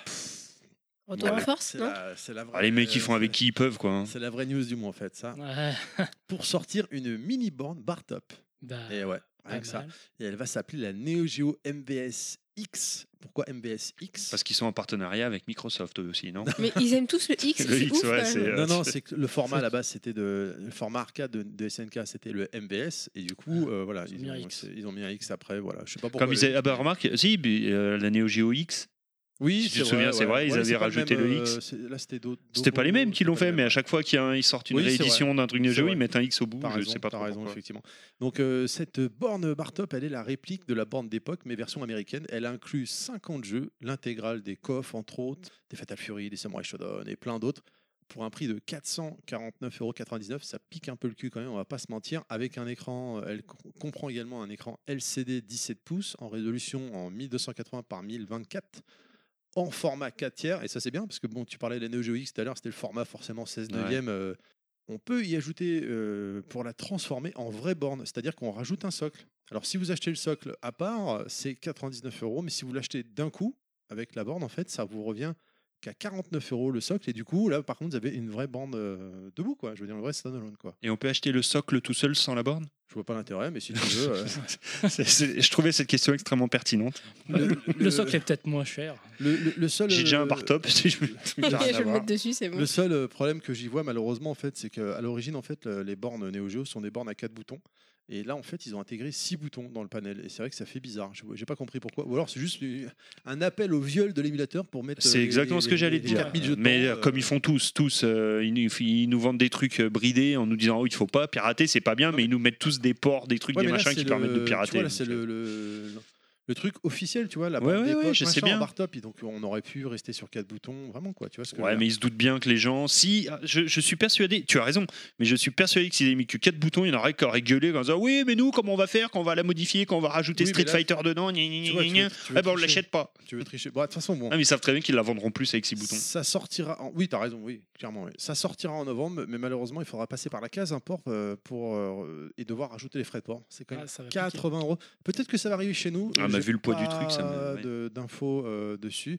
Retour ouais, en force, c'est non la, c'est la vraie, Ah, les mecs, ils font euh, avec qui ils peuvent, quoi. hein. C'est la vraie news du mois, en fait, ça. Ouais. Pour sortir une mini-borne bar top. Bah, Et ouais, pas rien que ça. mal. Et elle va s'appeler la Neo Geo M V S X. Pourquoi M V S X? Parce qu'ils sont en partenariat avec Microsoft eux aussi, non Mais ils aiment tous le X, Le c'est X, ouf. ouais, quand c'est- même. Non, non, c'est que le format à la base, c'était de le format arcade de, de S N K, c'était le M V S, et du coup, euh, voilà, Ils ont ils mis un ont, X. c'est- ils ont mis un X après, voilà. Je sais pas pourquoi. Comme ils le- a- ah bah remarque, si, mais, euh, la Neo Geo X, Oui, si tu te souviens, c'est vrai, ils Ouais, avaient c'est pas rajouté même, le euh, X. c'est- Là, c'était d'autres- c'était pas les mêmes qui c'est l'ont pas fait, les mais à mêmes. chaque fois qu'ils sortent une Oui, c'est réédition d'un truc Neo C'est Geo, vrai. ils mettent un X au bout, T'as je raison, sais pas t'as trop raison, pourquoi. effectivement. Donc, euh, cette borne bar top, elle est la réplique de la borne d'époque, mais version américaine. Elle inclut cinquante jeux, l'intégrale des K O F, entre autres, des Fatal Fury, des Samurai Shodown et plein d'autres, pour un prix de quatre cent quarante-neuf euros quatre-vingt-dix-neuf. Ça pique un peu le cul quand même, on va pas se mentir. Avec un écran, elle co- comprend également un écran L C D dix-sept pouces en résolution en mille deux cent quatre-vingts par mille vingt-quatre. En format quatre tiers, et ça c'est bien parce que bon, tu parlais de la Neo Geo X tout à l'heure, c'était le format forcément seize neuvième. euh, on peut y ajouter euh, pour la transformer en vraie borne, c'est-à-dire qu'on rajoute un socle. Alors si vous achetez le socle à part, c'est quatre-vingt-dix-neuf euros, mais si vous l'achetez d'un coup avec la borne, en fait, ça vous revient qu'à quarante-neuf euros le socle, et du coup là par contre vous avez une vraie borne euh, debout, quoi. Je veux dire, une vraie standalone, quoi. Et on peut acheter le socle tout seul sans la borne Je vois pas l'intérêt, mais si tu veux. euh, C'est- c'est- Je trouvais cette question extrêmement pertinente. le, Le socle est peut-être moins cher. le, le- le seul. J'ai déjà un euh, bar top, si je veux. j'ai rien Ok, à je vais le voir. mettre dessus, c'est bon. Le seul euh, problème que j'y vois malheureusement en fait, c'est qu'à l'origine en fait, le- les bornes Neo Geo sont des bornes à quatre boutons. Et là en fait, ils ont intégré six boutons dans le panel. Et c'est vrai que ça fait bizarre. Je j'ai pas compris pourquoi. Ou alors c'est juste euh, un appel au viol de l'émulateur pour mettre. C'est euh, exactement les- ce que les- j'allais les te dire. quatre mille jetons, Mais euh, euh, comme ils font tous, tous, euh, ils, nous, ils nous vendent des trucs euh, bridés en nous disant oh, il faut pas pirater, c'est pas bien, Non, mais mais- ils nous mettent tous des ports, des trucs, ouais, des mais là, machins c'est qui le- permettent de tu pirater. vois, là, c'est donc, le, euh, le, le truc officiel, tu vois, la Ouais, borne ouais, d'époque, ouais, je machin, sais bien. en bar top. Et donc on aurait pu rester sur quatre boutons, vraiment quoi. Tu vois ce que je Ouais, veux mais dire. ils se doutent bien que les gens. Si, je, je suis persuadé, tu as raison, mais je suis persuadé que s'ils avaient mis que quatre boutons, il y en aurait qui auraient gueulé en disant oui, mais nous, comment on va faire quand on va la modifier, quand on va rajouter Oui, Street mais là, Fighter dedans, gna, gna, tu vois, gna, tu gna. veux- tu veux Eh ben, on tricher. l'achète pas. Tu veux tricher. Bon, de toute façon, bon. Ah, mais ils savent très bien qu'ils la vendront plus avec six boutons. Ça sortira. En... Oui, t'as raison, oui, clairement. Oui. Ça sortira en novembre, mais malheureusement, il faudra passer par la case import euh, pour euh, et devoir rajouter les frais de port. C'est quand même Ah, ça va quatre-vingts euros. Peut-être que ça va arriver chez nous. Ah, Euh, bah, j'ai vu le poids du pas truc, ça me- ouais. de- d'infos euh, dessus.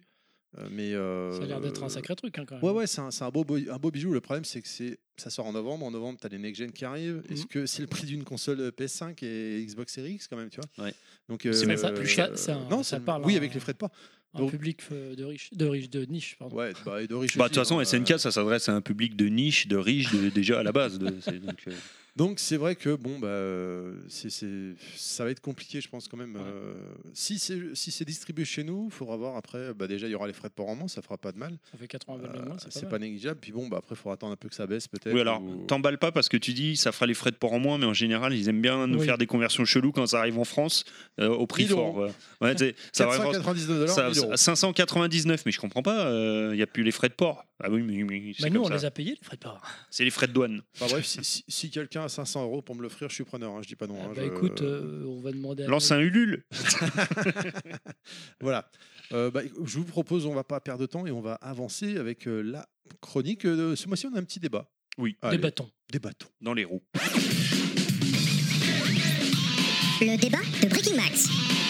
Euh, mais euh, Ça a l'air d'être un sacré truc hein, quand même. Ouais, ouais, c'est un, c'est un, beau, beau- un beau bijou. Le problème, c'est que c'est, ça sort en novembre. En novembre, tu as les next-gen qui arrivent. Est-ce que c'est le prix d'une console P S cinq et Xbox Series X quand même, tu vois Ouais. Donc, C'est même pas- euh, ça- c'est un- non, ça c'est- parle oui, à- avec les frais de port. Un Donc- public euh, de riche, de riche, de niche, pardon. Ouais, bah, et de riches Bah, de aussi, toute façon, hein, S N K, ça s'adresse à un public de niche, de riches, de- déjà à la base. De, c'est- donc, euh, Donc c'est vrai que bon bah euh, c'est, c'est- ça va être compliqué je pense quand même. euh, si c'est si c'est distribué chez nous, il faudra voir après. Bah déjà il y aura les frais de port en moins, ça fera pas de mal. Ça fait quatre-vingts balles de Euh, moins, c'est, c'est pas pas mal. négligeable. Puis bon bah après il faudra attendre un peu que ça baisse peut-être. Oui, alors, ou- t'emballes pas parce que tu dis ça fera les frais de port en moins, mais en général, ils aiment bien nous Oui. faire des conversions cheloues quand ça arrive en France euh, au prix mille fort. euros. Voilà. Ouais, tu sais, ça va vraiment- quatre cent quatre-vingt-dix-neuf dollars. ça- mille euros. cinq cent quatre-vingt-dix-neuf, mais je comprends pas, il n'y a plus les frais de port. Ah oui, mais, mais c'est Mais nous, comme on ça. les a payés, les frais de port. C'est les frais de douane. Enfin bref, si, si- si quelqu'un a cinq cents euros pour me l'offrir, je suis preneur. Hein, je dis pas non. Ah hein, bah je- écoute, euh, on va demander à. Lance un Ulule. Voilà. Euh, bah, je vous propose, on va pas perdre de temps et on va avancer avec euh, la chronique. Euh, ce mois-ci, on a un petit débat. Oui, Allez, Des bâtons. débattons. dans les roues. Le débat de Breaking Max.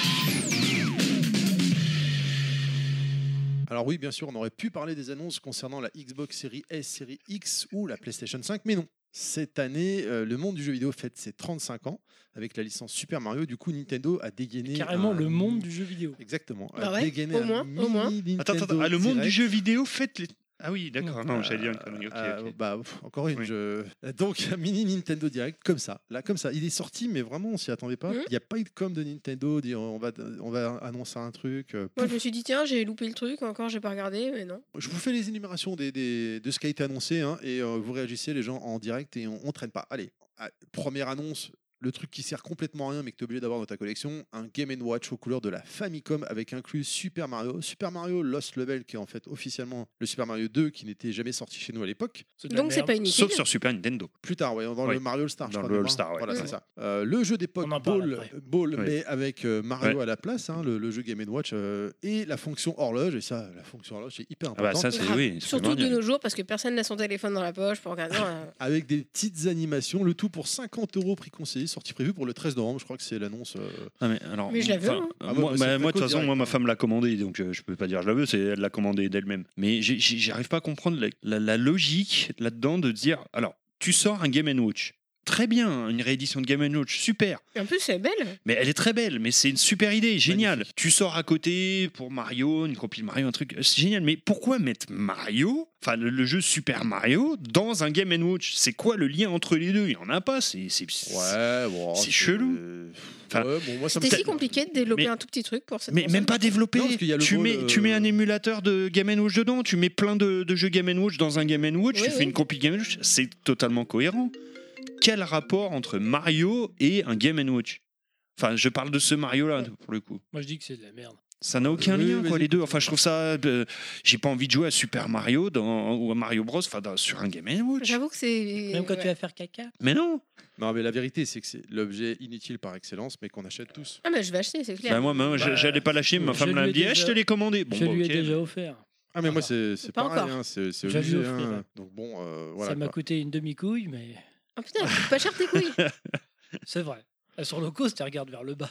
Alors oui, bien sûr, on aurait pu parler des annonces concernant la Xbox Series S, Series X ou la PlayStation cinq, mais non. Cette année, euh, le monde du jeu vidéo fête ses trente-cinq ans avec la licence Super Mario. Du coup, Nintendo a dégainé Carrément un- le monde du jeu vidéo. Exactement. Bah a ouais, dégainé au un moins, au mini moins. Nintendo Attends, attends, ah, le monde du Direct. jeu vidéo fait les. Ah oui, d'accord. Non, j'allais dire une connerie. Ok, Euh, ok. bah, pff, encore une. Oui. je- Donc, un mini Nintendo Direct, comme ça. Là, comme ça. Il est sorti, mais vraiment, on s'y attendait pas. Il Mhm. n'y a pas eu de com de Nintendo, dire on va, on va annoncer un truc. euh, Moi, pouf. je me suis dit, tiens, j'ai loupé le truc, encore, j'ai pas regardé, mais non. Je vous fais les énumérations des, des- de ce qui a été annoncé hein, et euh, vous réagissez, les gens, en direct et on, on traîne pas. Allez, ah, première annonce. Le truc qui sert complètement à rien mais que tu es obligé d'avoir dans ta collection, un Game and Watch aux couleurs de la Famicom avec inclus Super Mario. Super Mario Lost Level qui est en fait officiellement le Super Mario deux qui n'était jamais sorti chez nous à l'époque. C'est de la Donc, c'est merde. pas inutile. Sauf sur Super Nintendo. Plus tard, ouais, dans Oui. le Mario All-Star, je Dans crois, le même, All-Star, hein. ouais. Voilà, Ouais. c'est ça. Euh, le jeu d'époque On en parle Ball, après. Ball Oui. mais avec euh, Mario Ouais. à la place, hein, le, le jeu Game and Watch euh, et la fonction horloge. Et ça, la fonction horloge, c'est hyper Ah bah important. ça, c'est Grave. oui. c'est Surtout de primordial. nos jours, parce que personne n'a son téléphone dans la poche pour regarder. euh, Avec des petites animations, le tout pour cinquante euros prix conseillé, sortie prévue pour le treize novembre. Je crois que c'est l'annonce. euh, Ah, mais alors, Mais je la veux, enfin, hein. Ah, moi, bah, c'est bah, le moi, de toute préco façon, moi, direct, ma hein. femme l'a commandé, donc euh, je peux pas dire je la veux, c'est elle l'a commandé d'elle-même. Mais j'ai- j'ai- j'arrive pas à comprendre la, la- la logique là-dedans de dire, alors, tu sors un Game and Watch. Très bien, une réédition de Game and Watch, super. Et en plus, c'est belle. Mais elle est très belle, mais c'est une super idée, génial. Magnifique. Tu sors à côté pour Mario, une compile Mario, un truc, euh, c'est génial. Mais pourquoi mettre Mario, enfin le, le jeu Super Mario, dans un Game and Watch? C'est quoi le lien entre les deux? Il y en a pas. C'est c'est- Ouais, bon, c'est chelou. Enfin, Ouais, bon, moi, ça me C'était fait- si compliqué de développer Mais- un tout petit truc pour cette Mais console. même pas développé. Non, parce qu'il y a le tu, gros, mets, le- tu mets un émulateur de Game and Watch dedans, tu mets plein de, de jeux Game and Watch dans un Game and Watch, Oui, tu fais oui. une compile Game and Watch, c'est totalement cohérent. Quel rapport entre Mario et un Game and Watch? Enfin, je parle de ce Mario-là, pour le coup. Moi, je dis que c'est de la merde. Ça n'a aucun Oui, lien, vas-y. quoi, les deux. Enfin, je trouve ça. euh, j'ai pas envie de jouer à Super Mario dans, ou à Mario Bros. Enfin, dans- sur un Game and Watch. J'avoue que c'est. Même quand ouais. tu vas faire caca. Mais non. Non, mais la vérité, c'est que c'est l'objet inutile par excellence, mais qu'on achète tous. Ah, mais je vais acheter, c'est clair. Bah, moi, moi, Bah, j'allais pas lâcher. Ma je femme lui m'a ai dit, déjà- eh, je te l'ai commandé. Bon, je bah, lui ai ok. déjà offert. Ah, mais moi, c'est c'est Pas pareil, encore. hein, c'est c'est Je vais lui obligé. offrir. hein. Donc bon, euh, voilà. Ça m'a quoi. coûté une demi-couille, mais Ah putain, elle coûte pas cher tes couilles. c'est vrai. Elles sont low cost, tu regardes vers le bas.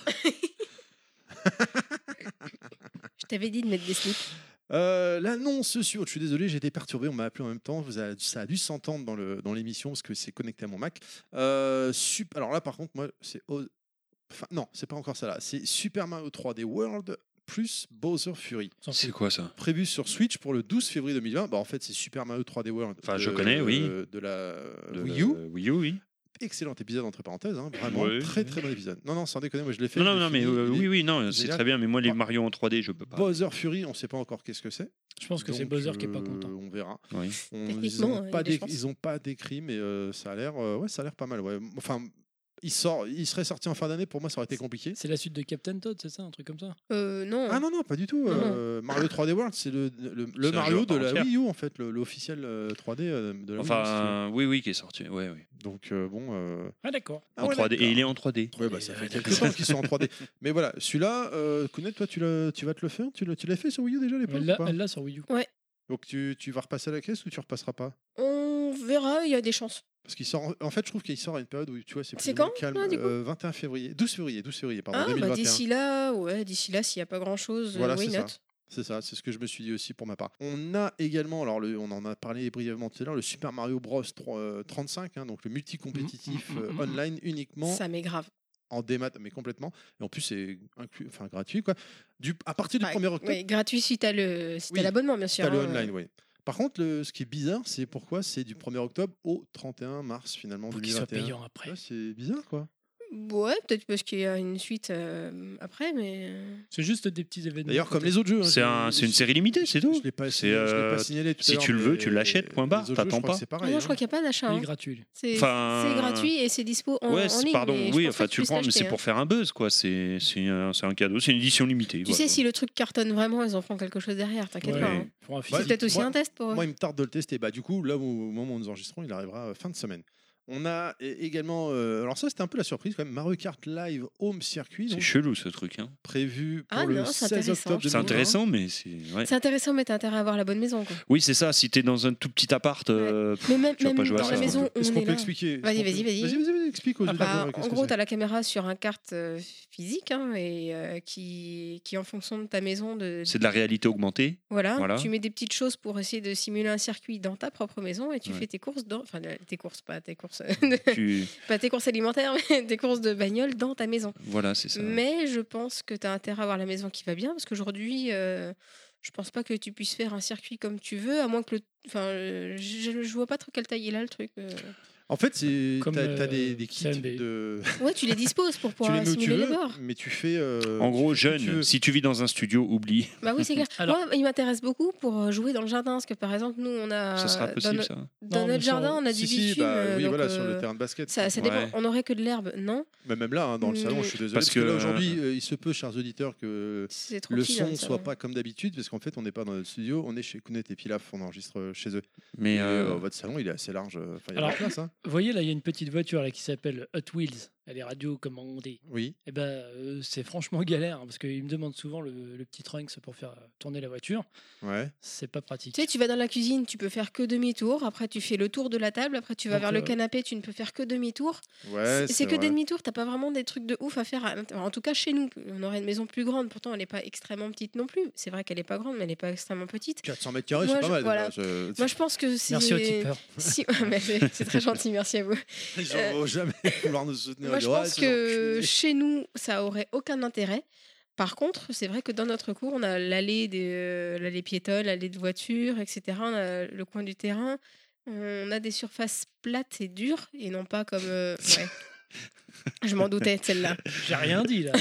Je t'avais dit de mettre des slips. Euh, L'annonce sur, je suis désolé, j'ai été perturbé, on m'a appelé en même temps, vous a- ça a dû s'entendre dans le dans l'émission parce que c'est connecté à mon Mac. Euh, sup- alors là, par contre, moi, c'est au- enfin non, c'est pas encore ça là, c'est Super Mario trois D World plus Bowser Fury, S'en C'est fout. quoi ça? prévu sur Switch pour le douze février deux mille vingt. Bah en fait, c'est Super Mario trois D World. Enfin, de- je connais, oui. De la De- Wii U. euh, Wii U, oui. Excellent épisode entre parenthèses, hein, vraiment Ouais. très très bon épisode. Non non, sans déconner, moi je l'ai fait. Non, je non, l'ai non, mais fini, euh, il est- oui, oui, non, c'est génial. très bien. Mais moi, les Ah. Mario en trois D, je peux pas. Bowser Fury, on sait pas encore qu'est-ce que c'est. Je pense que c'est Donc, Bowser qui est pas euh, content. On verra. Oui. On- Techniquement, ils ont il y a pas des dé- chances. ils ont pas décrit, mais euh, ça a l'air, euh, ouais, ça a l'air pas mal. Ouais. Enfin, il sort, il serait sorti en fin d'année. Pour moi, ça aurait été compliqué. C'est la suite de Captain Todd, c'est ça, un truc comme ça? Euh, non. Ah non non, pas du tout. Non, non. euh, Mario trois D World, c'est le, le, le C'est un Mario jeu à de part la entière. Wii U en fait, le- l'officiel euh, trois D euh, de la Wii U. Enfin, oui, oui, qui est sorti. Ouais, oui. Donc euh, bon. euh, Ah, d'accord. ah En ouais, trois D. d'accord. Et il est en trois D. Ouais, bah, ça fait Ouais, quelques d'accord. temps qu'ils sont en trois D. Mais voilà, celui-là, euh, Kounet, toi, tu, l'as- tu vas te le faire Tu l'as tu l'as fait sur Wii U déjà à l'époque Elle ou l'a pas elle l'a sur Wii U. Donc tu, tu vas repasser à la caisse ou tu repasseras pas On verra, il y a des chances. Parce qu'il sort, en fait, je trouve qu'il sort à une période où tu vois, c'est plus C'est ou moins quand, calme. là, du coup Euh, vingt et un février, douze février, douze février, pardon, Ah, bah deux mille vingt et un. d'ici là, ouais, d'ici là, s'il n'y a pas grand chose, Voilà, why c'est not? ça. C'est ça, c'est ce que je me suis dit aussi pour ma part. On a également, alors le, on en a parlé brièvement tout à l'heure, le Super Mario Bros trois, euh, trente-cinq, hein, donc le multi-compétitif Mmh, mmh, euh, mmh, online uniquement Ça m'est grave. en démat, mais complètement. Et en plus, c'est inclus, enfin gratuit quoi. Du, à partir du Ouais, premier octobre, oui, gratuit si t'as le, si t'as Oui, l'abonnement, bien sûr. t'as le hein. online, oui. Par contre, le, ce qui est bizarre, c'est pourquoi c'est du premier octobre au trente et un mars finalement Pour qu'il soit deux mille vingt et un. payant après. Ouais, c'est bizarre quoi. Ouais, peut-être parce qu'il y a une suite euh, après, mais. euh, C'est juste des petits événements. D'ailleurs, comme les autres jeux. hein, C'est je- un- c'est une je- série limitée, c'est tout. Je l'ai pas, C'est, signé- je l'ai euh, pas signalé tout à si l'heure, tu le veux, mais tu l'achètes, point barre, les autres jeux, t'attends je crois pas. que C'est Ah pareil. non, je hein. crois qu'il n'y a pas d'achat. Il est hein. gratuit. C'est Enfin, c'est gratuit et c'est dispo en, Ouais, en c'est- ligne. pardon, mais je oui, pense enfin pas que tu le puisses prends, mais l'acheter, c'est hein. pour faire un buzz, quoi. C'est c'est un, c'est un cadeau, c'est une édition limitée. Tu sais, si le truc cartonne vraiment, ils en font quelque chose derrière, t'inquiète Ouais, pas. hein. pour un Bah, C'est physique. peut-être aussi moi- un test pour eux. Moi, il me tarde de le tester. Bah, du coup, là, au moment où nous enregistrons, il arrivera euh, fin de semaine. On a é- également, euh, alors ça, c'était un peu la surprise quand même, Mario Kart Live Home Circuit, C'est donc, chelou ce truc. Hein. prévu pour Ah le non, c'est seize intéressant. octobre C'est C'est deux mille vingt. intéressant, mais c'est. Ouais. C'est intéressant, mais t'as intérêt à avoir la bonne maison. Quoi. Oui, c'est ça. Si t'es dans un tout petit appart, euh, pff, Mais même, tu vas même pas jouer à dans ça. la maison, Est-ce on qu'on est peut là. expliquer Vas-y, Est-ce qu'on vas-y, peut- vas-y. Vas-y, vas-y, vas-y, explique aux Ah auditeurs, bah, qu'est-ce en que gros, c'est. tu as la caméra sur un carte euh, physique hein, et euh, qui, qui, en fonction de ta maison, de, c'est de la réalité augmentée. voilà, voilà. tu mets des petites choses pour essayer de simuler un circuit dans ta propre maison et tu Ouais. fais tes courses dans, enfin tes courses, pas tes courses, Tu... pas tes courses alimentaires, mais tes courses de bagnole dans ta maison. Voilà, c'est ça. Mais je pense que tu as intérêt à avoir la maison qui va bien parce qu'aujourd'hui, euh, je pense pas que tu puisses faire un circuit comme tu veux, à moins que le, enfin, euh, je, je vois pas trop quelle taille il a le truc. euh. En fait, c'est Comme, t'as, t'as euh, des, des kits C M B. de. Ouais, tu les disposes pour Tu pouvoir les mets où tu simuler les veux, bords. mais tu fais. euh, En gros, tu fais ce que tu jeune, veux. si tu vis dans un studio, oublie. Bah oui, c'est clair. Alors- Moi, il m'intéresse beaucoup pour euh, jouer dans le jardin, parce que par exemple, nous, on a Ça sera dans, possible, no- ça. dans Non, mais notre ça, jardin, on a Si, du si, bitume. bah, euh, oui, donc, voilà, sur euh, le terrain de basket. Ça, ça Ouais. dépend. On aurait que de l'herbe, non. Mais même là, hein, dans le salon, Mais- je suis désolé. Parce Parce, que, que- là, aujourd'hui, euh, il se peut, chers auditeurs, que C'est trop le petit, son hein, ne ça. soit pas comme d'habitude, parce qu'en fait, on n'est pas dans notre studio, on est chez Kounet et Pilaf, on enregistre euh, chez eux. Mais Et, euh, euh, votre salon, il est assez large. euh, Enfin, il y a Alors- de la place. Hein. Vous voyez, là, il y a une petite voiture là, qui s'appelle Hot Wheels. Elle est radio-commandée. Oui. Et ben, euh, c'est franchement galère hein, parce qu'ils me demandent souvent le, le petit trunks pour faire euh, tourner la voiture. Ouais. C'est pas pratique. Tu sais, tu vas dans la cuisine, tu peux faire que demi-tour. Après, tu fais le tour de la table. Après, tu vas Donc, vers le euh, canapé, tu ne peux faire que demi-tour. Ouais. c'est c'est que vrai. des demi-tours. T'as pas vraiment des trucs de ouf à faire. à l'intérieur. En tout cas, chez nous, on aurait une maison plus grande. Pourtant, elle n'est pas extrêmement petite non plus. C'est vrai qu'elle est pas grande, mais elle n'est pas extrêmement petite. quatre cents mètres carrés, Moi, c'est pas je- mal. voilà. déjà, je- Moi, je pense que c'est. Merci au tipeur. Si... mais c'est c'est très gentil, merci à vous. Ils vont jamais vouloir nous soutenir. Moi, Ils je diront, Ah, pense ces que enculés. chez nous, ça aurait aucun intérêt. Par contre, c'est vrai que dans notre cour, on a l'allée des, euh, l'allée piétonne, l'allée de voitures, et cetera. On a le coin du terrain. On a des surfaces plates et dures, et non pas comme. euh, ouais. Je m'en doutais de celle-là. J'ai rien dit là.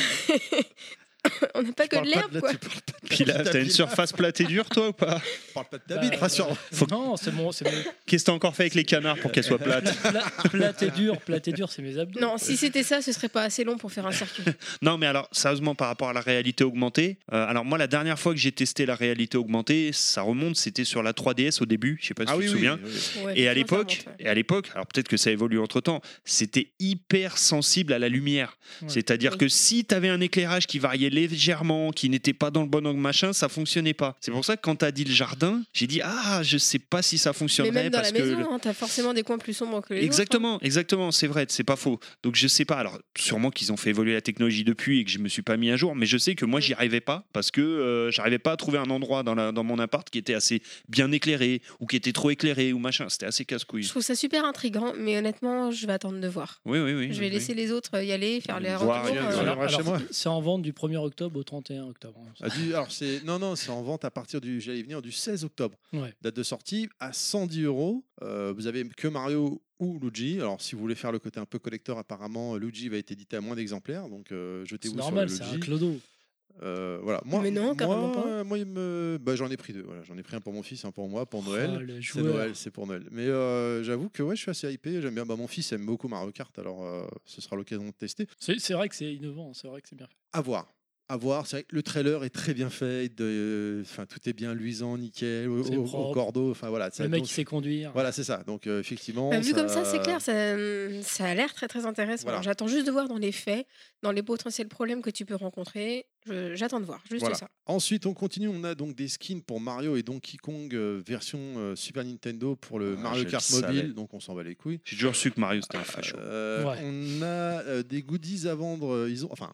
On n'a pas Tu que parles de pas l'herbe, là, quoi. tu parles pas de- puis là, t'as une surface plate et dure, toi, ou pas Tu parles pas de ta Bah, bite, rassure. euh, Non, c'est mon, c'est mon Qu'est-ce que t'as encore fait avec les canards pour qu'elles soient plates pla- plate et dur, plate et dur, c'est mes abdos. Non, si c'était ça, ce serait pas assez long pour faire un circuit. Non, mais alors, sérieusement, par rapport à la réalité augmentée, euh, alors moi, la dernière fois que j'ai testé la réalité augmentée, ça remonte, c'était sur la trois D S au début, je sais pas si Ah tu oui, te oui. souviens. oui. Ouais, Et à effectivement, ça l'époque, remonte, ouais. et à l'époque, alors peut-être que ça évolue entre temps, c'était hyper sensible à la lumière. Ouais. C'est-à-dire Oui. que si tu avais un éclairage qui variait légèrement, qui n'était pas dans le bon angle machin, ça fonctionnait pas. C'est pour ça que quand tu as dit le jardin, j'ai dit ah, je sais pas si ça Mais fonctionnerait même dans parce la que maison, le- hein, t'as forcément des coins plus sombres que les autres. hein. Exactement, exactement, c'est vrai, c'est pas faux. Donc je sais pas, alors sûrement qu'ils ont fait évoluer la technologie depuis et que je me suis pas mis à jour, mais je sais que moi j'y arrivais pas parce que euh, j'arrivais pas à trouver un endroit dans, la, dans mon appart qui était assez bien éclairé ou qui était trop éclairé ou machin, c'était assez Je casse-couille. trouve ça super intriguant, mais honnêtement, je vais attendre de voir. Oui, oui, oui. Je vais oui. laisser les autres y aller, faire les Voir, retours. rien, euh, rien. Alors, viendra chez alors, moi. c'est en vente du premier octobre au trente et un octobre. hein. Ah, du- alors c'est non non c'est en vente à partir du j'allais y venir du seize octobre. Ouais. Date de sortie à cent dix euros. Euh, vous avez que Mario ou Luigi. Alors si vous voulez faire le côté un peu collector, apparemment Luigi va être édité à moins d'exemplaires. Donc euh, C'est jetez-vous sur normal, le c'est un Luigi. clodo. Euh, voilà. Moi, Mais non, moi, carrément pas. Moi, il me... bah, j'en ai pris deux. Voilà. J'en ai pris un pour mon fils, un pour moi, pour Noël. Oh, le C'est joueur. Noël, c'est pour Noël. Mais euh, j'avoue que ouais, je suis assez hypé. J'aime bien. Bah, mon fils aime beaucoup Mario Kart, alors euh, ce sera l'occasion de tester. C'est c'est vrai que c'est innovant, c'est vrai que c'est bien fait. À voir. À voir. C'est vrai que le trailer est très bien fait. de- Enfin, tout est bien luisant, nickel, au, C'est au- au propre. cordeau. Enfin voilà. ça- Le mec donc- il sait conduire. Voilà, c'est ça. Donc euh, effectivement. Bah, vu comme ça, c'est clair, ça, ça a l'air très très intéressant. Voilà. Alors, j'attends juste de voir dans les faits, dans les potentiels problèmes que tu peux rencontrer. Je- J'attends de voir, juste Voilà. ça. Ensuite, on continue. On a donc des skins pour Mario et Donkey Kong euh, version euh, Super Nintendo pour le Ah, Mario je le Kart savais. mobile. Donc on s'en bat les couilles. J'ai toujours su que Mario c'était un facho. Euh, Ouais. On a euh, des goodies à vendre. euh, Ils ont, enfin,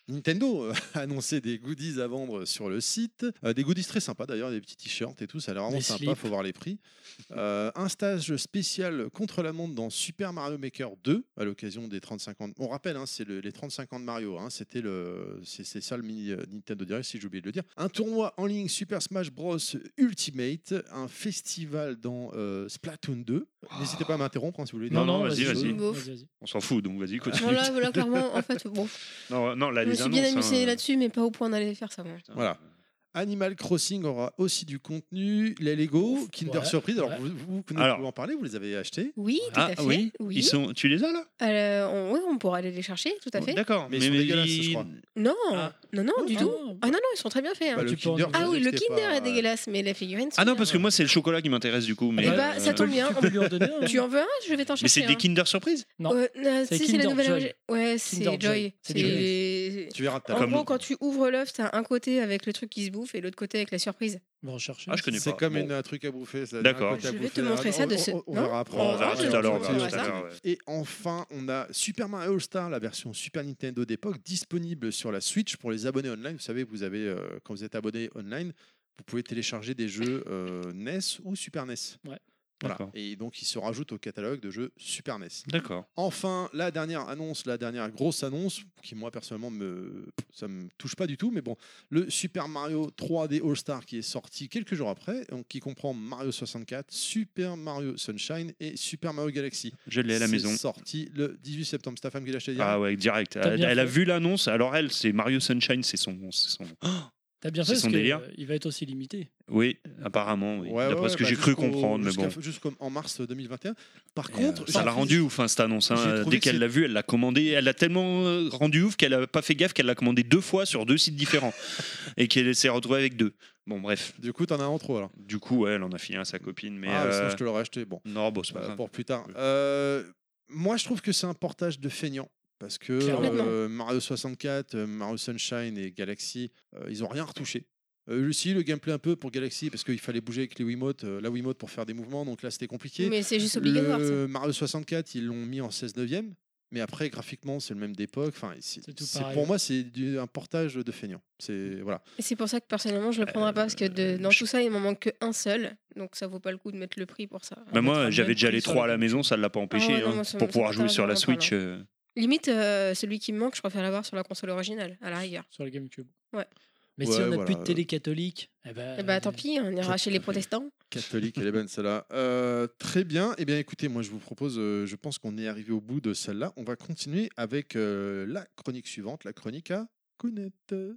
Nintendo a annoncé des goodies à vendre sur le site. Euh, des goodies très sympas d'ailleurs, des petits t-shirts et tout, ça a l'air vraiment Des sympa, slips. faut voir les prix. Euh, un stage spécial contre la montre dans Super Mario Maker deux à l'occasion des trente-cinq ans. On rappelle, hein, c'est le- les trente-cinq ans de Mario, hein, c'était le, c'est, c'est ça le mini euh, Nintendo Direct si j'ai oublié de le dire. Un tournoi en ligne Super Smash Bros Ultimate, un festival dans euh, Splatoon deux. N'hésitez pas à m'interrompre hein, si vous voulez dire. Non, non, vas-y, vas-y. Bof. Vas-y, vas-y. On s'en fout, donc vas-y, continue. Voilà, voilà, clairement, en fait, bon, Non, non, là, je me les suis bien annonces, amusée hein, là-dessus, mais pas au point d'aller faire ça. Moi. putain. Voilà. Animal Crossing aura aussi du contenu. Les Lego, Kinder Ouais, Surprise. Alors, ouais. vous, vous, vous Alors. pouvez en parler, vous les avez achetés. Oui, tout Ah à fait. oui, oui. Ils sont... tu les as là Euh, on, ouais, on pourra aller les chercher, tout à fait. D'accord, Mais ils sont dégueulasses, je ils- crois. Non, Ah. non, non, du Ah, tout. bah, Ah non, non, ils sont très bien faits. hein. Bah, le tu peux en- Kinder, Ah oui, le c'était Kinder pas- est dégueulasse, mais les figurines sont Ah non, bien. parce que moi, c'est le chocolat qui m'intéresse du coup. Mais Eh bah, bah, ça euh, tombe bien. Tu peux lui en donner un. Tu en veux un? Je vais t'en Mais chercher c'est des un. Kinder Surprise Non. Euh, euh, C'est si, c'est la Kinder nouvelle. Joy. origine. Ouais, c'est Kinder Joy. Joy. C'est C'est. Tu verras tout à En l'heure. gros, quand tu ouvres l'œuf, t'as un côté avec le truc qui se bouffe et l'autre côté avec la surprise. On va en chercher. Ah, je connais C'est pas. comme Bon. une- un truc à bouffer. ça, D'accord. un côté à Je vais bouffer. te montrer Ah, ça on- de on- ce- On, on non verra après. Bon, on Ah, verra je- tout à l'heure. on je- verra je- tout à je- l'heure, ouais. Et enfin, on a Super Mario All-Star, la version Super Nintendo d'époque, disponible sur la Switch pour les abonnés online. Vous savez, vous avez, euh, quand vous êtes abonné online, vous pouvez télécharger des jeux euh, N E S ou Super N E S. Ouais. Voilà. D'accord. Et donc, il se rajoute au catalogue de jeux Super N E S. D'accord. Enfin, la dernière annonce, la dernière grosse annonce, qui moi personnellement me, ça me touche pas du tout, mais bon, le Super Mario trois D All Star qui est sorti quelques jours après, donc qui comprend Mario soixante-quatre, Super Mario Sunshine et Super Mario Galaxy. Je l'ai à la C'est maison. sorti le dix-huit septembre. C'est ta femme qui l'a acheté hier. Ah ouais, direct. T'as Elle, bien elle a fait. vu l'annonce. Alors elle, c'est Mario Sunshine, c'est son, c'est son. T'as bien C'est fait son parce que, délire. euh, il va être aussi limité. Oui, apparemment. Oui. Ouais, D'après ouais, ce que bah, j'ai cru jusqu'au- comprendre, mais jusqu'à- bon. Jusqu'en mars deux mille vingt et un. Par Et, contre, euh, ça j'ai l'a trouvé- rendu ouf hein, cette annonce. hein. j'ai trouvé Dès que qu'elle c'est- l'a vue, elle l'a commandé. Elle l'a tellement euh, rendu ouf qu'elle a pas fait gaffe qu'elle l'a commandé deux fois sur deux sites différents et qu'elle s'est retrouvée avec deux. Bon, bref. Du coup, t'en as un en trop alors. Du coup, ouais, elle en a filé un à sa copine. Mais ah, euh, sinon je te l'aurais acheté. Bon, non, bon, c'est pas bah, grave. pour plus tard. Euh, moi, je trouve que c'est un portage de feignant. Parce que Clairement. euh, Mario soixante-quatre, euh, Mario Sunshine et Galaxy, euh, ils ont rien retouché. Euh, aussi, le gameplay un peu pour Galaxy, parce qu'il fallait bouger avec les Wiimote, euh, la Wiimote pour faire des mouvements, donc là c'était compliqué. Mais c'est juste obligatoire. ça. Le Mario soixante-quatre, ils l'ont mis en seize neuvième, mais après graphiquement c'est le même d'époque. Enfin, c'est, C'est tout c'est- pareil. pour moi c'est du- un portage de feignant. C'est voilà. Et c'est pour ça que personnellement je le prendrai pas parce que de- dans je- tout ça il m'en manque qu'un seul, donc ça vaut pas le coup de mettre le prix pour ça. Bah, On mettra moi, le j'avais même déjà prix les sur trois à la la maison, ça ne l'a pas empêché. Ah ouais, non, hein, moi, ça- pour ça pouvoir m'intéresse jouer sur la vraiment pas, Switch. euh, Limite euh, celui qui me manque, je préfère l'avoir sur la console originale à la rigueur. Sur le GameCube. Ouais. Mais Ouais, si on n'a voilà. plus de télé catholique, eh ben, Et bah tant pis, on ira chez les protestants. Catholique, elle est bonne celle-là. Euh, très bien. Eh bien, écoutez, moi je vous propose, euh, je pense qu'on est arrivé au bout de celle-là. On va continuer avec euh, la chronique suivante, la chronique à Kounet.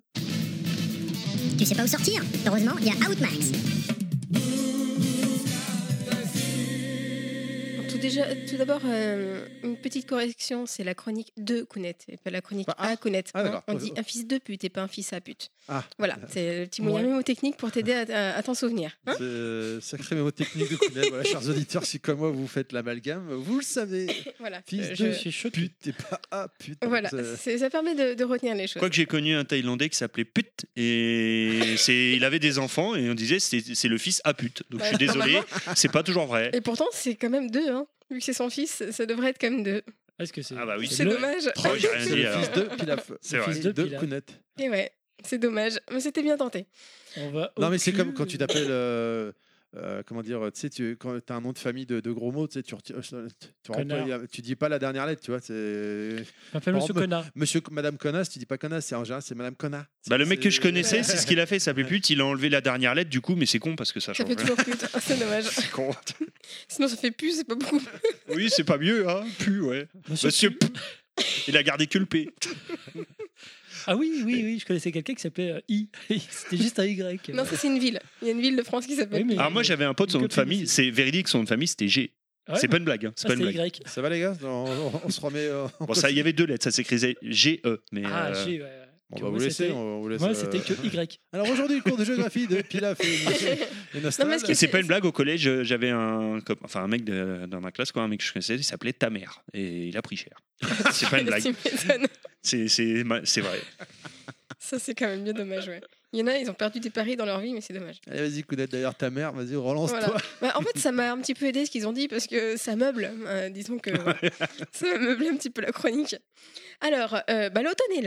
Tu sais pas où sortir? Heureusement, il y a Outmax. Tout, déjà, tout d'abord, euh, une petite correction, c'est la chronique de Kounet, et pas la chronique Pas à à Kounet. Ah, hein. d'accord. On dit un fils de pute et pas un fils à pute. Ah, Voilà, c'est le petit moyen Ouais. mnémotechnique pour t'aider à, à- à t'en souvenir. Hein c'est euh, sacré mémo technique de Kounet. Voilà, chers auditeurs, si comme moi vous faites l'amalgame, vous le savez. voilà, Fils euh, de je je- suis choqué. pute et pas à pute. voilà. C'est- c'est- ça permet de, de retenir les choses. Quoique j'ai connu un Thaïlandais qui s'appelait Put et c'est, il avait des enfants et on disait c'est, c'est le fils à pute. Donc je suis Ouais, désolé, c'est pas toujours vrai. Et pourtant, c'est quand même deux, hein. Vu que c'est son fils, ça devrait être quand même deux. Est-ce que c'est Ah bah oui. C'est bleu dommage. Oh, j'ai rien C'est dit le alors. fils de Pilaf. C'est Le vrai. fils De de Pilaf. Kounet. Et ouais, c'est dommage. Mais c'était bien tenté. On va Non, au mais c'est cul. comme quand tu t'appelles. euh, euh, comment dire, tu sais, tu, quand tu as un nom de famille de, de gros mots, tu sais, tu, reti- euh, tu, Connard. remplis- tu dis pas la dernière lettre, tu vois. C'est Je m'appelle Par Monsieur exemple, Connard. Monsieur, Madame Connasse, tu dis pas Connasse, c'est en général, c'est Madame Conna. Bah, le mec que je C'est- connaissais, c'est ce qu'il a fait, il s'appelait Put, il a enlevé la dernière lettre du coup, mais c'est con parce que ça Ça change. fait toujours pute. Ah, c'est dommage. C'est con. Sinon, ça fait plus, c'est pas beaucoup. Oui, c'est pas mieux, hein. Pu, ouais. Monsieur Monsieur P. Il a gardé que le P. Ah oui, oui, oui, je connaissais quelqu'un qui s'appelait euh, I. C'était juste un Y. Non, ça, c'est une ville. Il y a une ville de France qui s'appelle. Oui, mais- Alors moi j'avais un pote, son Une nom de copine famille, aussi. c'est véridique, son nom de famille c'était G. Ouais. C'est pas une blague, hein. c'est Ah, pas une c'était blague. Y. Ça va les gars on, on- on se remet. euh, en Bon, ça, il y avait deux lettres, ça s'écrivait G E. Mais Ah, euh, G, ouais. On Que va vous moi, laisser. c'était- On vous laisse Moi, euh, c'était que Y. Alors aujourd'hui, cours de géographie de Pilaf et, et Nostal. Non, mais ce qui Et c'est c'est- pas une blague, au collège, euh, j'avais un, cop- enfin, un mec de- dans ma classe, quoi, un mec que je connaissais, il s'appelait ta mère. Et il a pris cher. C'est pas une blague, Tu m'étonnes. c'est, c'est, ma- c'est vrai. Ça, c'est quand même bien dommage, ouais. Il y en a, ils ont perdu des paris dans leur vie, mais c'est dommage. Allez, vas-y, Kounet, d'ailleurs, ta mère, vas-y, relance-toi. Voilà. Bah, en fait, ça m'a un petit peu aidé ce qu'ils ont dit parce que ça meuble. euh, disons que ça m'a meublé un petit peu la chronique. Alors, euh, bah, l'automne est là.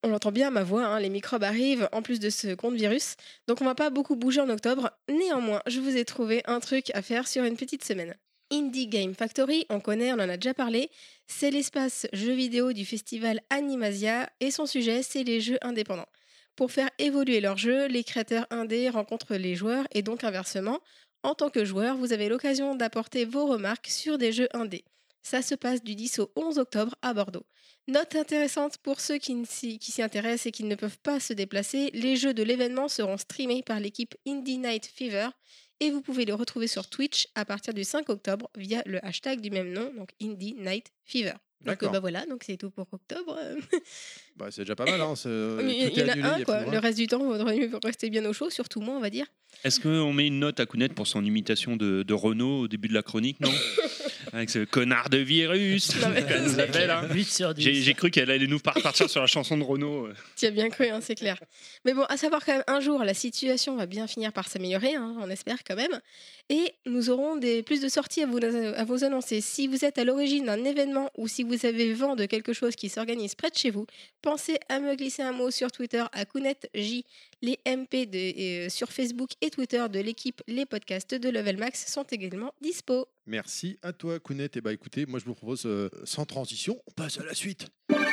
On l'entend bien à ma voix, hein, les microbes arrivent en plus de ce compte virus. Donc on va pas beaucoup bouger en octobre. Néanmoins, je vous ai trouvé un truc à faire sur une petite semaine. Indie Game Factory, on connaît, on en a déjà parlé. C'est l'espace jeux vidéo du festival Animasia et son sujet, c'est les jeux indépendants. Pour faire évoluer leurs jeux, les créateurs indés rencontrent les joueurs et donc inversement. En tant que joueur, vous avez l'occasion d'apporter vos remarques sur des jeux indés. Ça se passe du dix au onze octobre à Bordeaux. Note intéressante pour ceux qui, ne s'y, qui s'y intéressent et qui ne peuvent pas se déplacer, les jeux de l'événement seront streamés par l'équipe Indie Night Fever et vous pouvez les retrouver sur Twitch à partir du cinq octobre via le hashtag du même nom, donc Indie Night Fever. Donc D'accord. euh, bah voilà, donc c'est tout pour octobre. Bah, c'est déjà pas mal. Hein. C'est, euh, il y, tout il y est en a annulé, un, il y a quoi. plus de Le droit. reste du temps, il vaudrait mieux rester bien au chaud, surtout moi, on va dire. Est-ce qu'on met une note à Kounet pour son imitation de, de Renault au début de la chronique, non? Avec ce connard de virus, Non, mais- qu'elle nous appelle. Hein. huit sur dix. J'ai, j'ai cru qu'elle allait nous partir sur la chanson de Renault. Tu as bien cru, hein, c'est clair. Mais bon, à savoir quand même, un jour, la situation va bien finir par s'améliorer, hein, on espère quand même. Et nous aurons des, plus de sorties à vous, à vous annoncer. Si vous êtes à l'origine d'un événement ou si vous avez vent de quelque chose qui s'organise près de chez vous, pensez à me glisser un mot sur Twitter à KounetJ. Les M P de, euh, sur Facebook et Twitter de l'équipe Les Podcasts de Level Max sont également dispo. Merci à toi, Kounet. Et bah écoutez, moi je vous propose, euh, sans transition, on passe à la suite.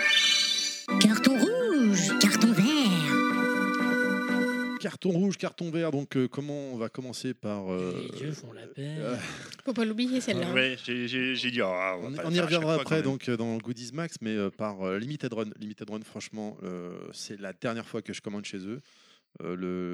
Carton rouge, carton vert. Carton rouge, carton vert. Donc, euh, comment on va commencer par. euh, Les dieux font la peine. euh, Faut pas l'oublier celle-là. hein. Ouais, j'ai, j'ai, j'ai dit, ah, on, va on, pas on le y faire à reviendra chaque fois, après quand même. donc, euh, dans le Goodies Max, mais euh, par euh, Limited Run. Limited Run, franchement, euh, c'est la dernière fois que je commande chez eux. Euh,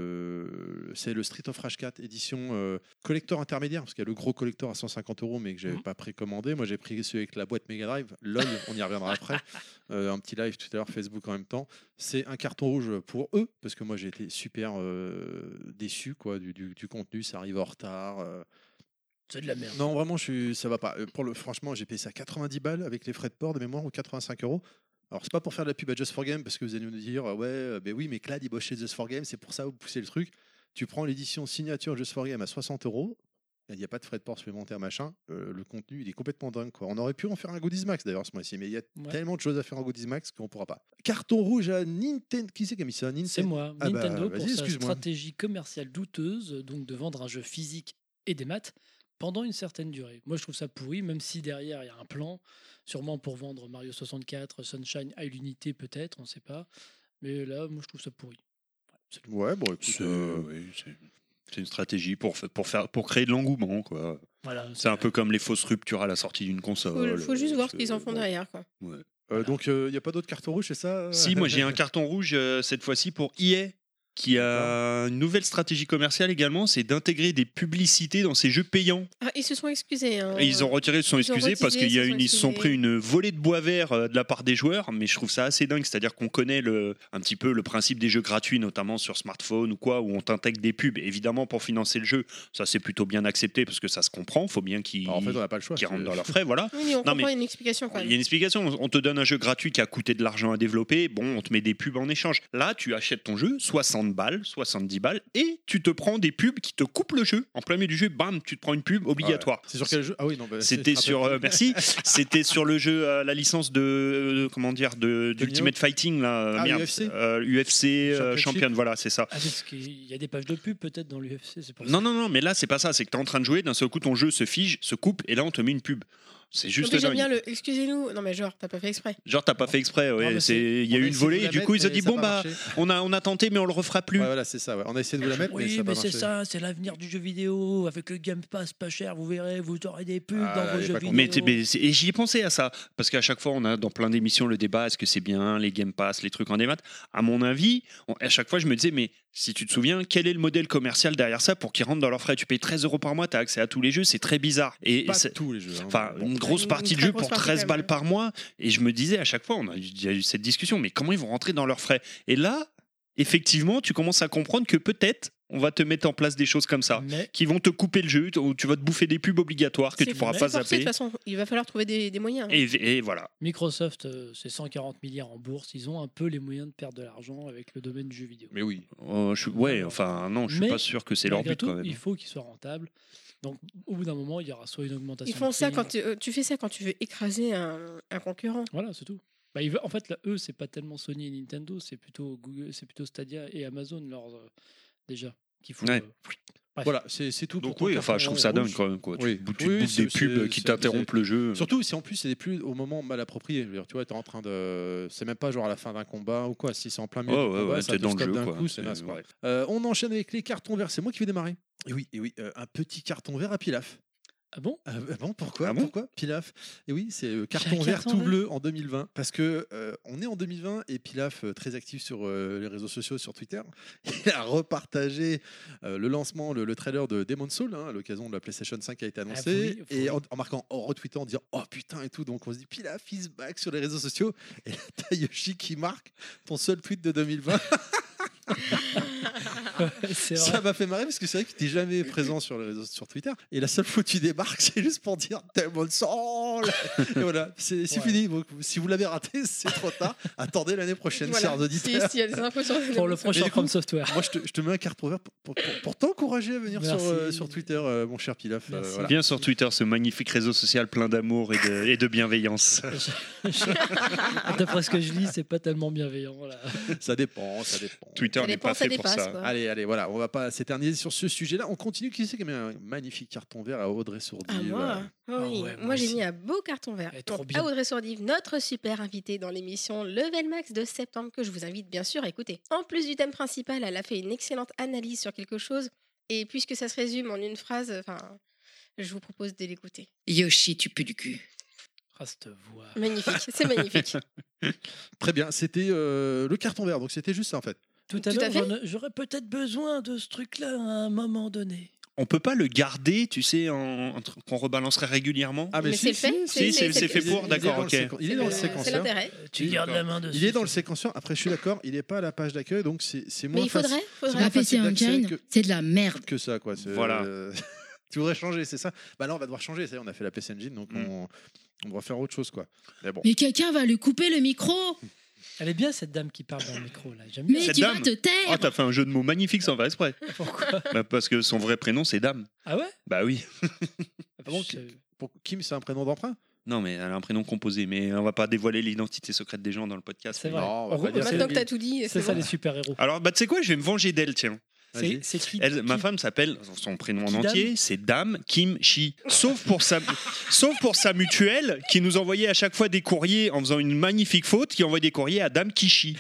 le... C'est le Street of Rage quatre édition euh, collector intermédiaire, parce qu'il y a le gros collector à cent cinquante euros, mais que je n'avais Mhm. pas précommandé. Moi, j'ai pris celui avec la boîte Mega Drive. LOL, on y reviendra après. Euh, un petit live tout à l'heure, Facebook en même temps. C'est un carton rouge pour eux, parce que moi, j'ai été super euh, déçu quoi, du, du, du contenu. Ça arrive en retard. euh. C'est de la merde. Non, vraiment, je suis... ça va pas. Euh, Pour le... Franchement, j'ai payé ça quatre-vingt-dix balles avec les frais de port de mémoire ou quatre-vingt-cinq euros. Alors, c'est pas pour faire de la pub à Just for Game, parce que vous allez nous dire, euh, ouais, euh, ben oui, mais Clad, il bosse chez Just for Game, c'est pour ça que vous poussez le truc. Tu prends l'édition signature Just for Game à soixante euros, il n'y a pas de frais de port supplémentaire, machin. euh, le contenu, il est complètement dingue, quoi. On aurait pu en faire un Goodies Max d'ailleurs ce mois-ci, mais il y a Ouais. tellement de choses à faire en Goodies Max qu'on pourra pas. Carton rouge à Nintendo. Qui c'est qui a mis ça? Nintendo. C'est moi, Ah bah, Nintendo, vas-y, pour sa excuse-moi. stratégie commerciale douteuse, donc de vendre un jeu physique et des maths pendant une certaine durée. Moi, je trouve ça pourri, même si derrière, il y a un plan, sûrement pour vendre Mario soixante-quatre, Sunshine à l'unité peut-être, on ne sait pas. Mais là, moi, je trouve ça pourri. Voilà, c'est tout. Ouais, bon, écoute. C'est, euh, oui, c'est, c'est une stratégie pour, fa- pour, faire, pour créer de l'engouement, quoi. Voilà, C'est un peu comme les fausses ruptures à la sortie d'une Faut, console. faut juste voir ce C'est- qu'ils en font bon, derrière. Quoi. ouais. euh, donc, il n'y a pas d'autres cartons rouges, c'est ça? Si, moi j'ai un carton rouge euh, cette fois-ci pour E A, qui a une nouvelle stratégie commerciale également, c'est d'intégrer des publicités dans ses jeux payants. Ah, ils se sont excusés. hein. Et ils ont retiré, ils se sont Ils ont excusés parce retiré, qu'il y a ils se une, sont ils se sont excusés. pris une volée de bois vert euh, de la part des joueurs, mais je trouve ça assez dingue. C'est-à-dire qu'on connaît le, un petit peu le principe des jeux gratuits, notamment sur smartphone ou quoi, où on t'intègre des pubs. Évidemment, pour financer le jeu, ça c'est plutôt bien accepté parce que ça se comprend. Il faut bien qu'ils, Alors, en fait, on n'a pas le choix. qu'ils rentrent c'est- dans leurs frais, voilà. Oui, mais on Non, comprend mais- une explication quand Il y a même. une explication. On te donne un jeu gratuit qui a coûté de l'argent à développer. Bon, on te met des pubs en échange. Là, tu achètes ton jeu, soixante balles, soixante-dix balles, et tu te prends des pubs qui te coupent le jeu. En plein milieu du jeu, bam, tu te prends une pub obligatoire. Ouais. C'est sur quel jeu? Ah oui, non. bah, C'était c'est- sur euh, merci. C'était sur le jeu euh, la licence de euh, comment dire de d'Ultimate Fighting là. Ah, merde. U F C Euh, U F C euh, Championship. Champion. Voilà, c'est ça. Ah, parce qu'il y a des pages de pub peut-être dans l'U F C, c'est pour Non, non, non, mais là, c'est pas ça. C'est que tu es en train de jouer, d'un seul coup, ton jeu se fige, se coupe, et là, on te met une pub. C'est juste Donc, j'aime dingue. bien le. Excusez-nous. Non, mais genre, t'as pas fait exprès. Genre, t'as pas fait exprès. Ouais. Non, mais C'est- c'est- Il y a on eu une essayé de volée, vous la et du mettre, coup, ils ont mais dit ça a bon, pas bah, marché. on a, on a tenté, mais on le refera plus. Ouais, voilà, c'est ça. ouais. On a essayé de vous la mettre, mais Oui, ça a mais pas c'est marché. ça, c'est l'avenir du jeu vidéo. Avec le Game Pass pas cher, vous verrez, vous aurez des pubs Ah, dans là, vos j'ai jeux pas vidéo. compris. Mais, t'es- mais c'est- et j'y ai pensé à ça, parce qu'à chaque fois, on a dans plein d'émissions le débat, est-ce que c'est bien, les Game Pass, les trucs en démat. À mon avis, on- à chaque fois, je me disais, mais si tu te souviens, quel est le modèle commercial derrière ça pour qu'ils rentrent dans leurs frais? Tu payes treize euros par mois, tu as accès à tous les jeux, c'est très bizarre. Et Pas c'est- tous les jeux. hein. Enfin, Bon. une grosse Une partie de très jeu grosse pour partie, treize quand même. balles par mois. Et je me disais, à chaque fois, on a, il y a eu cette discussion, mais comment ils vont rentrer dans leurs frais? Et là, effectivement, tu commences à comprendre que peut-être on va te mettre en place des choses comme ça, Mais qui vont te couper le jeu, où tu vas te bouffer des pubs obligatoires que C'est tu pourras vrai. pas forcé, de zapper. toute façon, il va falloir trouver des, des moyens. hein. Et, et voilà. Microsoft, euh, c'est cent quarante milliards en bourse. Ils ont un peu les moyens de perdre de l'argent avec le domaine du jeu vidéo. Mais oui. Euh, je- ouais, enfin, non, je suis Mais, pas sûr que c'est leur Malgré but tout, quand même. il faut qu'ils soient rentables. Donc, au bout d'un moment, il y aura soit une augmentation. Ils font de ça prix. quand tu, euh, tu fais ça quand tu veux écraser un, un concurrent. Voilà, c'est tout. Bah, ils veulent- en fait, là, eux, c'est pas tellement Sony et Nintendo, c'est plutôt Google, c'est plutôt Stadia et Amazon, leur, euh, déjà, qui font. Ouais. euh, bref. Voilà, c'est c'est tout. Donc pour ton oui, enfin, carton je trouve ça rouge. dingue quand même. Quoi. Oui. Tu, tu Oui, te bouffes c'est- des pubs c'est- qui c'est- t'interrompent le jeu. Surtout si en plus c'est des plus au moment mal approprié. Je veux dire, tu vois, t'es en train de. C'est même pas genre à la fin d'un combat ou quoi. Si c'est en plein milieu Ouais, du ouais, combat, ouais, ça t'es te dans le stoppe jeu, d'un quoi. coup, c'est C'est- naze, quoi. ouais. Euh, on enchaîne avec les cartons verts. C'est moi qui vais démarrer. Et oui, et oui, euh, un petit carton vert à Pilaf. Ah bon? Ah ah bon, pourquoi Ah bon Pourquoi Pilaf? Et oui, c'est euh, J'ai carton un vert carton tout vert. bleu en deux mille vingt parce que euh, on est en deux mille vingt et Pilaf euh, très actif sur euh, les réseaux sociaux, sur Twitter, il a repartagé euh, le lancement, le, le trailer de Demon's Souls hein, à l'occasion de la PlayStation cinq qui a été annoncé Ah oui, et oui. en, en marquant, en retweetant, en disant oh putain et tout, donc on se dit Pilaf is back sur les réseaux sociaux et là t'as Yoshi qui marque ton seul tweet de deux mille vingt. C'est Ça vrai. m'a fait marrer parce que c'est vrai que tu n'es jamais présent sur les réseaux sur Twitter et la seule fois où tu débarques c'est juste pour dire Demon's Souls et voilà c'est c'est Ouais. fini. Donc, si vous l'avez raté c'est trop tard, attendez l'année prochaine Voilà. chers Si- auditeurs. S'il y a des infos sur Pour le sur- prochain Mais du coup- From Software. Moi je te, je te mets un carton vert pour, pour, pour- pour t'encourager à venir sur, Merci. euh, sur Twitter euh, mon cher Pilaf. euh, Merci. voilà. Viens sur Twitter, ce magnifique réseau social plein d'amour et de, et de bienveillance. D'après ce que je lis, c'est pas tellement bienveillant. Voilà. Ça dépend, ça dépend. Twitter Ça n'est dépend, pas ça fait pour dépasse, ça. quoi. Allez, allez, voilà, on va pas s'éterniser sur ce sujet-là. On continue. Qui c'est qui a mis un magnifique carton vert à Audrey Sourdive? Ah, moi Ah oui. ouais, moi Moi, j'ai aussi. mis un beau carton vert. Elle est trop Donc, bien. à Audrey Sourdive, notre super invitée dans l'émission Level Max de septembre, que je vous invite bien sûr à écouter. En plus du thème principal, elle a fait une excellente analyse sur quelque chose. Et puisque ça se résume en une phrase, enfin, je vous propose de l'écouter. Yoshi, tu pues du cul. Ah, cette voix. Magnifique, c'est magnifique. Très bien, c'était euh, le carton vert, donc c'était juste ça en fait. Tout à Tout à l'heure, fait. j'en ai- j'aurais peut-être besoin de ce truc-là à un moment donné. On peut pas le garder, tu sais, en, en- qu'on rebalancerait régulièrement. Ah, Mais c'est le fait, Si, c'est c'est fait Il est- pour, il est d'accord, dans le ok. séquen- Il est dans le C'est séquenceur. l'intérêt. Euh, Tu Oui, gardes la d'accord. main dessus. Il est dans le c'est- séquenceur. Après, je suis d'accord, il n'est pas à la page d'accueil, donc c'est c'est moins Mais il faudrait, facile faudrait. Ah, La P C facile d'accès Engine, que- c'est de la merde. que ça, quoi. C'est- Voilà. euh, Tu voudrais changer, c'est ça? Bah là, on va devoir changer. Ça y est, on a fait la P C Engine, donc Mm. on, on va faire autre chose, quoi. Mais bon. Mais quelqu'un va lui couper le micro. Elle est bien cette dame qui parle dans le micro là. J'aime bien. Mais Cette tu dame. vas te Oh, taire. t'as fait un jeu de mots magnifique sans faire exprès. Pourquoi? Bah, parce que son vrai prénom, c'est Dame. Ah ouais? Bah oui. Donc, euh, Pour Kim, c'est un prénom d'emprunt? Non, mais elle a un prénom composé. Mais on va pas dévoiler l'identité secrète des gens dans le podcast. c'est mais- vrai. Non, on va En pas gros, dire c'est- Maintenant que t'as tout dit, c'est c'est ça bon. les super héros. Alors, bah, tu sais quoi, je vais me venger d'elle, tiens. C'est Vas-y. c'est qui? Elle, ma qui- femme s'appelle, son prénom en Qui, entier, c'est Dame Kim Chi. Sauf pour sa, sauf pour sa mutuelle, qui nous envoyait à chaque fois des courriers en faisant une magnifique faute, qui envoyait des courriers à Dame Kishi.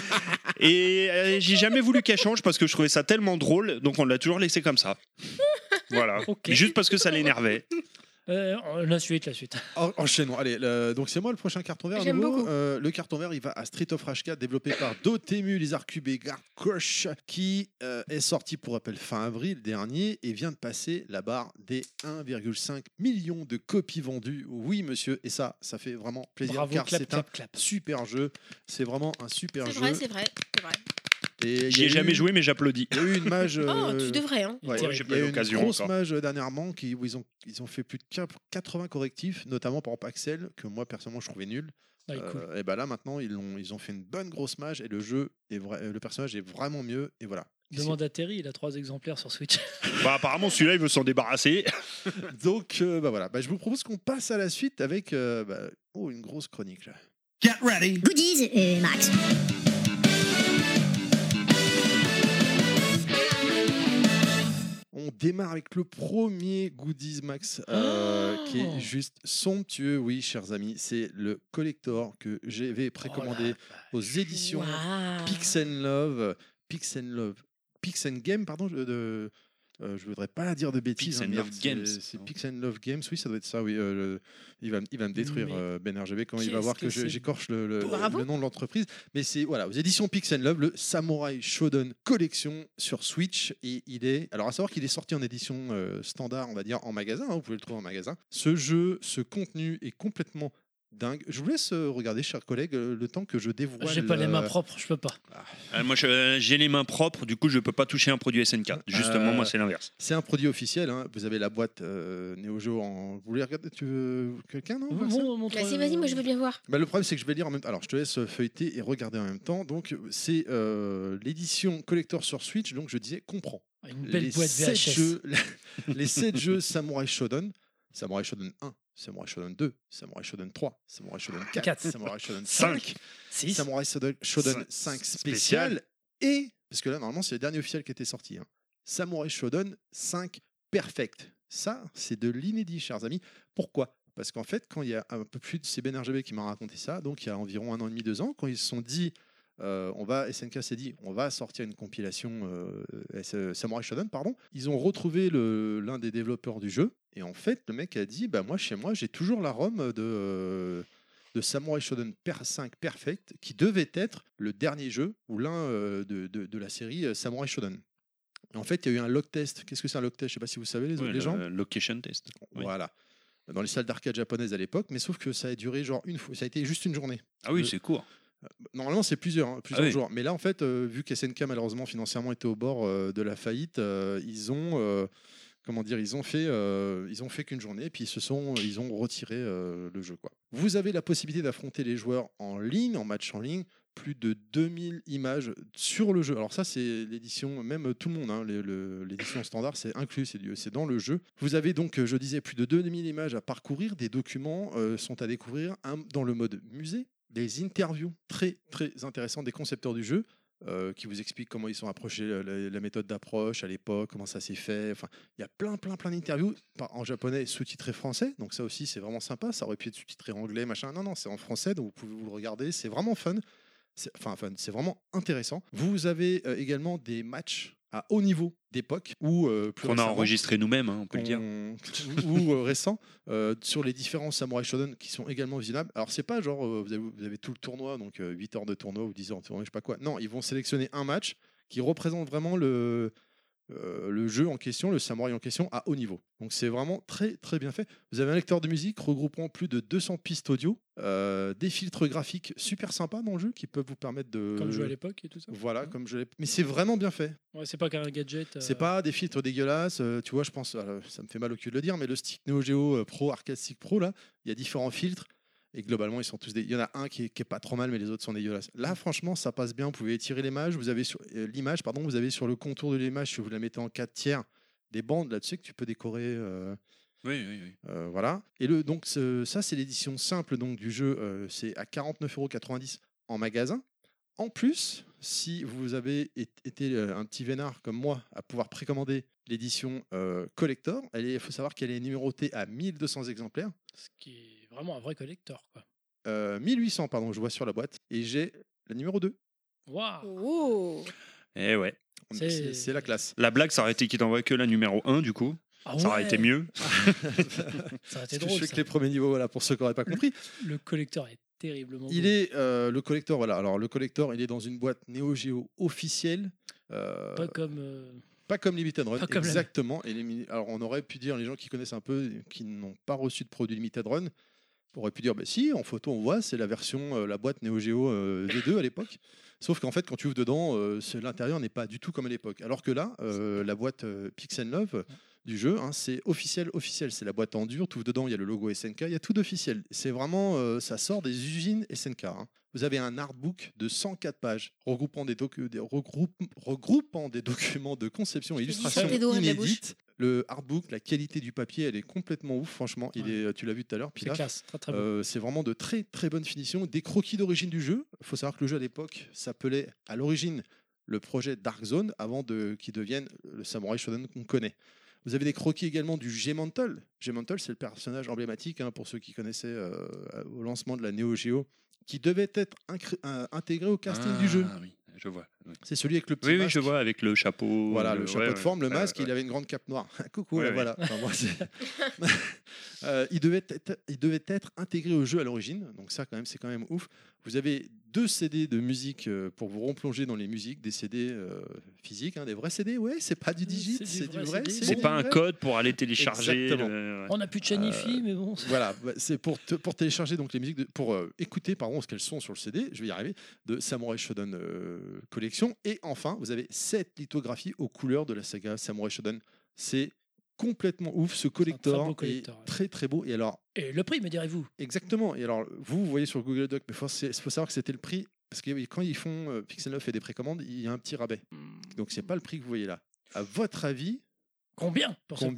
Et euh, j'ai jamais voulu qu'elle change parce que je trouvais ça tellement drôle, donc on l'a toujours laissé comme ça. Voilà. Ok. Juste parce que ça l'énervait. Euh, la suite, la suite. En- Enchaînons. Allez, le- donc c'est moi le prochain carton vert. à J'aime nouveau. beaucoup. Euh, le carton vert, il va à Street of Rage quatre, développé par Dotemu, Lizard Cube et Guard Crush, qui euh, est sorti pour rappel fin avril dernier et vient de passer la barre des un virgule cinq million de copies vendues. Oui, monsieur, et ça, ça fait vraiment plaisir Bravo, car clap, c'est un clap, clap. super jeu. C'est vraiment un super C'est jeu. vrai, c'est vrai, c'est vrai. Et il J'y y ai a jamais eu- joué, mais j'applaudis. Il y a eu une mage. Oh, euh, tu devrais, hein. Ouais, Ouais, j'ai il pas y a eu eu une l'occasion grosse encore. mage euh, dernièrement qui, où ils ont, ils ont fait plus de quatre-vingts correctifs, notamment par exemple Axel, que moi personnellement je trouvais nul. Ouais, cool. Euh, et bah là maintenant ils ont, ils ont fait une bonne grosse mage et le jeu est vrai, euh, le personnage est vraiment mieux et voilà. Demande à Terry, il a trois exemplaires sur Switch. Bah, apparemment, celui-là, il veut s'en débarrasser. Donc euh, bah voilà, bah, je vous propose qu'on passe à la suite avec euh, bah, oh, une grosse chronique là. Get ready. Goodies, euh, Max. On démarre avec le premier Goodies Max euh, Oh qui est juste somptueux, oui chers amis, c'est le collector que j'avais précommandé aux éditions Waouh. Pix and Love, Pix and Love, Pix and Game, pardon, je, de, euh, je voudrais pas dire de bêtises. Pix hein, and merde, Love c'est- Games. C'est Pix and Love Games, oui, ça doit être ça, oui. euh, le- il, va, il va me détruire, Mais euh, Ben R G B, quand il va qu'est-ce voir que, que je- c'est j'écorche le, le- Bravo. le nom de l'entreprise. Mais c'est, voilà, aux éditions Pix and Love, le Samurai Shodown Collection sur Switch. Et il est, alors à savoir qu'il est sorti en édition euh, standard, on va dire, en magasin, hein, vous pouvez le trouver en magasin. Ce jeu, ce contenu est complètement dingue. Je vous laisse euh, regarder, chers collègues, euh, le temps que je dévoile. J'ai pas les mains euh, propres, je peux pas. Euh, moi, je- j'ai les mains propres, du coup, je peux pas toucher un produit S N K. Justement, Euh, moi, c'est l'inverse. C'est un produit officiel. hein. Vous avez la boîte euh, Neo Geo en. Vous voulez regarder tu veux... Quelqu'un non voir ça Bon, montre- Vas-y, vas-y, moi je veux bien voir. Bah, le problème, c'est que je vais lire en même temps. Alors, je te laisse feuilleter et regarder en même temps. Donc, c'est euh, l'édition collector sur Switch. Donc, je disais, comprend. Une belle les boîte V sept H S. jeux, les sept jeux Samurai Shodown. Samurai Shodown un Samurai Shodown deux, Samurai Shodown trois, Samurai Shodown quatre, Quatre. Samurai Shodown Cinq. cinq, six. Samurai Shodown Shodown Cinq cinq spécial. spécial et, parce que là normalement c'est le dernier officiel qui était sorti, hein, Samurai Shodown cinq Perfect. Ça c'est de l'inédit chers amis. Pourquoi ? Parce qu'en fait quand il y a un peu plus de c'est Ben R G B qui m'a raconté ça, donc il y a environ un an et demi, deux ans, quand ils se sont dit Euh, on va, S N K s'est dit, on va sortir une compilation euh, S- euh, Samurai Shodown, pardon. Ils ont retrouvé le- l'un des développeurs du jeu, et en fait, le mec a dit, bah moi, chez moi, j'ai toujours la ROM de, euh, de Samurai Shodown Per- cinq Perfect, qui devait être le dernier jeu, ou l'un euh, de, de- de la série euh, Samurai Shodown. Et en fait, il y a eu un log test. Qu'est-ce que c'est un log test ? Je sais pas si vous savez, les, Ouais, les le gens. location test. Oui. Voilà. Dans les salles d'arcade japonaises à l'époque, mais sauf que ça a duré genre une fois, ça a été juste une journée. Ah oui, Le- c'est court. Normalement, c'est plusieurs, hein, plusieurs Ah oui. jours. Mais là, en fait, euh, vu qu'S N K malheureusement financièrement était au bord euh, de la faillite, euh, ils ont, euh, comment dire, ils ont fait, euh, ils ont fait qu'une journée, puis ils se sont, ils ont retiré euh, le jeu, quoi. Vous avez la possibilité d'affronter les joueurs en ligne, en match en ligne. Plus de deux mille images sur le jeu. Alors ça, c'est l'édition, même tout le monde, hein, le- le- l'édition standard, c'est inclus, c'est, du- c'est dans le jeu. Vous avez donc, euh, je disais, plus de deux mille images à parcourir. Des documents euh, sont à découvrir un- dans le mode musée. Des interviews très, très intéressantes des concepteurs du jeu euh, qui vous expliquent comment ils sont approchés, la, la- la méthode d'approche à l'époque, comment ça s'est fait. Enfin, il y a plein, plein, plein d'interviews par- en japonais sous-titré français. Donc ça aussi, c'est vraiment sympa. Ça aurait pu être sous-titré anglais, machin. Non, non, c'est en français, donc vous pouvez vous le regarder. C'est vraiment fun. C'est, enfin, fun, c'est vraiment intéressant. Vous avez euh, également des matchs à haut niveau d'époque ou euh, plus Qu'on a récemment, enregistré nous-mêmes, hein, on peut le dire. qu'on- ou, ou, euh, récents euh, sur les différents Samurai Shodown qui sont également visionnables. Alors c'est pas genre euh, vous, avez, vous avez tout le tournoi, donc euh, huit heures de tournoi ou dix heures de tournoi, je sais pas quoi. Non, ils vont sélectionner un match qui représente vraiment le, euh, le jeu en question, le samouraï en question à haut niveau. Donc c'est vraiment très très bien fait. Vous avez un lecteur de musique regroupant plus de deux cents pistes audio, euh, des filtres graphiques super sympas dans le jeu qui peuvent vous permettre de... Comme jouer à l'époque et tout ça. Voilà, comme je l'ai... Mais c'est vraiment bien fait. Ouais, c'est pas qu'un gadget. euh, C'est pas des filtres dégueulasses, euh, tu vois, je pense, euh, ça me fait mal au cul de le dire, mais le stick Neo Geo euh, Pro, Arcade Stick Pro, là, il y a différents filtres, et globalement, ils sont tous des... Il y en a un qui est, qui est pas trop mal, mais les autres sont dégueulasses. Là, franchement, ça passe bien, vous pouvez étirer l'image, vous avez sur... euh, l'image, pardon, vous avez sur le contour de l'image, si vous la mettez en quatre tiers, des bandes là-dessus que tu peux décorer... euh, Oui, oui, oui. euh, voilà. Et le, donc, ce- ça, c'est l'édition simple donc, du jeu, euh, c'est à quarante-neuf euros quatre-vingt-dix en magasin. En plus, si vous avez é- été euh, un petit vénard comme moi à pouvoir précommander l'édition euh, collector, il faut savoir qu'elle est numérotée à mille deux cents exemplaires. Ce qui est vraiment un vrai collector, quoi. Euh, mille huit cents, pardon, je vois sur la boîte. Et j'ai la numéro deux. Waouh. Oh. Eh ouais. C'est- C'est c'est la classe. La blague, ça aurait été qu'il t'envoie que la numéro un, du coup. Ah Ça aurait ouais. été mieux. Ça aurait été Parce que drôle. je fais ça. que les premiers niveaux, voilà, pour ceux qui n'auraient pas compris. Le collector est terriblement. Il beau. est euh, le collector, voilà. Alors le collector, il est dans une boîte Neo Geo officielle. euh, pas comme. euh, Pas comme Limited Run, Pas comme la- exactement. Et les mini- Alors on aurait pu dire, les gens qui connaissent un peu, qui n'ont pas reçu de produit Limited Run, auraient pu dire, bah si, en photo on voit, c'est la version, euh, la boîte Neo Geo euh, V deux à l'époque. Sauf qu'en fait, quand tu ouvres dedans, euh, c'est- l'intérieur n'est pas du tout comme à l'époque. Alors que là, euh, la boîte euh, Pixel Love du jeu, hein, c'est officiel, officiel. C'est la boîte en dur, tu ouvres dedans, il y a le logo S N K, il y a tout d'officiel. C'est vraiment, euh, ça sort des usines S N K. hein. Vous avez un artbook de cent quatre pages, regroupant des, docu- des- regroupe- regroupant des documents de conception et Je te dis, illustration sors tes doigts de la bouche. inédites. Le artbook, la qualité du papier, elle est complètement ouf, franchement. Il Ouais. est, tu l'as vu tout à l'heure, C'est Pilaf. classe, très très beau. Euh, c'est vraiment de très très bonne finition. Des croquis d'origine du jeu. Il faut savoir que le jeu à l'époque s'appelait à l'origine le projet Dark Zone avant de, qu'il devienne le Samurai Shodown qu'on connaît. Vous avez des croquis également du G-Mantle. G-Mantle, c'est le personnage emblématique hein, pour ceux qui connaissaient euh, au lancement de la Neo Geo, qui devait être incr- euh, intégré au casting Ah, du jeu. oui, je vois. Oui, C'est celui avec le petit oui, oui, masque. je vois, avec le chapeau. Voilà, le chapeau ouais, de forme, le ouais, masque, ouais, il avait une grande cape noire. Coucou, Ouais, là, ouais. voilà. Enfin, moi, c'est- Euh, il, devait être, il devait être intégré au jeu à l'origine, donc ça, quand même, c'est quand même ouf. Vous avez deux C D de musique euh, pour vous replonger dans les musiques, des C D euh, physiques, hein, des vrais C D, ouais, c'est pas du digit, C'est du c'est du vrai vrai. C D. C'est du pas un vrai. code pour aller télécharger. Exactement. le- ouais. On n'a plus de Chanifi, mais bon. Voilà, bah, c'est pour, te- pour télécharger donc les musiques, de- pour euh, écouter pardon ce qu'elles sont sur le C D, je vais y arriver, de Samurai Shodown euh, Collection. Et enfin, vous avez sept lithographies aux couleurs de la saga Samurai Shodown. C'est complètement ouf, ce collector, beau est collector, ouais. très très beau. Et alors, Et le prix, me direz-vous. exactement, et alors vous, vous voyez sur Google Doc, mais il faut, c'est- faut savoir que c'était le prix, parce que quand ils font, euh, Pixel Love fait des précommandes, il y a un petit rabais. Donc c'est pas le prix que vous voyez là. À votre avis, Combien pour ce- combien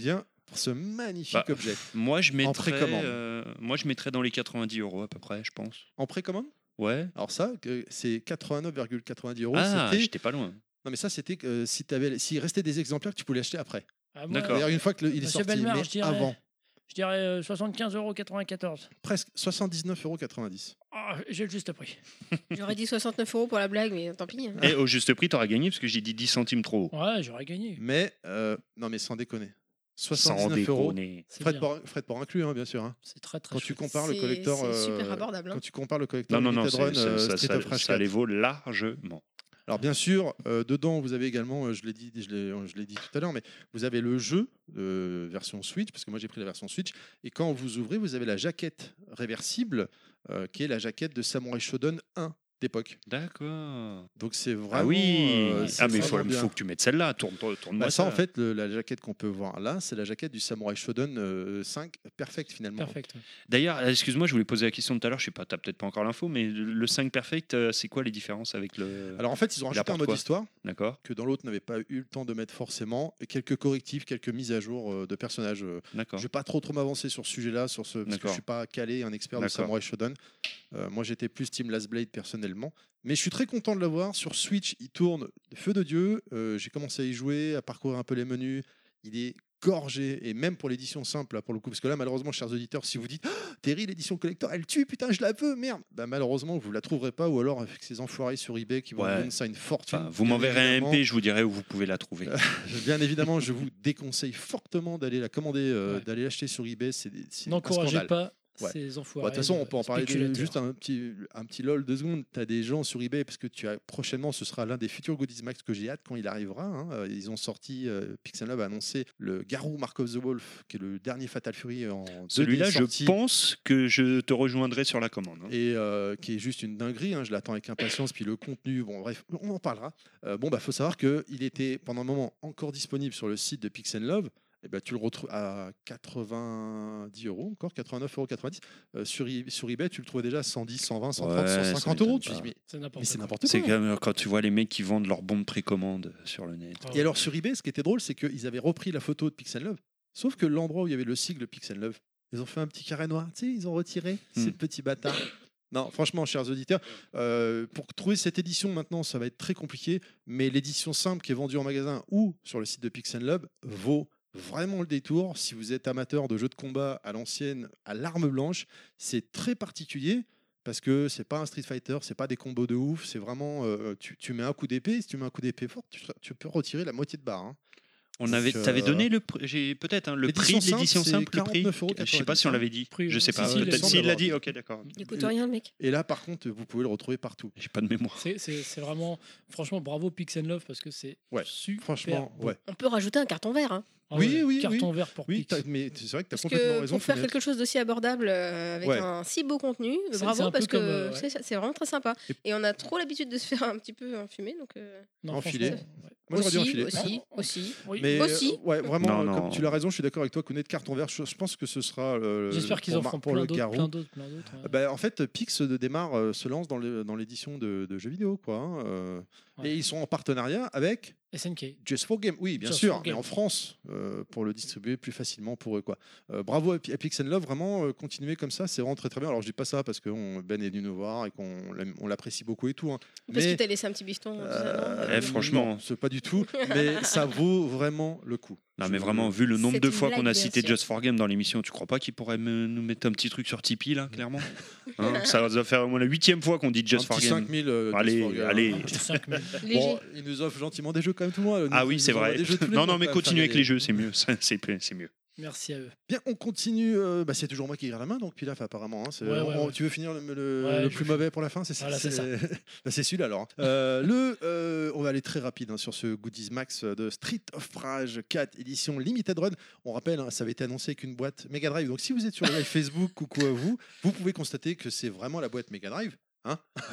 pour ce magnifique Bah, objet. Moi, je mettrais, précommande. euh, moi, je mettrais dans les quatre-vingt-dix euros à peu près, je pense. En précommande. Ouais. Alors ça, que- c'est quatre-vingt-neuf virgule quatre-vingt-dix euros. Ah, C'était- j'étais pas loin. Non mais ça, c'était que si t'avais, s'il restait des exemplaires, tu pouvais l'acheter après. Ah, moi, D'accord. D'ailleurs, une fois qu'il est Monsieur sorti, Bellemare, mais je dirais- avant, Je dirais euh, soixante-quinze euros quatre-vingt-quatorze. presque soixante-dix-neuf euros quatre-vingt-dix. Ah, j'ai le juste prix. J'aurais dit soixante-neuf euros pour la blague, mais tant pis. hein. Et au juste prix, t'auras gagné parce que j'ai dit dix centimes trop haut. Ouais, j'aurais gagné. Mais euh, non, mais sans déconner, Sans soixante-dix-neuf euros. déconner. C'est Frais bien. de port, frais de port inclus, hein, bien sûr. hein. C'est très très Quand tu chouette. compares le C'est- collector, c'est super euh, abordable, hein. quand tu compares le collector Non, non, non, Limited c'est- Run, ça, euh, ça, Street ça- of Rage ça quatre. les vaut largement. Alors bien sûr, euh, dedans vous avez également, euh, je l'ai dit, je l'ai, je l'ai dit tout à l'heure, mais vous avez le jeu euh, version Switch, parce que moi j'ai pris la version Switch, et quand vous ouvrez, vous avez la jaquette réversible, euh, qui est la jaquette de Samurai Shodown un d'époque. D'accord. Donc c'est vraiment. Ah oui. euh, c'est ah mais il faut, vraiment bien. faut que tu mettes celle-là. Tourne, tourne-moi Bah, ça, ça. en fait, le- la jaquette qu'on peut voir là, c'est la jaquette du Samurai Shodown euh, cinq Perfect finalement. Perfect. D'ailleurs, excuse-moi, je voulais poser la question tout à l'heure. Je sais pas, t'as peut-être pas encore l'info, mais le cinq Perfect, euh, c'est quoi les différences avec le Alors en fait, ils ont Il rajouté un apporte mode quoi histoire D'accord, que dans l'autre n'avait pas eu le temps de mettre forcément, et quelques correctifs, quelques mises à jour euh, de personnages. euh, d'accord. Je vais pas trop trop m'avancer sur ce sujet-là, sur ce, parce que D'accord. je suis pas calé, un expert de D'accord. Samurai Shodown. Euh, moi, j'étais plus Team Last Blade personnellement, mais je suis très content de l'avoir sur Switch. Il tourne de feu de dieu. Euh, J'ai commencé à y jouer, à parcourir un peu les menus. Il est gorgé, et même pour l'édition simple, là, pour le coup, parce que là, malheureusement, chers auditeurs, si vous dites oh, Terry, l'édition collector, elle tue, putain, je la veux, merde, bah, malheureusement, vous la trouverez pas, ou alors avec ces enfoirés sur eBay qui vont Ouais. vendre ça une fortune. Enfin, vous Bien m'enverrez un évidemment. M P, je vous dirai où vous pouvez la trouver. Bien évidemment, je vous déconseille fortement d'aller la commander, euh, Ouais. d'aller l'acheter sur eBay. C'est des- c'est un N'encouragez scandale. pas Ouais. ces Bon, De enfoirés. toute façon, on peut en parler de- spéculateurs. juste un petit, un petit lol deux secondes. Tu as des gens sur eBay parce que tu as prochainement, ce sera l'un des futurs Goodies Max que j'ai hâte quand il arrivera. hein. Euh, Ils ont sorti, euh, Pixel Love a annoncé le Garou Mark of the Wolf, qui est le dernier Fatal Fury en deux D Celui-là, je sorti, pense que je te rejoindrai sur la commande. hein. et euh, qui est juste une dinguerie. hein. Je l'attends avec impatience. Puis le contenu, bon bref, on en parlera. Euh, bon, bah faut savoir que il était pendant un moment encore disponible sur le site de Pixel Love. Et ben, tu le retrouves à quatre-vingt-dix euros, encore quatre-vingt-neuf euros quatre-vingt-dix. Euh, sur, I- sur eBay, tu le trouvais déjà à cent dix, cent vingt, cent trente, Ouais, cent ça cinquante euros. m'étonne Tu te dis, pas. mais, C'est n'importe mais c'est quoi. n'importe C'est quoi. comme quand tu vois les mecs qui vendent leurs bons de précommande sur le net. Ah Et alors sur eBay, ce qui était drôle, c'est qu'ils avaient repris la photo de Pixel Love, sauf que l'endroit où il y avait le sigle Pixel Love, ils ont fait un petit carré noir. Tu sais, ils ont retiré Hmm. ces petits bâtards. Non, franchement, chers auditeurs, euh, pour trouver cette édition maintenant, ça va être très compliqué, mais l'édition simple qui est vendue en magasin ou sur le site de Pixel Love vaut vraiment le détour. Si vous êtes amateur de jeux de combat à l'ancienne, à l'arme blanche, c'est très particulier. Parce que c'est pas un Street Fighter, c'est pas des combos de ouf, c'est vraiment euh, tu, tu mets un coup d'épée, si tu mets un coup d'épée fort, tu, tu peux retirer la moitié de barre. hein. On Donc, avait, euh, t'avais donné le, pr- j'ai peut-être hein, le prix l'édition de l'édition simple, simple, c'est le prix. quarante-neuf euros Je sais pas si on l'avait dit. Prix, Je sais si, pas. si, il Peut-être semble s'il l'a l'avoir dit. dit. Ok, d'accord. Il écoute rien, le mec. Et là, par contre, vous pouvez le retrouver partout. J'ai pas de mémoire. C'est- C'est c'est vraiment, franchement, bravo Pixel Love parce que c'est Ouais, super. Franchement, beau. ouais. On peut rajouter un carton vert. hein. Ah Oui, ouais, oui, Carton oui. vert pour Oui, Pix. t'as- mais c'est vrai que tu as Parce complètement que raison. pour faire Finette. quelque chose d'aussi abordable euh, avec Ouais. un si beau contenu, C'est- c'est bravo un peu parce que comme, euh, ouais. c'est c'est vraiment très sympa. Et- Et on a trop l'habitude de se faire un petit peu enfumer, donc euh, Non, Enfilé. franchement, ouais. Moi, j'aurais dû aussi, enfiler. aussi, aussi. Oui. Mais Aussi. euh, ouais, vraiment, Non, euh, non. comme tu l'as raison, je suis d'accord avec toi. Connaître carton vert, je, je pense que ce sera. euh, J'espère qu'ils pour en Mar- feront pour plein le d'autres, Garou. plein d'autres, plein d'autres. ouais. Euh, bah, en fait, Pix euh, démarre, euh, se lance dans le- dans l'édition de, de jeux vidéo, quoi. hein, euh, Ouais. Et ils sont en partenariat avec S N K. Just for Game. Oui, bien Just sûr, for mais Game. en France, euh, pour le distribuer plus facilement pour eux, quoi. Euh, bravo à Pi- à Pix and Love, vraiment, euh, continuez comme ça, c'est vraiment très très bien. Alors, je dis pas ça parce que on- Ben est venu nous voir et qu'on l'aime- on l'apprécie beaucoup et tout. hein. Parce Mais qu'il t'a laissé un petit bifton. tout ça, non Euh, Eh, franchement. non, c'est pas du tout, mais ça vaut vraiment le coup. Non, Je- mais vraiment, vu le nombre C'est de une fois qu'on blague, a bien cité sûr. Just for Game dans l'émission, tu crois pas qu'il pourrait me- nous mettre un petit truc sur Tipeee, là, clairement Hein, ça va faire au moins la huitième fois qu'on dit Just un for petit Game. cinq mille. euh, Allez, Just for Game, allez. hein. cinq mille. Léger. Bon, il nous offre gentiment des jeux quand même tout le mois. Ah Nous- oui, ils c'est nous envoient vrai. des jeux tous les Non, mois, non, mais quand même, continuez avec faire les jeux, c'est mieux. Ça, C'est c'est mieux. Merci à eux. Bien, on continue. euh, bah, c'est toujours moi qui garde la main, donc Pilaf apparemment. hein, c'est- Ouais, ouais, on- ouais. Tu veux finir le, le- Ouais, le je plus veux- mauvais pour la fin, c'est Voilà, c'est ça. Bah, c'est celui-là alors. hein. Euh, le, euh, on va aller très rapide hein, sur ce Goodies Max de Street of Rage quatre édition Limited Run. On rappelle, hein, ça avait été annoncé avec une boîte Mega Drive. Donc si vous êtes sur le live Facebook, coucou à vous, vous pouvez constater que c'est vraiment la boîte Mega Drive. Hein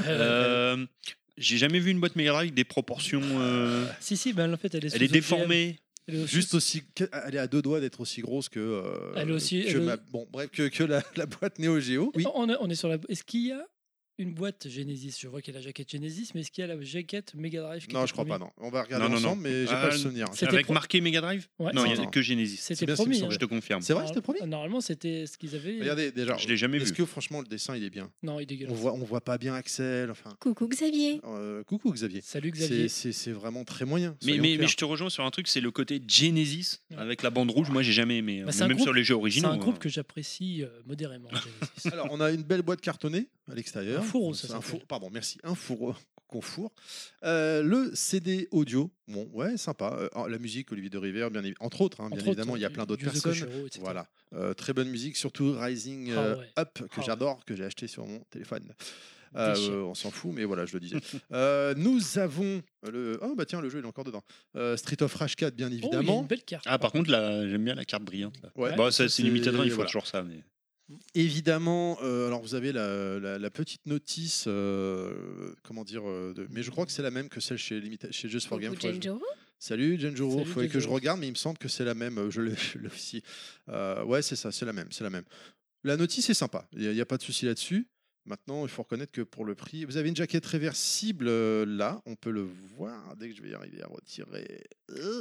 Euh, J'ai jamais vu une boîte Mega Drive avec des proportions. euh, Si, si, ben, en fait, elle est Elle est sous O G M. déformée. Elle est aussi- Juste aussi, que- elle est à deux doigts d'être aussi grosse que, euh, Elle est aussi- que elle est- ma- bon, bref, que, que la, la boîte Neo Geo. Oui. On est, on est sur la. Est-ce qu'il y a une boîte Genesis. Je vois qu'il y a la jaquette Genesis, mais est-ce qu'il y a la jaquette Mega Drive qui Non, était je crois promis pas, non. On va regarder Non, non, ensemble, non. mais j'ai Ah, pas le souvenir. C'était Avec pro- marqué Mega Drive Ouais, Non, il non, n'y a non. que Genesis. C'était bien ce qu'il me promis. semble. hein. Je te confirme. C'est vrai, c'était promis Normalement, c'était ce qu'ils avaient. Regardez, déjà. Je l'ai jamais Est-ce vu. que franchement, le dessin, il est bien Non, il est On dégueulasse. voit, on voit pas bien Axel. Enfin, Coucou Xavier. euh, coucou Xavier. Salut C'est- Xavier. C'est c'est vraiment très moyen. Mais, soyons mais, mais clairs. je te rejoins sur un truc, c'est le côté Genesis Ouais. avec la bande rouge. Moi, j'ai jamais aimé. Bah, Mais c'est un même groupe- sur les jeux C'est originaux. un groupe hein. que j'apprécie euh, modérément. Genesis. Alors, on a une belle boîte cartonnée à l'extérieur. Un fourreau, ça C'est un s'appelle. four- Pardon, merci. Un fourreau qu'on fourre. Euh, le C D audio, bon, ouais, sympa. Euh, la musique, Olivier de Rivière, bien évi- entre autres, hein, bien Entre évidemment, autres, il y a plein d'autres Yuzo personnes. Koshiro, et cetera. Voilà, Euh, très bonne musique, surtout Rising Ah euh, ouais. Up que Ah ouais. j'adore, que j'ai acheté sur mon téléphone. Euh, Déchire. on s'en fout, mais voilà, je le disais. Euh, nous avons le oh bah tiens, le jeu il est encore dedans. Euh, Street of Rage quatre, bien Oh, il y a évidemment. une belle carte. Ah, par contre, là, j'aime bien la carte brillante. Là. Ouais, Bon, ça, ça, c'est limité il faut voilà. toujours ça. Mais... Évidemment, euh, alors vous avez la, la- la petite notice, euh, comment dire, euh, de- mais je crois que c'est la même que celle chez, Limita- chez Just for Game. Coucou Faudrait que je- Genjuro. Salut Genjuro, il Salut, faudrait que je Genjuro. regarde, mais il me semble que c'est la même. euh, Je l'ai je l'ai aussi. Euh, ouais, c'est ça, c'est la même, c'est la même. La notice est sympa, il n'y a, pas de souci là-dessus. Maintenant, il faut reconnaître que pour le prix, vous avez une jaquette réversible euh, là, on peut le voir dès que je vais y arriver à retirer. Euh,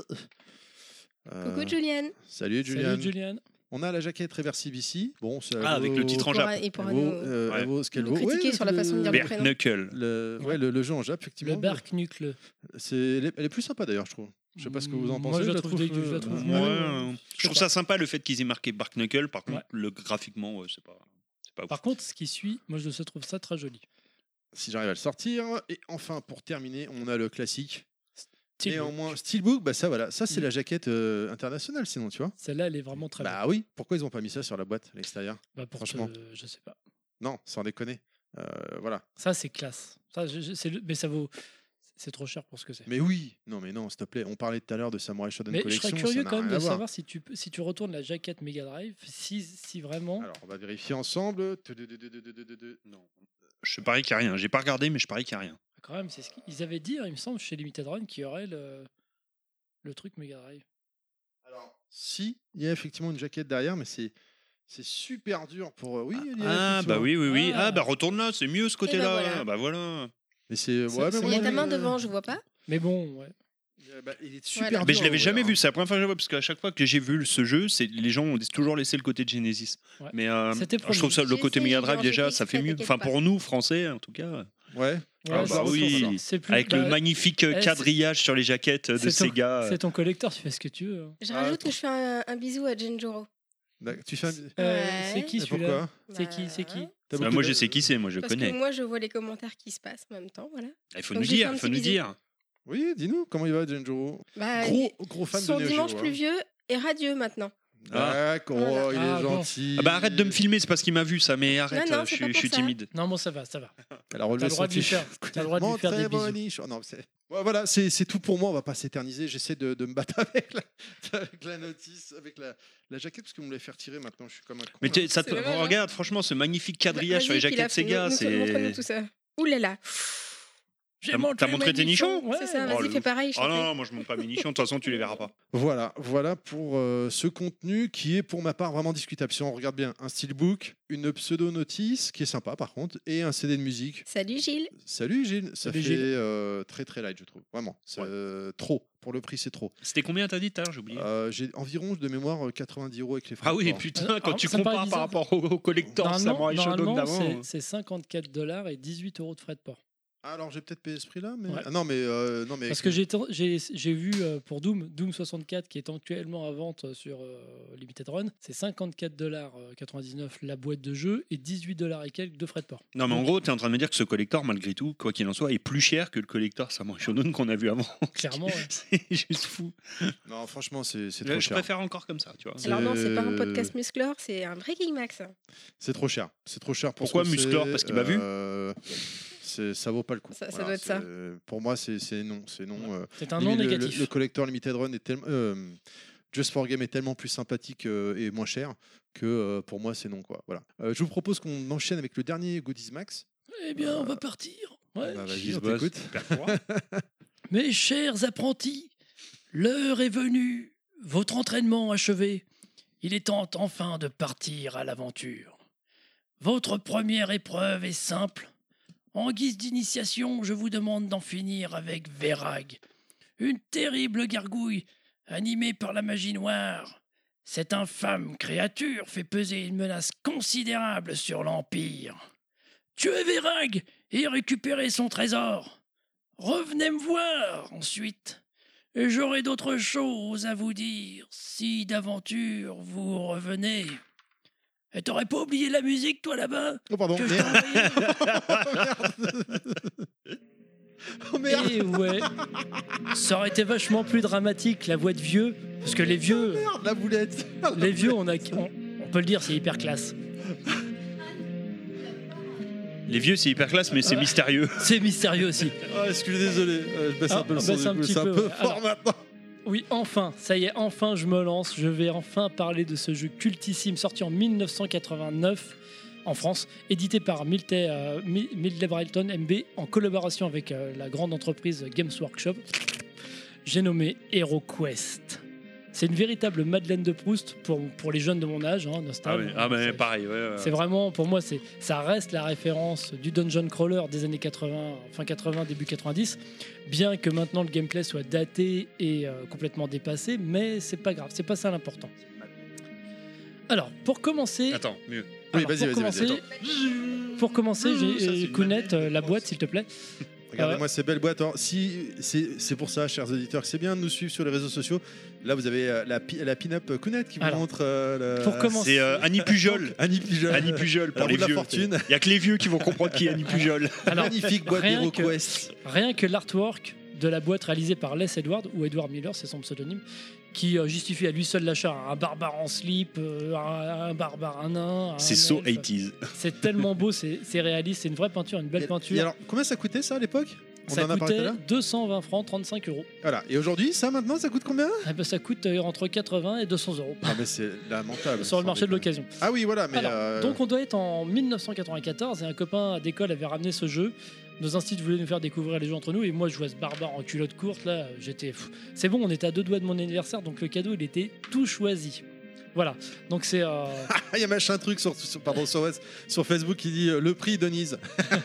Coucou euh, Julian. Salut Julian. Salut Julian. On a la jaquette réversible ici. Bon, ça Ah, avec le vaut- titre en Il pourra, Jap. il pourra elle vaut, nous, euh, Ouais. elle vaut ce qu'elle nous vaut. critiquer Ouais, sur la façon de dire le Berk prénom. Knuckle. Le, ouais, Ouais. le, le jeu en Jap, effectivement. Le Bark Nucle. C'est, elle, est, elle est plus sympa d'ailleurs, je trouve. Je sais pas ce que vous en Moi, pensez. je la trouve dégueu, je la euh, trouve euh, moins- Ouais, Ouais, euh, je je sais trouve pas. ça sympa le fait qu'ils aient marqué Bark Knuckle. Par contre, Ouais. le graphiquement, ouais, c'est pas. C'est pas ouf. Par contre, ce qui suit, moi je trouve ça très joli. Si j'arrive à le sortir. Et enfin, pour terminer, on a le classique. Steelbook. Néanmoins, Steelbook, bah ça voilà, ça c'est Mm. la jaquette euh, internationale, sinon tu vois. Celle-là, elle est vraiment très Bah oui, pourquoi ils ont pas mis ça sur la boîte à l'extérieur? belle. Bah, pour franchement. te- je sais pas. Non, sans déconner. Euh, voilà. Ça, c'est classe. Ça, je- je- c'est le- mais ça vaut. C'est trop cher pour ce que c'est. Mais oui, non mais non, s'il te plaît. On parlait tout à l'heure de Samurai Shodown Mais je Collection. serais curieux ça quand n'a même rien de à voir. savoir si tu, peux- si tu retournes la jaquette Mega Drive, si, si vraiment. Alors, on va vérifier ensemble. Non. Je parie qu'il n'y a rien. J'ai pas regardé, mais je parie qu'il n'y a rien. Quand même, c'est ce qu'ils avaient dit, hein, il me semble, chez Limited Run, qu'il y aurait le, le truc Mega Drive. Alors, si, il y a effectivement une jaquette derrière, mais c'est c'est super dur pour. euh, Oui, il y a Ah, bah effectivement. oui, oui, oui. Ah. Ah, bah retourne là, c'est mieux ce côté-là. voilà. Bah voilà. Mais c'est. C'est- Ouais, mais c'est- Il moi, y a ta je- main devant, je vois pas. Mais bon, ouais. Euh, bah, il est super Voilà. dur Mais je à l'avais jamais ouvrir, vu, c'est la première fois que je le vois, parce qu'à chaque fois que j'ai vu ce jeu, c'est les gens ont toujours laissé le côté de Genesis. Ouais. Mais euh, C'était je trouve ça le J'ai côté essayé, Mega j'ai Drive rangé déjà, tout ça fait exprès, mieux. t'inquiète Enfin pas. pour nous français en tout cas. hein. Ouais. Ah, Ouais, bah c'est- oui. c'est plus. Avec bah, le magnifique euh, eh, c'est- quadrillage sur les jaquettes de c'est ton- Sega. C'est ton collecteur, tu fais ce que tu veux. hein. Je Ah, rajoute que je fais un, un bisou à Genjuro. D'accord, Tu fais un... Euh, Ouais. C'est qui Et celui-là pourquoi C'est qui C'est qui T'as Bah, beaucoup moi de- je sais qui c'est, moi je Parce connais. que moi, je vois les commentaires qui se passent en même temps. Voilà. Il faut Donc, nous j'ai fait dire, un il faut petit nous bisou. dire. Oui, dis-nous, comment il va, Genjuro? Bah, Gros, gros fan son de Neo dimanche Geo, hein. pluvieux est radieux maintenant. D'accord, Voilà. oh, il est Ah, bon. gentil. Ah bah arrête de me filmer, c'est parce qu'il m'a vu ça, mais arrête, Non, non, euh, je c'est suis pas je pour suis ça. timide. Non, bon, ça va, ça va. Elle a relevé T'as le droit son de lui t-shirt. faire- t'as le droit de lui Mon faire des très bon bisous. niche. Non, c'est- Ouais, voilà, c'est c'est tout pour moi. On va pas s'éterniser. J'essaie de, de me battre avec la, avec la notice, avec la, la jaquette, parce que vous me l'avez fait retirer maintenant. Je suis comme un con. Mais là. t'es- ça C'est te- dommage, hein. regarde, franchement, ce magnifique quadrillage sur les Vas-y, jaquettes Pilaf, Sega, nous- nous- montre-nous c'est. tout ça. Ouh là là. J'ai T'as- montré t'as montré mes tes nichons Ouais. C'est ça, Oh, vas-y, le fais ouf. pareil. je Oh t'en non, prie. non, moi je monte pas mes nichons, de toute façon tu les verras pas. Voilà, voilà pour euh, ce contenu qui est pour ma part vraiment discutable. Si on regarde bien, un steelbook, une pseudo-notice qui est sympa par contre, et un C D de musique. Salut Gilles. Salut Gilles, ça Salut, fait Gilles. euh, très très light je trouve, vraiment. C'est, Ouais. euh, trop, pour le prix c'est trop. C'était combien t'as dit tout à l'heure, j'ai oublié. Euh, J'ai environ de mémoire euh, quatre-vingt-dix euros avec les frais. Ah de oui, port. putain, Euh, quand alors, tu ça me paraît compares par bizarre. rapport au, au collector Normalement, Samurai Shodown normalement, d'avant. c'est- c'est cinquante-quatre dollars et dix-huit euros de frais de port. Ah, alors j'ai peut-être payé ce prix-là, mais Ouais. ah, non mais euh, non mais Parce que j'ai ten- j'ai j'ai vu euh, pour Doom, Doom soixante-quatre qui est actuellement à vente sur euh, Limited Run, c'est cinquante-quatre dollars quatre-vingt-dix-neuf la boîte de jeu et dix-huit dollars et quelques de frais de port. Non, mais en gros, t'es en train de me dire que ce collector, malgré tout, quoi qu'il en soit, est plus cher que le collector Samurai Shodown qu'on a vu avant. Clairement, ouais. C'est juste fou. non franchement c'est c'est Là, trop je cher. préfère encore comme ça, tu vois. C'est- Alors non, c'est pas un Euh, podcast musclor, c'est un vrai King Max. C'est trop cher. C'est trop cher pour Pourquoi ce que Musclor c'est, Parce qu'il m'a vu euh, c'est- Ça vaut pas le coup. Ça- ça doit être ça. c'est- Pour moi, c'est c'est non. C'est non. euh, C'est un le- non le, négatif. Le, le collector Limited Run est tellement. euh, Just for Game est tellement plus sympathique euh, et moins cher que euh, pour moi, c'est non. Quoi. Voilà. Euh, je vous propose qu'on enchaîne avec le dernier Goodies Max. Eh bien, on va partir. Ouais. Bah, Qui vas-y, se on bosse, t'écoute. hyper froid. Mes chers apprentis, l'heure est venue, votre entraînement achevé. Il est temps enfin de partir à l'aventure. Votre première épreuve est simple. En guise d'initiation, je vous demande d'en finir avec Verag, une terrible gargouille animée par la magie noire. Cette infâme créature fait peser une menace considérable sur l'Empire. Tuez Verag et récupérez son trésor. Revenez me voir ensuite. Et j'aurai d'autres choses à vous dire si d'aventure vous revenez. Et t'aurais pas oublié la musique, toi, là-bas? Oh, pardon. Que je Merde. t'ai envoyée Oh merde. Et ouais, ça aurait été vachement plus dramatique, la voix de vieux, parce que les vieux, Merde, la boulette. les vieux, on, a, on, on peut le dire, c'est hyper classe. Les vieux, c'est hyper classe, mais c'est mystérieux. C'est mystérieux aussi. Ah, est-ce que je suis désolé. Euh, Je baisse Ah, un peu le on son. baisse du un coup, petit C'est un peu, peu ouais. fort Alors- maintenant. Oui, enfin, ça y est, enfin je me lance. Je vais enfin parler de ce jeu cultissime sorti en mille neuf cent quatre-vingt-neuf en France, édité par Milte, euh, Mi- Midley-Brighton M B en collaboration avec euh, la grande entreprise Games Workshop. J'ai nommé HeroQuest. C'est une véritable Madeleine de Proust pour, pour les jeunes de mon âge, hein, Ah, nostalgie. ouais. Ah, mais pareil. Ouais, ouais. C'est vraiment, pour moi, c'est, ça reste la référence du dungeon crawler des années quatre-vingts, fin quatre-vingts, début quatre-vingt-dix. Bien que maintenant le gameplay soit daté et euh, complètement dépassé, mais c'est pas grave, c'est pas ça l'important. Alors, pour commencer, Attends, mieux. Oui, alors, vas-y, pour vas-y, commencer, vas-y, pour commencer, Ça, j'ai c'est euh, une Kounet, euh, la magnifique boîte, s'il te plaît. Regardez-moi ces belles boîtes. Alors, si, c'est c'est pour ça, chers auditeurs, que c'est bien de nous suivre sur les réseaux sociaux. Là, vous avez euh, la, pi- la pin-up Kounet qui vous Alors, montre. euh, la- pour commencer- C'est euh, Annie Pujol. Annie Pujol. Annie Pujol pour La roue les de la vieux. fortune. Il y a que les vieux qui vont comprendre qui est Annie Pujol. Alors, Magnifique boîte rien que- HeroQuest. Rien que l'artwork de la boîte réalisée par Les Edward, ou Edward Miller, c'est son pseudonyme, qui euh, justifie à lui seul l'achat un barbare en slip, euh, un, un barbare, un nain. un C'est so elfe. eighties. C'est tellement beau, c'est c'est réaliste, c'est une vraie peinture, une belle Et- peinture. et alors, combien ça coûtait ça à l'époque? On ça en a parlé tout à coûtait l'heure. deux cent vingt francs, trente-cinq euros. Voilà. Et aujourd'hui, ça maintenant, ça coûte combien? Eh ben, ça coûte euh, entre quatre-vingts et deux cents euros Ah, mais c'est lamentable. sur le sans marché de déconner. l'occasion. Ah oui, voilà. Mais Alors, euh, donc on doit être en mille neuf cent quatre-vingt-quatorze et un copain d'école avait ramené ce jeu. Nos instituts voulaient nous faire découvrir les jeux entre nous et moi je vois ce barbare en culotte courte là, j'étais fou. C'est bon, on était à deux doigts de mon anniversaire donc le cadeau il était tout choisi. Voilà, donc c'est euh, ah, il y a machin truc sur, sur- pardon, sur, sur Facebook qui dit euh, le prix Denise.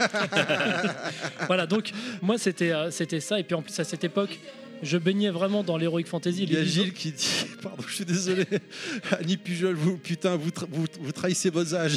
voilà donc moi c'était euh, c'était ça et puis en plus à cette époque je baignais vraiment dans l'heroic fantasy. Il y a les Gilles qui dit pardon, je suis désolé. Annie Pujol, vous putain, vous, tra- vous, vous trahissez vos âges.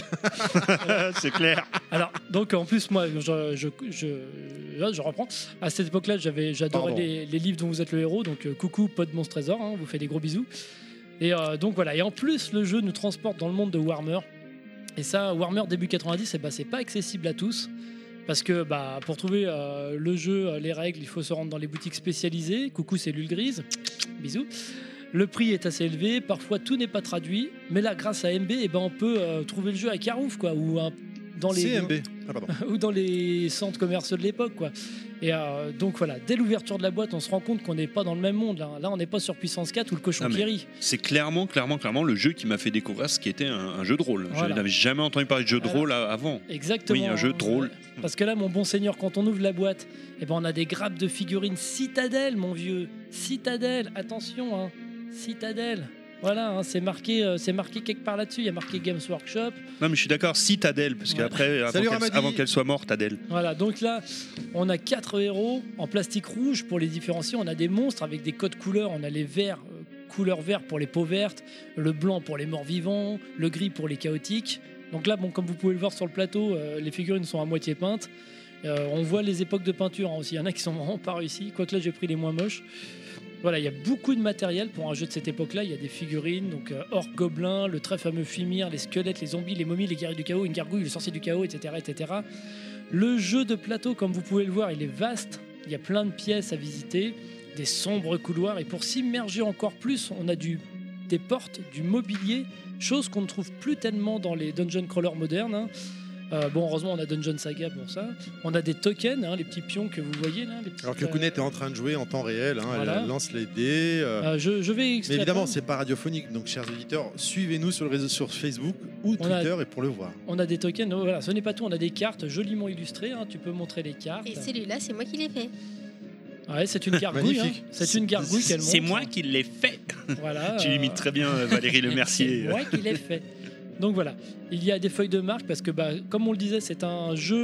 C'est clair. Alors, donc en plus, moi, je, je, je, je reprends. À cette époque-là, j'avais, j'adorais Pardon. les, les livres dont vous êtes le héros. Donc, euh, coucou, pote Monstre Trésor, hein, vous fait des gros bisous. Et euh, donc voilà. Et en plus, le jeu nous transporte dans le monde de Warhammer. Et ça, Warhammer début quatre-vingt-dix, eh ben, c'est pas accessible à tous. Parce que bah, pour trouver euh, le jeu, euh, les règles, il faut se rendre dans les boutiques spécialisées. Coucou, cellule grise. Bisous. Le prix est assez élevé, parfois tout n'est pas traduit, mais là, grâce à M B, eh ben, on peut euh, trouver le jeu à Carouf, quoi, ou un- dans les C M B. Ah, pardon. ou dans les centres commerciaux de l'époque, quoi. Et euh, donc voilà, dès l'ouverture de la boîte, on se rend compte qu'on n'est pas dans le même monde. Là, là on n'est pas sur Puissance quatre ou le cochon Ah, mais- qui rit. C'est clairement, clairement, clairement le jeu qui m'a fait découvrir ce qui était un, un jeu de rôle. Voilà. Je n'avais jamais entendu parler de jeu de Voilà. rôle a- avant. Exactement. Oui, un jeu drôle. Ouais. Parce que là, mon bon seigneur, quand on ouvre la boîte, eh ben, on a des grappes de figurines Citadelle, mon vieux. Citadelle, attention, hein. Citadelle. Voilà, hein, c'est marqué, euh, c'est marqué quelque part là-dessus. Il y a marqué Games Workshop. Non, mais je suis d'accord, cite Adèle, parce Ouais. qu'après, avant Salut, qu'elle Ramadi. avant qu'elle soit morte, Adèle. Voilà, donc là, on a quatre héros en plastique rouge pour les différencier. On a des monstres avec des codes couleurs. On a les verts, euh, couleur vert pour les peaux vertes, le blanc pour les morts vivants, le gris pour les chaotiques. Donc là, bon, comme vous pouvez le voir sur le plateau, euh, les figurines sont à moitié peintes. Euh, on voit les époques de peinture hein, aussi. Il y en a qui sont vraiment pas réussis. Quoique là, j'ai pris les moins moches. Voilà, il y a beaucoup de matériel pour un jeu de cette époque-là. Il y a des figurines, donc euh, orques, gobelins, le très fameux Fimir, les squelettes, les zombies, les momies, les guerriers du chaos, une gargouille, le sorcier du chaos, et cetera, et cetera. Le jeu de plateau, comme vous pouvez le voir, il est vaste. Il y a plein de pièces à visiter, des sombres couloirs. Et pour s'immerger encore plus, on a du, des portes, du mobilier, chose qu'on ne trouve plus tellement dans les dungeon crawlers modernes. hein. Euh, bon, heureusement, on a Dungeon Saga pour ça. On a des tokens, hein, les petits pions que vous voyez là. Les petites, Alors que euh, Kounet est en train de jouer en temps réel, hein, Voilà. elle lance les dés. euh, euh, je, je vais mais extraire- évidemment, c'est pas radiophonique. Donc, chers auditeurs, suivez-nous sur le réseau sur Facebook ou On a- Twitter et pour le voir. On a des tokens, oh, voilà, ce n'est pas tout, on a des cartes joliment illustrées, hein, tu peux montrer les cartes. Et celui-là, c'est moi qui l'ai fait. Ouais, c'est une gargouille, hein, Magnifique. c'est une gargouille qu'elle montre. C'est moi qui l'ai fait. Voilà, Tu euh, imites très bien euh, Valérie Le Mercier. C'est moi qui l'ai fait. Donc voilà, il y a des feuilles de marque parce que, bah, comme on le disait, c'est un jeu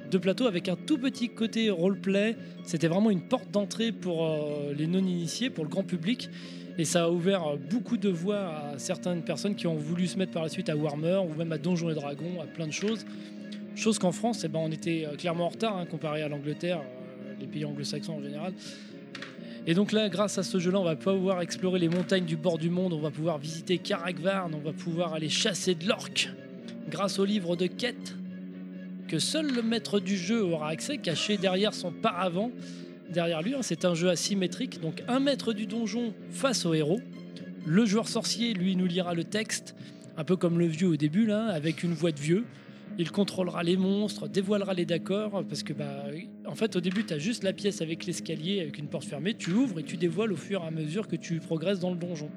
deux plateaux avec un tout petit côté roleplay. C'était vraiment une porte d'entrée pour euh, les non-initiés, pour le grand public. Et ça a ouvert beaucoup de voies à certaines personnes qui ont voulu se mettre par la suite à Warhammer ou même à Donjons et Dragons, à plein de choses. Chose qu'en France, eh ben, on était clairement en retard hein, comparé à l'Angleterre, euh, les pays anglo-saxons en général. Et donc là, grâce à ce jeu-là, on va pouvoir explorer les montagnes du bord du monde, on va pouvoir visiter Karakvarn, on va pouvoir aller chasser de l'orque grâce au livre de quête que seul le maître du jeu aura accès, caché derrière son paravent. Derrière lui, hein, c'est un jeu asymétrique, donc un maître du donjon face au héros. Le joueur sorcier, lui, nous lira le texte, un peu comme le vieux au début, là, avec une voix de vieux. Il contrôlera les monstres, dévoilera les décors, parce que, bah, en fait, au début, tu as juste la pièce avec l'escalier, avec une porte fermée, tu ouvres et tu dévoiles au fur et à mesure que tu progresses dans le donjon.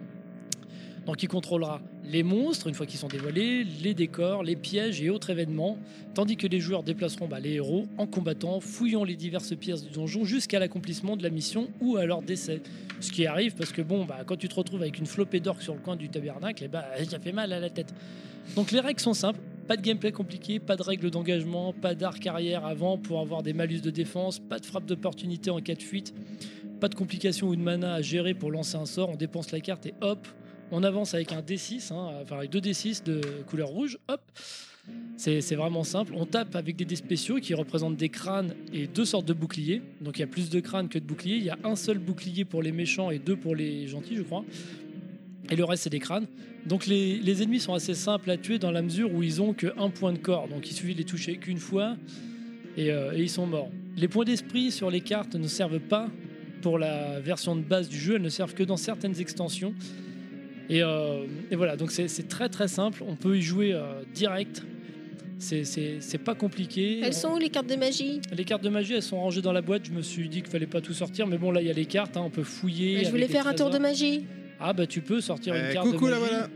Donc il contrôlera les monstres, une fois qu'ils sont dévoilés, les décors, les pièges et autres événements, tandis que les joueurs déplaceront bah, les héros en combattant, fouillant les diverses pièces du donjon jusqu'à l'accomplissement de la mission ou à leur décès. Ce qui arrive parce que bon, bah, quand tu te retrouves avec une flopée d'orques sur le coin du tabernacle, et bah, ça fait mal à la tête. Donc les règles sont simples, pas de gameplay compliqué, pas de règles d'engagement, pas d'arc arrière avant pour avoir des malus de défense, pas de frappe d'opportunité en cas de fuite, pas de complications ou de mana à gérer pour lancer un sort, on dépense la carte et hop, on avance avec un D six, hein, enfin avec deux D six de couleur rouge, hop. C'est, c'est vraiment simple. On tape avec des dés spéciaux qui représentent des crânes et deux sortes de boucliers. Donc il y a plus de crânes que de boucliers. Il y a un seul bouclier pour les méchants et deux pour les gentils, je crois. Et le reste, c'est des crânes. Donc les, les ennemis sont assez simples à tuer dans la mesure où ils ont qu'un point de corps. Donc il suffit de les toucher qu'une fois et, euh, et ils sont morts. Les points d'esprit sur les cartes ne servent pas pour la version de base du jeu. Elles ne servent que dans certaines extensions. Et, euh, et voilà, donc c'est, c'est très très simple. On peut y jouer euh, direct. C'est, c'est, c'est pas compliqué. Elles sont où les cartes de magie ? Les cartes de magie, elles sont rangées dans la boîte. Je me suis dit qu'il fallait pas tout sortir, mais bon, là il y a les cartes. Hein, on peut fouiller. Je voulais faire un tour de magie. Ah bah tu peux sortir une Euh, carte coucou, de là, magie. voilà.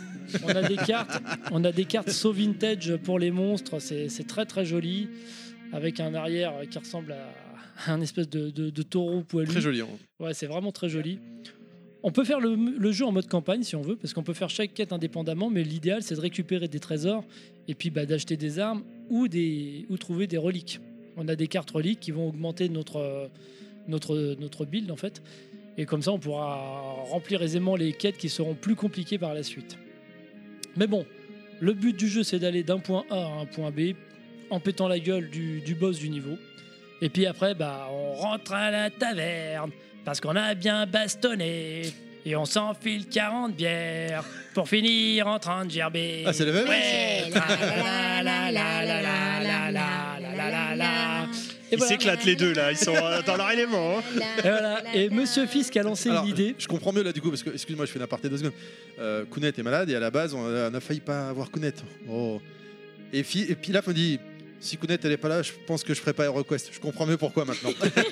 On a des cartes, on a des cartes so vintage pour les monstres. C'est, c'est très très joli, avec un arrière qui ressemble à un espèce de, de, de taureau poilu. Très joli. Hein. Ouais, c'est vraiment très joli. On peut faire le, le jeu en mode campagne si on veut, parce qu'on peut faire chaque quête indépendamment, mais l'idéal c'est de récupérer des trésors et puis bah, d'acheter des armes ou, des, ou trouver des reliques. On a des cartes reliques qui vont augmenter notre, notre, notre build en fait, et comme ça on pourra remplir aisément les quêtes qui seront plus compliquées par la suite. Mais bon, le but du jeu c'est d'aller d'un point A à un point B en pétant la gueule du, du boss du niveau, et puis après bah, on rentre à la taverne parce qu'on a bien bastonné et on s'enfile quarante bières pour finir en train de gerber. Ah, c'est le même Ouais. La, la, la, la, la, la, la, la, la, la, la. Et Ils voilà. s'éclatent les deux là, ils sont euh, dans leur élément. Hein. Et voilà. Et Monsieur Fisk a lancé Alors, une idée. Je comprends mieux là du coup parce que excuse-moi, je fais n'importe deux secondes. Euh, Kounet est malade et à la base on a, on a failli pas avoir Kounet. Oh. Et, fi- et puis là on dit si Kounet elle est pas là, je pense que je ferai pas HeroQuest. Je comprends mieux pourquoi maintenant.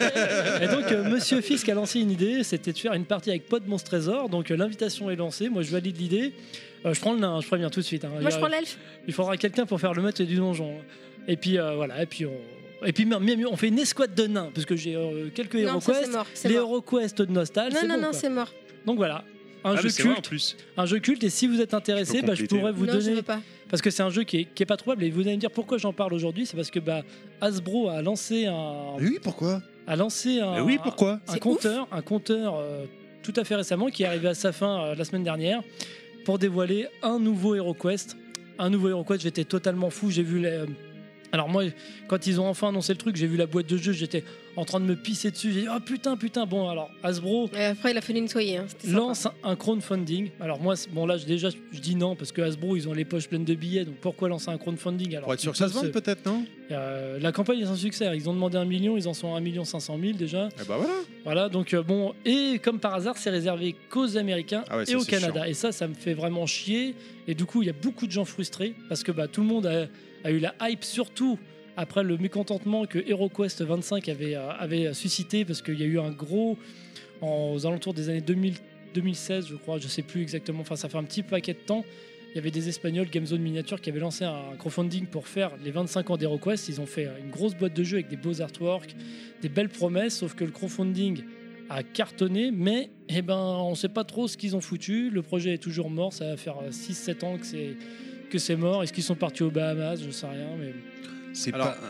Et donc euh, Monsieur Fisk a lancé une idée, c'était de faire une partie avec Pod Monstre Trésor. Donc euh, l'invitation est lancée. Moi je valide l'idée. Euh, je prends le nain, je préviens tout de suite. Hein. Moi, Il y je a- prends l'elfe. Il faudra quelqu'un pour faire le maître du donjon. Et puis euh, voilà. Et puis on. Et puis même mieux, on fait une escouade de nains parce que j'ai euh, quelques Non, ça, c'est HeroQuest. mort. C'est Les mort. HeroQuest de Nostal. Non, c'est non, bon, non, quoi. c'est mort. Donc voilà. Un Ah, jeu mais c'est vrai, en culte, plus. un jeu culte. Et si vous êtes intéressé, Je peux bah, je compléter. pourrais vous non, je donner veux pas. parce que c'est un jeu qui est, qui est pas trouvable. Et vous allez me dire pourquoi j'en parle aujourd'hui. C'est parce que bah, Hasbro a lancé un, Oui, pourquoi a lancé un, Mais oui, pourquoi un C'est compteur, un compteur euh, tout à fait récemment qui est arrivé à sa fin euh, la semaine dernière pour dévoiler un nouveau HeroQuest. Un nouveau HeroQuest, j'étais totalement fou. J'ai vu les. euh, Alors moi, quand ils ont enfin annoncé le truc, j'ai vu la boîte de jeu, j'étais en train de me pisser dessus. J'ai dit oh putain, putain. Bon alors Hasbro Et après, il a fallu nettoyer. Hein. C'était sympa. lance un crowdfunding. Alors moi, c'est- bon là, je- déjà, je dis non parce que Hasbro, ils ont les poches pleines de billets. Donc pourquoi lancer un crowdfunding alors Pour être sûr que qu'ils ça se vende peuvent peut-être, non euh, La campagne est un succès. Ils ont demandé un million, ils en sont à un million cinq cent mille déjà. Eh bah voilà. Voilà, donc euh, bon, et comme par hasard, c'est réservé qu'aux Américains Ah ouais, et ça, au c'est Canada. Et ça, ça me fait vraiment chier. Et du coup, il y a beaucoup de gens frustrés parce que bah, tout le monde a, a eu la hype, surtout après le mécontentement que HeroQuest vingt-cinq avait, euh, avait suscité, parce qu'il y a eu un gros, en- aux alentours des années deux mille, deux mille seize, je crois, je sais plus exactement, enfin ça fait un petit paquet de temps. Il y avait des Espagnols, Gamezone Miniature, qui avaient lancé un crowdfunding pour faire les vingt-cinq ans d'HeroQuest. Ils ont fait une grosse boîte de jeux avec des beaux artworks, des belles promesses, sauf que le crowdfunding a cartonné, mais eh ben, on ne sait pas trop ce qu'ils ont foutu. Le projet est toujours mort, ça va faire six sept ans que c'est, que c'est mort. Est-ce qu'ils sont partis aux Bahamas? Je sais rien, mais C'est Alors, pas.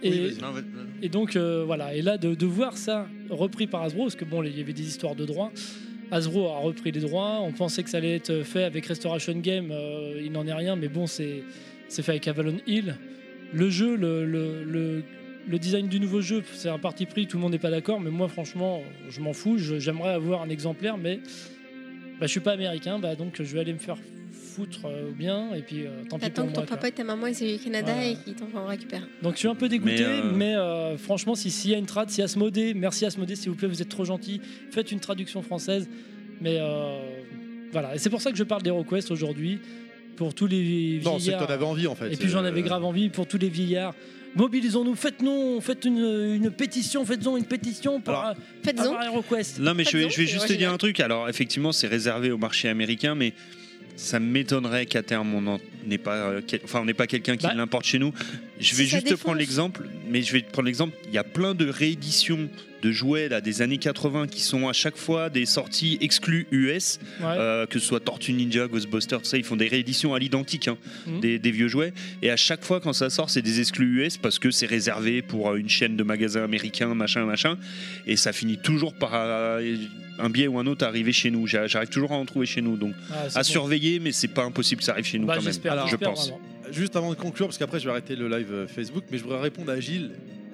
Et, Oui, vas-y. Non, vas- et donc euh, voilà, et là de, de voir ça repris par Hasbro, parce que bon, il y avait des histoires de droits. Hasbro a repris les droits. On pensait que ça allait être fait avec Restoration Game. Euh, il n'en est rien, mais bon, c'est c'est fait avec Avalon Hill. Le jeu, le, le, le, le design du nouveau jeu, c'est un parti pris. Tout le monde n'est pas d'accord, mais moi, franchement, je m'en fous. Je- J'aimerais avoir un exemplaire, mais bah, je suis pas américain, bah, donc je vais aller me faire foutre euh, bien. Et puis, euh, tant pis T'attends pour que ton moi. quoi. papa et ta maman ils aient eu au Canada Voilà. et qu'ils t'en récupèrent. Donc je suis un peu dégoûté, Mais, mais, euh, euh, franchement, si- s'il y a une trad, si Asmodée, merci Asmodée, s'il vous plaît, vous êtes trop gentil, faites une traduction française. Mais euh, voilà, et c'est pour ça que je parle d'HeroQuest aujourd'hui, pour tous les Non, c'est que vieillards. t'en avais envie en fait. Et puis j'en avais Euh, grave envie pour tous les vieillards. Mobilisons-nous, faites-nous, faites une, une pétition, faites-en une pétition pour Alors, euh, Faites-en. avoir HeroQuest. Non, mais je vais, Pas de je vais nom, juste c'est te dire original. un truc. Alors, effectivement, c'est réservé au marché américain, mais ça m'étonnerait qu'à terme, on n'en n'est pas, euh, quel- enfin, on n'est pas quelqu'un qui Bah, l'importe chez nous. Je vais si ça juste te prendre défonce. l'exemple, mais je vais te prendre l'exemple. Il y a plein de rééditions de jouets là, des années quatre-vingts qui sont à chaque fois des sorties exclues U S, Ouais. euh, que ce soit Tortue Ninja, Ghostbusters, tout ça, ils font des rééditions à l'identique hein, Mhm. des, des vieux jouets. Et à chaque fois, quand ça sort, c'est des exclus U S parce que c'est réservé pour euh, une chaîne de magasins américains, machin, machin. Et ça finit toujours par euh, un biais ou un autre arriver chez nous. J'a- J'arrive toujours à en trouver chez nous. Donc Ah, c'est à bon. surveiller, mais c'est pas impossible que ça arrive chez nous Bah, quand même. j'espère, Alors, je j'espère pense. vraiment. Juste avant de conclure, parce qu'après je vais arrêter le live euh, Facebook, mais je voudrais répondre à Gilles.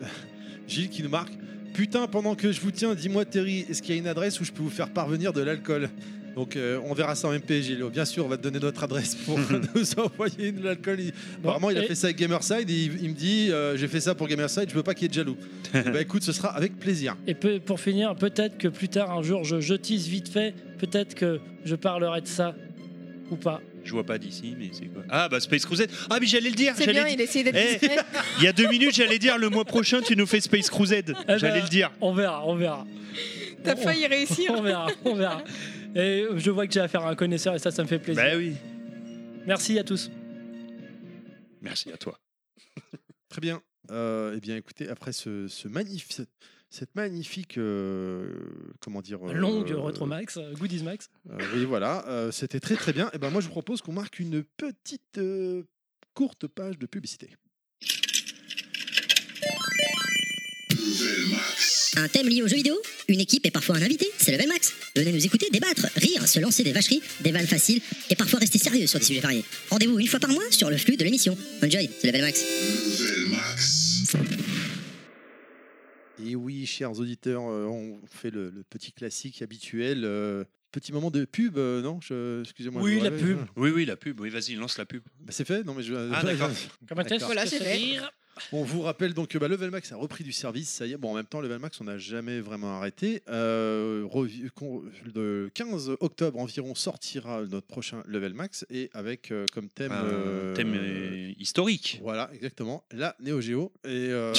Gilles qui nous marque. Putain, pendant que je vous tiens, dis-moi Terry, est-ce qu'il y a une adresse où je peux vous faire parvenir de l'alcool? Donc euh, on verra ça en M P, Gilles. Bien sûr, on va te donner notre adresse pour nous envoyer de l'alcool. Il- Bon, Apparemment, il a et- fait ça avec Gamerside et il, il me dit euh, j'ai fait ça pour Gamerside, je veux pas qu'il y ait de jaloux. Bah écoute, ce sera avec plaisir. Et peu- pour finir, peut-être que plus tard, un jour, je, je tease vite fait, peut-être que je parlerai de ça ou pas. Je vois pas d'ici, mais c'est quoi? Ah bah Space Crusade. Ah mais j'allais le dire. C'est j'allais bien, di- il essaie d'être Eh. discret. Il y a deux minutes, j'allais dire le mois prochain, tu nous fais Space Crusade. ben, J'allais le dire. On verra, on verra. T'as On- failli réussir. On verra, on verra. Et je vois que j'ai affaire à un connaisseur et ça, ça me fait plaisir. Bah oui. Merci à tous. Merci à toi. Très bien. Euh, eh bien, écoutez, après ce, ce magnifique, cette, cette magnifique, euh, comment dire, euh, Longue Retromax, Goodies Max. euh, oui, voilà, euh, c'était très très bien. Et ben moi, je vous propose qu'on marque une petite euh, courte page de publicité. Un thème lié aux jeux vidéo, une équipe et parfois un invité, c'est Level Max. Venez nous écouter, débattre, rire, se lancer des vacheries, des vannes faciles et parfois rester sérieux sur des sujets variés. Rendez-vous une fois par mois sur le flux de l'émission. Enjoy, c'est Level Max. Et oui, chers auditeurs, euh, on fait le, le petit classique habituel. euh, petit moment de pub, euh, non je, Excusez-moi. Oui, je vous la réveille. pub. Oui, oui, la pub. Oui, vas-y, lance la pub. Bah, c'est fait, non mais je. Ah, d'accord. Comment est-ce D'accord. Voilà, que c'est ça fait. dire On vous rappelle donc que bah, Level Max a repris du service, ça y est. Bon, en même temps, Level Max, on n'a jamais vraiment arrêté. Euh, revi- con- le quinze octobre environ sortira notre prochain Level Max et avec euh, comme thème. Un euh, thème euh, historique. Voilà, exactement. La Neo Geo et euh,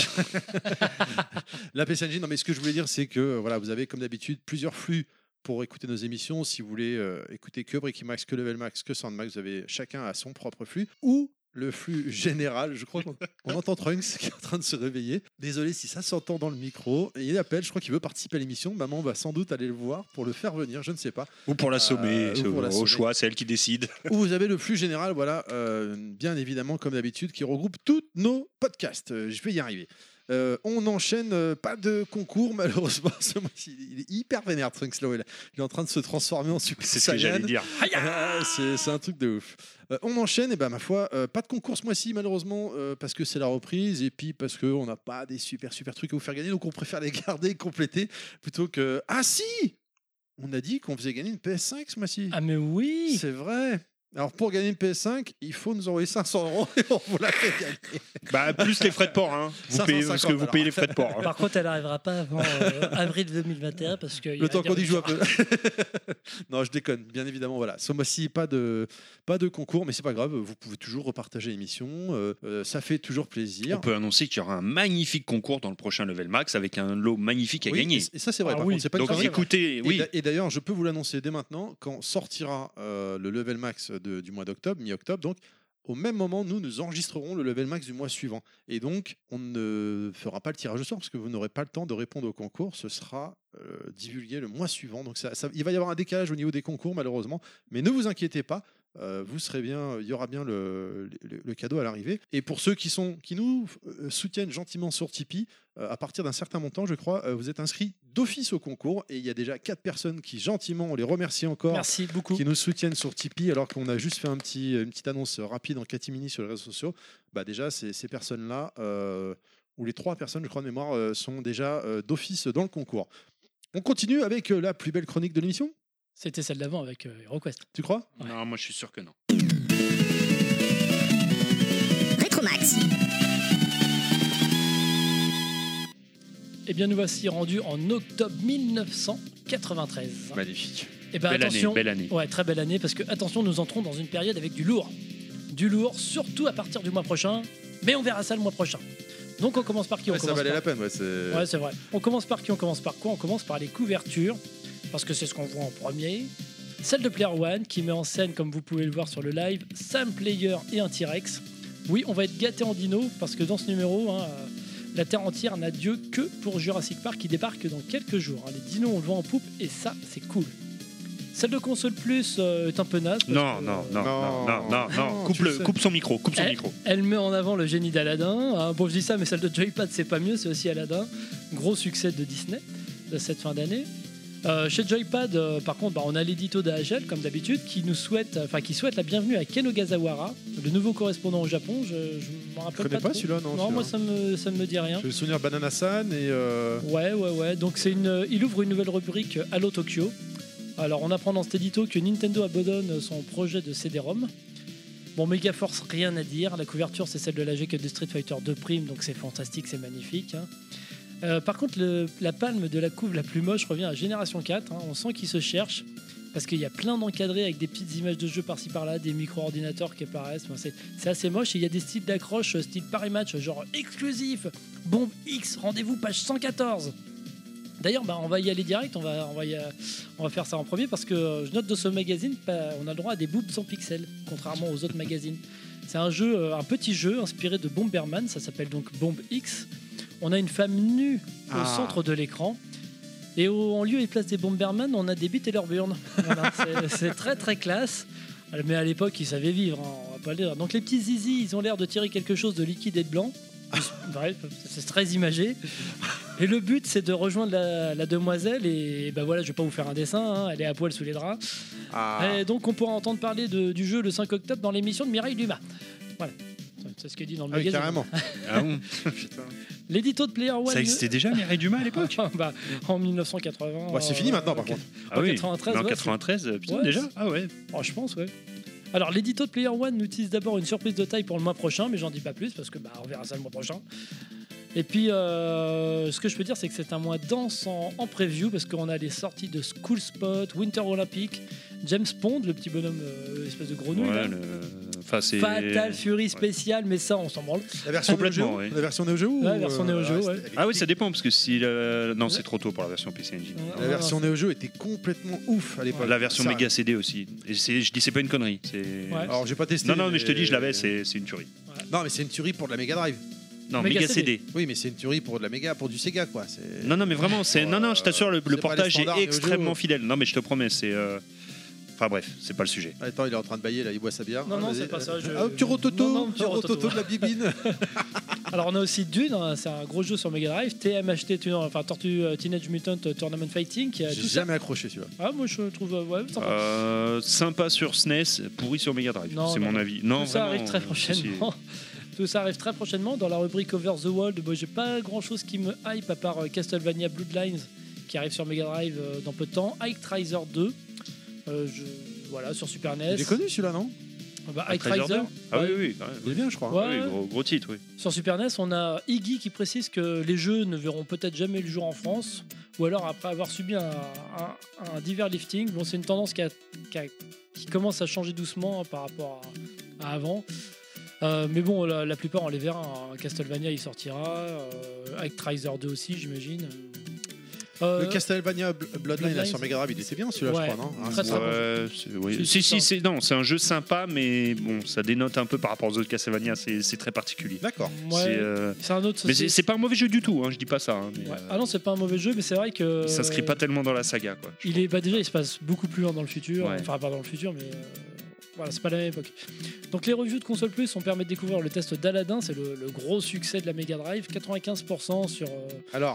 la P S Engine. Non, mais ce que je voulais dire, c'est que euh, voilà, vous avez comme d'habitude plusieurs flux pour écouter nos émissions. Si vous voulez euh, écouter que Bricky Max, que Level Max, que Soundmax, vous avez chacun à son propre flux ou le flux général. Je crois qu'on on entend Trunks qui est en train de se réveiller. Désolé si ça s'entend dans le micro. Et il appelle, je crois qu'il veut participer à l'émission. Maman va sans doute aller le voir pour le faire venir, je ne sais pas. Ou pour l'assommer. Euh, ou c'est pour au- l'assommer. au choix, c'est elle qui décide. Où vous avez le flux général, voilà, euh, bien évidemment, comme d'habitude, qui regroupe tous nos podcasts. Euh, je vais y arriver. Euh, on enchaîne, euh, pas de concours, malheureusement. Ce mois-ci, il est hyper vénère, Trunks là, il est en train de se transformer en Super C'est ce que Saiyan. j'allais dire. Ah, c'est c'est un truc de ouf. Euh, on enchaîne, et ben ma foi, euh, pas de concours ce mois-ci malheureusement, euh, parce que c'est la reprise, et puis parce qu'on n'a pas des super super trucs à vous faire gagner, donc on préfère les garder et compléter plutôt que. Ah si, on a dit qu'on faisait gagner une P S cinq ce mois-ci. Ah mais oui. C'est vrai. Alors pour gagner une P S cinq, il faut nous envoyer cinq cents euros et on vous la fait gagner. Bah, plus les frais de port. Hein. Vous payez, parce que vous payez les frais de port. hein. Par contre, elle n'arrivera pas avant euh, avril deux mille vingt et un parce que il y Le a temps qu'on y des joue un peu. ruptures. Non, je déconne, bien évidemment. Voilà, ce mois-ci, pas de, pas de concours, mais c'est pas grave. Vous pouvez toujours repartager l'émission. euh, euh, ça fait toujours plaisir. On peut annoncer qu'il y aura un magnifique concours dans le prochain Level Max avec un lot magnifique à Oui, gagner. et, et ça, c'est vrai. Ah par oui. contre, c'est pas une Donc connerie. écoutez, Et oui, d'a- Et d'ailleurs, je peux vous l'annoncer dès maintenant, quand sortira euh, le level max de- du mois d'octobre, mi-octobre, donc au même moment, nous, nous enregistrerons le level max du mois suivant. Et donc, on ne fera pas le tirage au sort parce que vous n'aurez pas le temps de répondre au concours. Ce sera euh, divulgué le mois suivant. Donc, ça, ça- il va y avoir un décalage au niveau des concours, malheureusement. Mais ne vous inquiétez pas, euh, vous serez bien, il y aura bien le, le, le cadeau à l'arrivée. Et pour ceux qui, sont, qui nous euh, soutiennent gentiment sur Tipeee, euh, à partir d'un certain montant, je crois, euh, vous êtes inscrits d'office au concours. Et il y a déjà quatre personnes qui, gentiment, on les remercie encore, Merci beaucoup. qui nous soutiennent sur Tipeee, alors qu'on a juste fait un petit, une petite annonce rapide en catimini sur les réseaux sociaux. Bah déjà, ces, ces personnes-là, euh, ou les trois personnes, je crois de mémoire, euh, sont déjà euh, d'office dans le concours. On continue avec euh, la plus belle chronique de l'émission, C'était celle d'avant avec euh, HeroQuest. tu crois? Ouais. Non, moi je suis sûr que non. Rétromax. Eh bien, nous voici rendus en octobre mille neuf cent quatre-vingt-treize. Magnifique. Eh ben, Belle attention, année, belle année. Ouais, très belle année, parce que attention, nous entrons dans une période avec du lourd. Du lourd, surtout à partir du mois prochain, mais on verra ça le mois prochain. Donc on commence par qui? On Ouais, ça commence valait par... la peine. Ouais, c'est... Ouais, c'est vrai. On commence par qui? On commence par quoi? On commence par les couvertures, parce que c'est ce qu'on voit en premier. Celle de Player One, qui met en scène, comme vous pouvez le voir sur le live, Sam Player et un T-Rex. Oui, on va être gâtés en dino, parce que dans ce numéro, hein, euh, la Terre entière n'a Dieu que pour Jurassic Park, qui débarque dans quelques jours. hein. Les dinos, on le voit en poupe, et ça, c'est cool. Celle de Console Plus euh, est un peu naze. parce Non, que, non, euh, non, non, non, non, non. Non, Coupe, tu le le, sais. coupe son micro, coupe son Eh, micro. Elle met en avant le génie d'Aladin. hein. Bon, je dis ça, mais celle de Joypad, c'est pas mieux, c'est aussi Aladin. Gros succès de Disney de cette fin d'année. Euh, chez Joypad, euh, par contre, bah, on a l'édito d'A H L, comme d'habitude, qui nous souhaite, enfin, qui souhaite la bienvenue à Ken Ogasawara, le nouveau correspondant au Japon. Je, je m'en rappelle Je connais pas trop. celui-là, non, celui-là. moi ça me, ça ne me dit rien. J'ai le souvenir Banana San et. euh, Ouais, ouais, ouais. Donc c'est une, il ouvre une nouvelle rubrique euh, Allo Tokyo. Alors on apprend dans cet édito que Nintendo abandonne son projet de C D-ROM. Bon, Megaforce, rien à dire. La couverture, c'est celle de la G Q de Street Fighter deux Prime, donc c'est fantastique, c'est magnifique. hein. Euh, par contre, le- la palme de la couve la plus moche revient à Génération quatre. hein. On sent qu'il se cherche parce qu'il y a plein d'encadrés avec des petites images de jeux par-ci par-là, des micro-ordinateurs qui apparaissent. Enfin, c'est, c'est assez moche et il y a des styles d'accroche, euh, style Paris Match, genre exclusif, Bombe X, rendez-vous page cent quatorze. D'ailleurs, bah, on va y aller direct, on va, on, va y, euh, on va faire ça en premier parce que euh, je note de ce magazine, bah, on a le droit à des boobs sans pixels, contrairement aux autres magazines. C'est un jeu, euh, un petit jeu inspiré de Bomberman, ça s'appelle donc Bombe X. On a une femme nue au Ah. centre de l'écran. Et au- en lieu et place des Bomberman, on a des bites et leurs burnes. Voilà, c'est, c'est très très classe. Mais à l'époque, ils savaient vivre, hein, on va pas le dire. Donc les petits zizi, ils ont l'air de tirer quelque chose de liquide et de blanc. Bref, c'est très imagé. Et le but, c'est de rejoindre la, la demoiselle. Et ben voilà, je vais pas vous faire un dessin, hein, elle est à poil sous les draps. Ah. Et donc on pourra entendre parler de- du jeu le cinq octobre dans l'émission de Mireille Dumas. Voilà, c'est ce qui est dit dans le Ah oui, magazine. carrément. Ah bon. Putain. L'édito de Player One. Ça existait déjà, Mireille Dumas à l'époque? Bah, en mille neuf cent quatre-vingts. Ouais, c'est fini maintenant, par ok. contre. Ah oui, quatre-vingt-treize, mais en ouais, quatre-vingt-treize, putain, Ouais, déjà? c'est- Ah ouais. Oh, je pense, ouais. Alors, l'édito de Player One nous utilise d'abord une surprise de taille pour le mois prochain, mais j'en dis pas plus parce que bah, on verra ça le mois prochain. Et puis, euh, ce que je peux dire, c'est que c'est un mois dense en, en preview parce qu'on a les sorties de School Spot, Winter Olympic, James Pond, le petit bonhomme, euh, espèce de grenouille. là. Ouais, le- Enfin, c'est. Fatal Fury Ouais. spécial, mais ça, on s'en branle. La version Neo Geo, Complètement, ouais. la version Neo Geo ou, Ouais, la version Neo Geo, c'était- ouais. elle était- Ah oui, ça dépend parce que si. le- Non, c'est trop tôt pour la version P C Engine. La version Neo Geo était complètement ouf à l'époque. La version Ça- Mega C D aussi. Et c'est- je dis, c'est pas une connerie. C'est. Ouais. Alors j'ai pas testé. Non, non, mais je te dis, je l'avais, c'est c'est une tuerie. Non, mais c'est une tuerie pour de la Mega Drive. Non, Mega Mega C D. C D. Oui, mais c'est une tuerie pour de la Mega, pour du Sega, quoi. C'est... Non, non, mais vraiment, c'est. Non, non, je t'assure, le, le C'est pas les portage standards est Neo extrêmement Geo. fidèle. Non, mais je te promets, c'est. euh, Enfin bref, c'est pas le sujet. Attends, il est en train de bailler là, il boit sa bière. Non, non, vas-y. c'est pas ça, je- Ah, un petit rototo, Non, non, un petit un rototo. rototo de la bibine. Alors, on a aussi Dune, hein, c'est un gros jeu sur Mega Drive. T M H T, tu- enfin Tortue euh, Teenage Mutant Tournament Fighting. Qui a J'ai tout ça. jamais accroché celui-là. Ah, moi, je trouve, euh, ouais, sympa. Euh, sympa sur S N E S, pourri sur Mega Drive. Non, C'est non, mon non. avis. Non, Tout ça vraiment, arrive très euh, si, si. prochainement. Tout ça arrive très prochainement dans la rubrique Over the World. Moi, j'ai pas grand chose qui me hype à part euh, Castlevania Bloodlines qui arrive sur Mega Drive euh, dans peu de temps. Ike Trizer deux, euh, je- voilà, sur Super N E S. J'ai connu celui-là, non? Bah, Ah, Ike Treasure Trizer, deux Ah oui, ouais. oui, quand même. Il est bien, je crois. Ouais. Ah oui, gros, gros titre, oui. Sur Super N E S, on a Iggy qui précise que les jeux ne verront peut-être jamais le jour en France, ou alors après avoir subi un, un- un divers lifting. Bon, c'est une tendance qui, a- qui a- qui commence à changer doucement hein, par rapport à, à avant. Euh, mais bon, la, la plupart on les verra. hein. Castlevania il sortira, euh, avec Trizer deux aussi, j'imagine. Euh, Le Castlevania Bl- Bloodline là, Bloodlines. sur Mega Drive, il était bien celui-là, Ouais. je crois, non? Hein, Très, c'est- très bon. Ouais, c'est- oui. C'est- Si, c'est si, ça. c'est non, c'est un jeu sympa, mais bon, ça dénote un peu par rapport aux autres Castlevania, c'est c'est très particulier. D'accord. ouais, C'est, euh, c'est un autre. Mais c'est- c'est c'est pas un mauvais jeu du tout, hein, je dis pas ça. hein, mais, ouais. euh, Ah non, c'est pas un mauvais jeu, mais c'est vrai que. il s'inscrit pas tellement dans la saga, quoi. je Il est bah déjà il se passe beaucoup plus loin dans le futur, Ouais. enfin pas dans le futur mais euh, Voilà, c'est pas la même époque. Donc les reviews de Console Plus, on permet de découvrir le test d'Aladdin, c'est le, le gros succès de la Mega Drive, quatre-vingt-quinze pour cent sur, euh, Alors,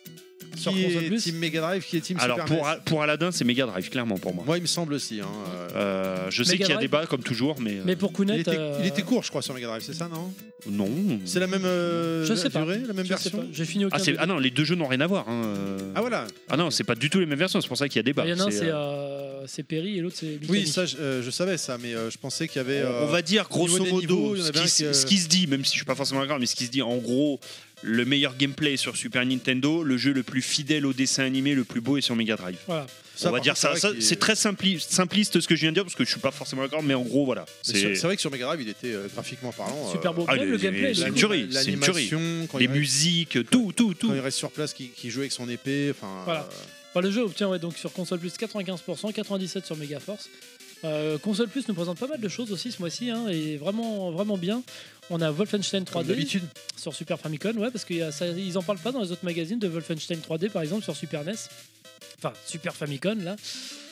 sur qui Console est Plus. Team Mega Drive, qui est Team Alors Super pour, N E S? Al- pour Aladdin, c'est Mega Drive, clairement pour moi. Moi, il me semble aussi. Hein, euh, Euh, je sais Mega qu'il y a Drive. débat comme toujours, mais, euh, Mais pour Kounet, il, était, euh, il était court, je crois, sur Mega Drive, c'est ça, non non. C'est la même euh, Je sais pas. durée, la même je sais version pas, j'ai fini aucun Ah, c'est- des ah deux. non, les deux jeux n'ont rien à voir. hein, euh. Ah voilà. Ah non, c'est pas du tout les mêmes versions, c'est pour ça qu'il y a débat. Il y en a un, C'est, c'est, euh, euh, c'est Perry et l'autre, c'est Mikami. Oui, ça, je, euh, je savais ça, mais euh, je pensais qu'il y avait. on euh, va dire au niveau grosso des modo niveaux, il y en ce avait qui, un qui, euh, ce qui se dit, même si je suis pas forcément d'accord, mais ce qui se dit en gros, le meilleur gameplay est sur Super Nintendo, le jeu le plus fidèle au dessin animé, le plus beau est sur Mega Drive. Voilà. ça, on va par dire contre, ça, vrai ça, qu'il- c'est très simpli- simpliste ce que je viens de dire parce que je suis pas forcément d'accord, mais en gros voilà. mais C'est C'est c'est vrai que sur Mega Drive, il était euh, graphiquement parlant. euh, Super beau. ah, Même il le est- gameplay, il c'est est une cool. tuerie, c'est une tuerie. L'animation, quand Les il reste- musiques, tout, tout, tout. quand il reste sur place, qui, qui joue avec son épée. Enfin. Voilà. euh, Enfin, le jeu obtient ouais, donc sur Console Plus quatre-vingt-quinze pour cent, quatre-vingt-dix-sept pour cent sur Megaforce. Euh, Console Plus nous présente pas mal de choses aussi ce mois-ci, hein, et vraiment, vraiment bien. On a Wolfenstein trois Comme D d'habitude. sur Super Famicom, ouais, parce qu'ils en parlent pas dans les autres magazines de Wolfenstein trois D, par exemple, sur Super N E S. Enfin, Super Famicom, là.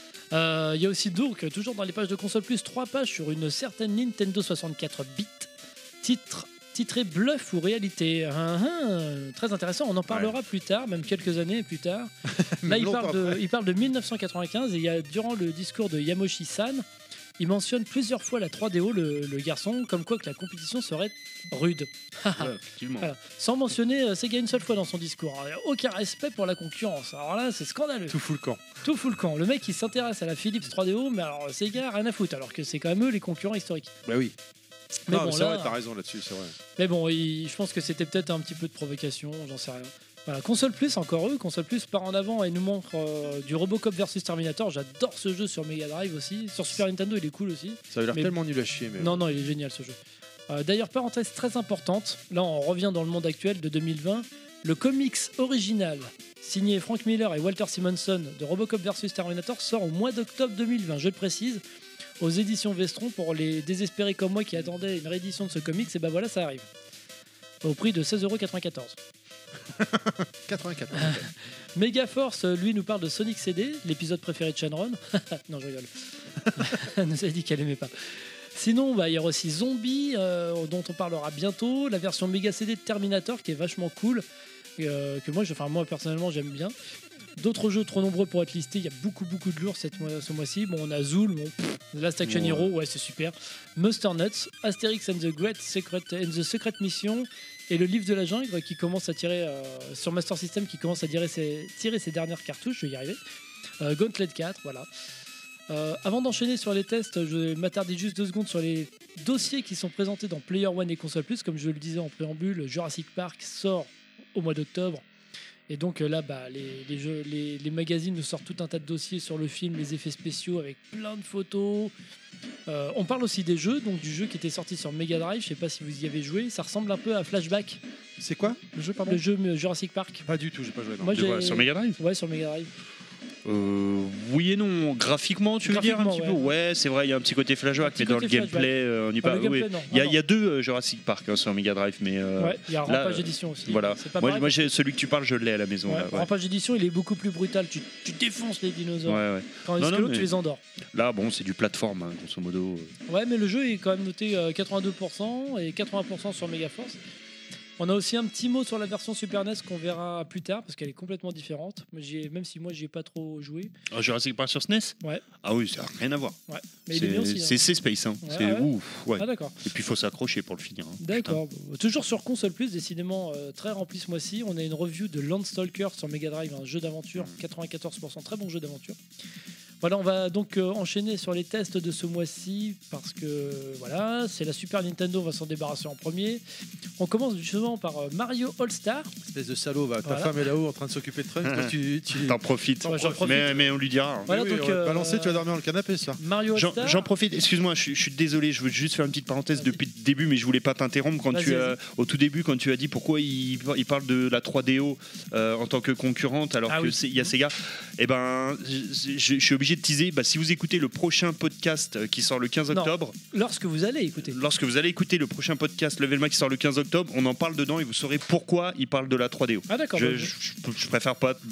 Euh, Il y a aussi donc, toujours dans les pages de Console Plus, trois pages sur une certaine Nintendo soixante-quatre bits, titre, titré Bluff ou réalité. Ah, ah, très intéressant, on en parlera plus tard, même quelques années plus tard. Là, il longtemps parle, de, après. il parle de mille neuf cent quatre-vingt-quinze et il y a, durant le discours de Yamoshi-san, il mentionne plusieurs fois la trois D O, le, le garçon, comme quoi que la compétition serait rude. Ouais, effectivement. Voilà. Sans mentionner euh, Sega une seule fois dans son discours. Alors, il n'y a aucun respect pour la concurrence. Alors là, c'est scandaleux. Tout fout le camp. Tout fout le camp. Le mec, il s'intéresse à la Philips trois D O, mais alors Sega, rien à foutre, alors que c'est quand même eux les concurrents historiques. Bah oui. Mais Non, bon, mais c'est là- vrai, t'as raison là-dessus, c'est vrai. Mais bon, il- je pense que c'était peut-être un petit peu de provocation, j'en sais rien. Voilà, Console Plus, encore eux, Console Plus part en avant et nous montre euh, du Robocop versus Terminator. J'adore ce jeu sur Mega Drive aussi. Sur Super Nintendo, il est cool aussi. Ça a l'air Mais- tellement nul à chier. Mais... Non, non, il est génial ce jeu. Euh, D'ailleurs, parenthèse très importante, là on revient dans le monde actuel de deux mille vingt. Le comics original, signé Frank Miller et Walter Simonson de Robocop versus Terminator, sort au mois d'octobre deux mille vingt, je le précise, aux éditions Vestron. Pour les désespérés comme moi qui attendaient une réédition de ce comics, et ben voilà, ça arrive. Au prix de seize euros quatre-vingt-quatorze. quatre-vingt-quatre. Megaforce, lui, nous parle de Sonic C D, l'épisode préféré de Shenron. Non, je rigole. Elle nous a dit qu'elle aimait pas. Sinon, bah, il y aura aussi Zombie, euh, dont on parlera bientôt. La version Mega C D de Terminator, qui est vachement cool. Et, euh, que moi, je, enfin, moi, personnellement, j'aime bien. D'autres jeux trop nombreux pour être listés. Il y a beaucoup, beaucoup de lourds cette mois, ce mois-ci. Bon, on a Zool, bon, pff, Last Action Ouais. Hero, ouais, c'est super. Monster Nuts, Asterix and the Great Secret, and the Secret Mission. Et le livre de la jungle qui commence à tirer euh, sur Master System, qui commence à tirer ses, tirer ses dernières cartouches, je vais y arriver. Euh, Gauntlet quatre, voilà. Euh, avant d'enchaîner sur les tests, je vais m'attarder juste deux secondes sur les dossiers qui sont présentés dans Player One et Console Plus. Comme je le disais en préambule, Jurassic Park sort au mois d'octobre. Et donc euh, là, bah, les, les, jeux, les, les magazines nous sortent tout un tas de dossiers sur le film, les effets spéciaux avec plein de photos. Euh, on parle aussi des jeux, donc du jeu qui était sorti sur Mega Drive. Je sais pas si vous y avez joué. Ça ressemble un peu à Flashback, C'est quoi le jeu, pardon le jeu euh, Jurassic Park. Pas du tout, j'ai pas joué. non. Moi, De j'ai- quoi, sur Mega Drive Ouais, sur Mega Drive. Euh, oui et non. Graphiquement, tu veux dire un Graphiquement, petit peu Ouais, c'est vrai, il y a un petit côté flashback, petit mais dans côté le gameplay, flashback. euh, on y Ah, parle. le gameplay, oui. non. Il y, a- Ah, il y a deux euh, Jurassic Park hein, sur Mega Drive, mais euh, Ouais, il y a là, Rampage euh, Edition aussi. voilà. C'est pas Moi, pareil. moi j'ai celui que tu parles, je l'ai à la maison. Ouais, Là, ouais. Rampage Edition, il est beaucoup plus brutal. Tu, tu défonces les dinosaures. Ouais, ouais. Quand Non, que non, l'autre, mais- tu les endors. Là, bon, c'est du plateforme, hein, grosso modo. Ouais, mais le jeu est quand même noté euh, quatre-vingt-deux pour cent et quatre-vingts pour cent sur Megaforce. On a aussi un petit mot sur la version Super N E S qu'on verra plus tard parce qu'elle est complètement différente. Mais j'y ai- même si moi, j'y ai pas trop joué. Oh, Jurassic Park sur S N E S Ouais. Ah oui, ça n'a rien à voir. Ouais. Mais il est bien C'est aussi. hein. c'est c'est Space. Hein. Ouais, c'est ouais. ouf. Ouais. Ah, d'accord. Et puis il faut s'accrocher pour le finir. hein. D'accord. Bon, toujours sur Console Plus, décidément euh, très rempli ce mois-ci. On a une review de Landstalker sur Mega Drive, un jeu d'aventure, quatre-vingt-quatorze pour cent, très bon jeu d'aventure. Voilà, on va donc euh, enchaîner sur les tests de ce mois-ci parce que voilà, c'est la Super Nintendo, on va s'en débarrasser en premier. On commence justement par euh, Mario All-Star. Espèce de salaud, va. Ta Voilà. femme est là-haut en train de s'occuper de Trunks. toi, tu, tu... T'en profites. Ouais, j'en profite. Mais, mais on lui dira. hein. Voilà, Oui, donc, on va te euh, balancer, tu vas dormir dans le canapé ce soir. Mario J'en All-Star. j'en profite, excuse-moi, je, suis- je suis désolé, je veux juste faire une petite parenthèse Vas-y. depuis le début, mais je voulais pas t'interrompre quand Vas-y, tu as, vas-y. au tout début quand tu as dit pourquoi il, il parle de la trois D O euh, en tant que concurrente alors Ah que oui. c'est- il y a Sega. Et ben, je, je- je suis obligé de teaser. Bah, si vous écoutez le prochain podcast euh, qui sort le quinze Non. octobre, Lorsque vous allez écouter. lorsque vous allez écouter le prochain podcast Level Max qui sort le quinze octobre, on en parle dedans et vous saurez pourquoi il parle de la trois D O. Ah d'accord. Je, bah, je, je- je préfère pas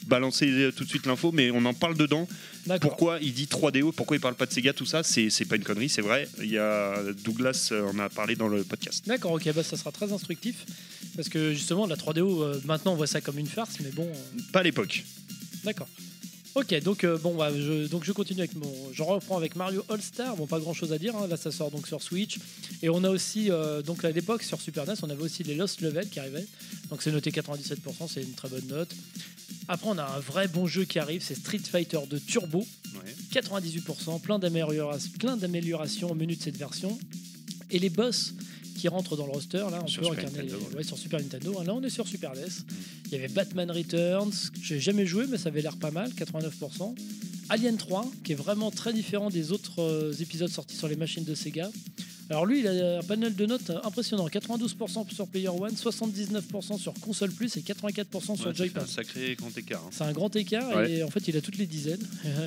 balancer euh, tout de suite l'info, mais on en parle dedans. D'accord. Pourquoi il dit trois D O, pourquoi il parle pas de Sega, tout ça, c'est, c'est pas une connerie, c'est vrai. Il y a Douglas euh, en a parlé dans le podcast. D'accord, ok, bah ça sera très instructif. Parce que justement, la trois D O, euh, maintenant on voit ça comme une farce, mais bon. euh, Pas à l'époque. D'accord. Ok, donc euh, bon, bah, je, donc je continue avec mon, je reprends avec Mario All Star. Bon, pas grand chose à dire. Hein. Là, ça sort donc sur Switch. Et on a aussi, euh, donc à l'époque sur Super N E S, on avait aussi les Lost Level qui arrivaient. Donc c'est noté quatre-vingt-dix-sept pour cent, c'est une très bonne note. Après, on a un vrai bon jeu qui arrive, c'est Street Fighter deux Turbo, Ouais. quatre-vingt-dix-huit pour cent, plein d'améliorations, plein d'améliorations au menu de cette version. Et les boss qui rentrent dans le roster, là, on Sur peut Super incarner Nintendo, ouais. ouais, sur Super Nintendo. Là, on est sur Super N E S. Il y avait Batman Returns, j'ai jamais joué, mais ça avait l'air pas mal, quatre-vingt-neuf pour cent. Alien trois, qui est vraiment très différent des autres euh, épisodes sortis sur les machines de Sega. Alors lui, il a un panel de notes impressionnant, quatre-vingt-douze pour cent sur Player One, soixante-dix-neuf pour cent sur Console Plus et quatre-vingt-quatre pour cent sur Ouais, ça fait Joy-Con. un sacré grand écart. hein. C'est un grand écart Ouais. et en fait il a toutes les dizaines.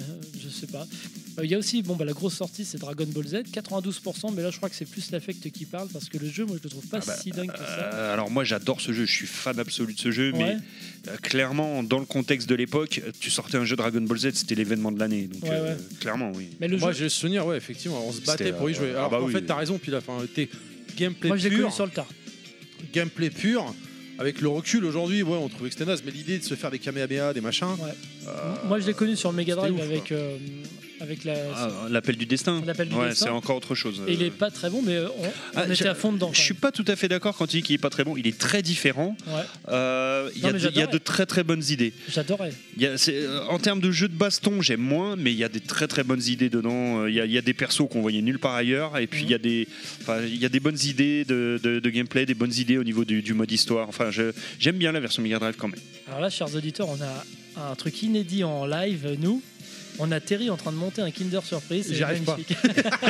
Je sais pas. Euh, Il y a aussi bon bah la grosse sortie c'est Dragon Ball Z, quatre-vingt-douze pour cent, mais là je crois que c'est plus l'affect qui parle parce que le jeu moi je le trouve pas Ah bah, si dingue que ça. Euh, alors moi j'adore ce jeu, je suis fan absolu de ce jeu, Ouais. mais euh, clairement dans le contexte de l'époque, tu sortais un jeu Dragon Ball Z, c'était l'événement de l'année, donc Ouais, euh, ouais. clairement oui. Mais le Moi, jeu, j'ai le souvenir, ouais, effectivement, on se battait C'était, pour y euh, jouer. ah Alors, bah en oui. fait, t'as raison, puis là, enfin, t'es gameplay moi je l'ai pur, connu sur le tard. gameplay pur. Avec le recul aujourd'hui, ouais, on trouvait que c'était naze, mais l'idée de se faire des kamehameha, des machins. Ouais. euh, Moi je l'ai connu sur Mega Drive c'était ouf, avec euh, avec la. Ah, l'appel du destin. L'appel du ouais, destin. c'est encore autre chose. Et il Euh, est pas très bon, mais on, on Ah, était j'ai- à fond dedans. Je suis pas tout à fait d'accord quand tu dis qu'il est pas très bon. Il est très différent. quand même. Ouais, Euh, Il y, Non, a mais de- il y a j'adorais. de très très bonnes idées. j'adorais. Il y a- c'est- euh, en termes de jeu de baston, j'aime moins, mais il y a des très très bonnes idées dedans. Euh, Il y a, il y a des persos qu'on voyait nulle part ailleurs, et puis il y a des, enfin, il y a des bonnes idées de, de- de gameplay, des bonnes idées au niveau du, du mode histoire. Enfin, je- j'aime bien la version Mega Drive quand même. Alors là, chers auditeurs, on a un truc inédit en live, nous. On a Terry en train de monter un Kinder Surprise. c'est J'y arrive pas. magnifique.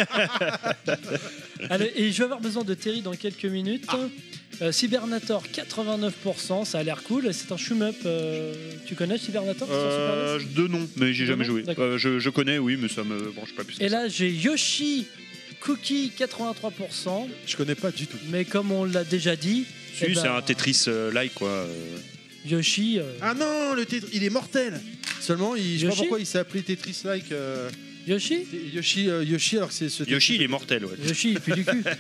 Allez, et je vais avoir besoin de Terry dans quelques minutes. Euh, Cybernator, quatre-vingt-neuf pour cent, ça a l'air cool. C'est un shoot-up. euh, Tu connais Cybernator sur Super Euh, N E S? de nom, mais j'ai De jamais nom, joué. d'accord. Euh, je, je connais, oui, mais ça me branche pas plus. que Et ça. là, j'ai Yoshi Cookie, quatre-vingt-trois pour cent. Je connais pas du tout. Mais comme on l'a déjà dit, Si, eh ben, c'est un Tetris-like quoi. euh. Yoshi. euh, Ah non, le Tetris, il est mortel. Seulement, il, je sais pas Yoshi pourquoi il s'est appelé Tetris-like. euh, Yoshi Yoshi, euh, Yoshi, alors que c'est ce. Yoshi, il est mortel, ouais. Yoshi, il pue du cul.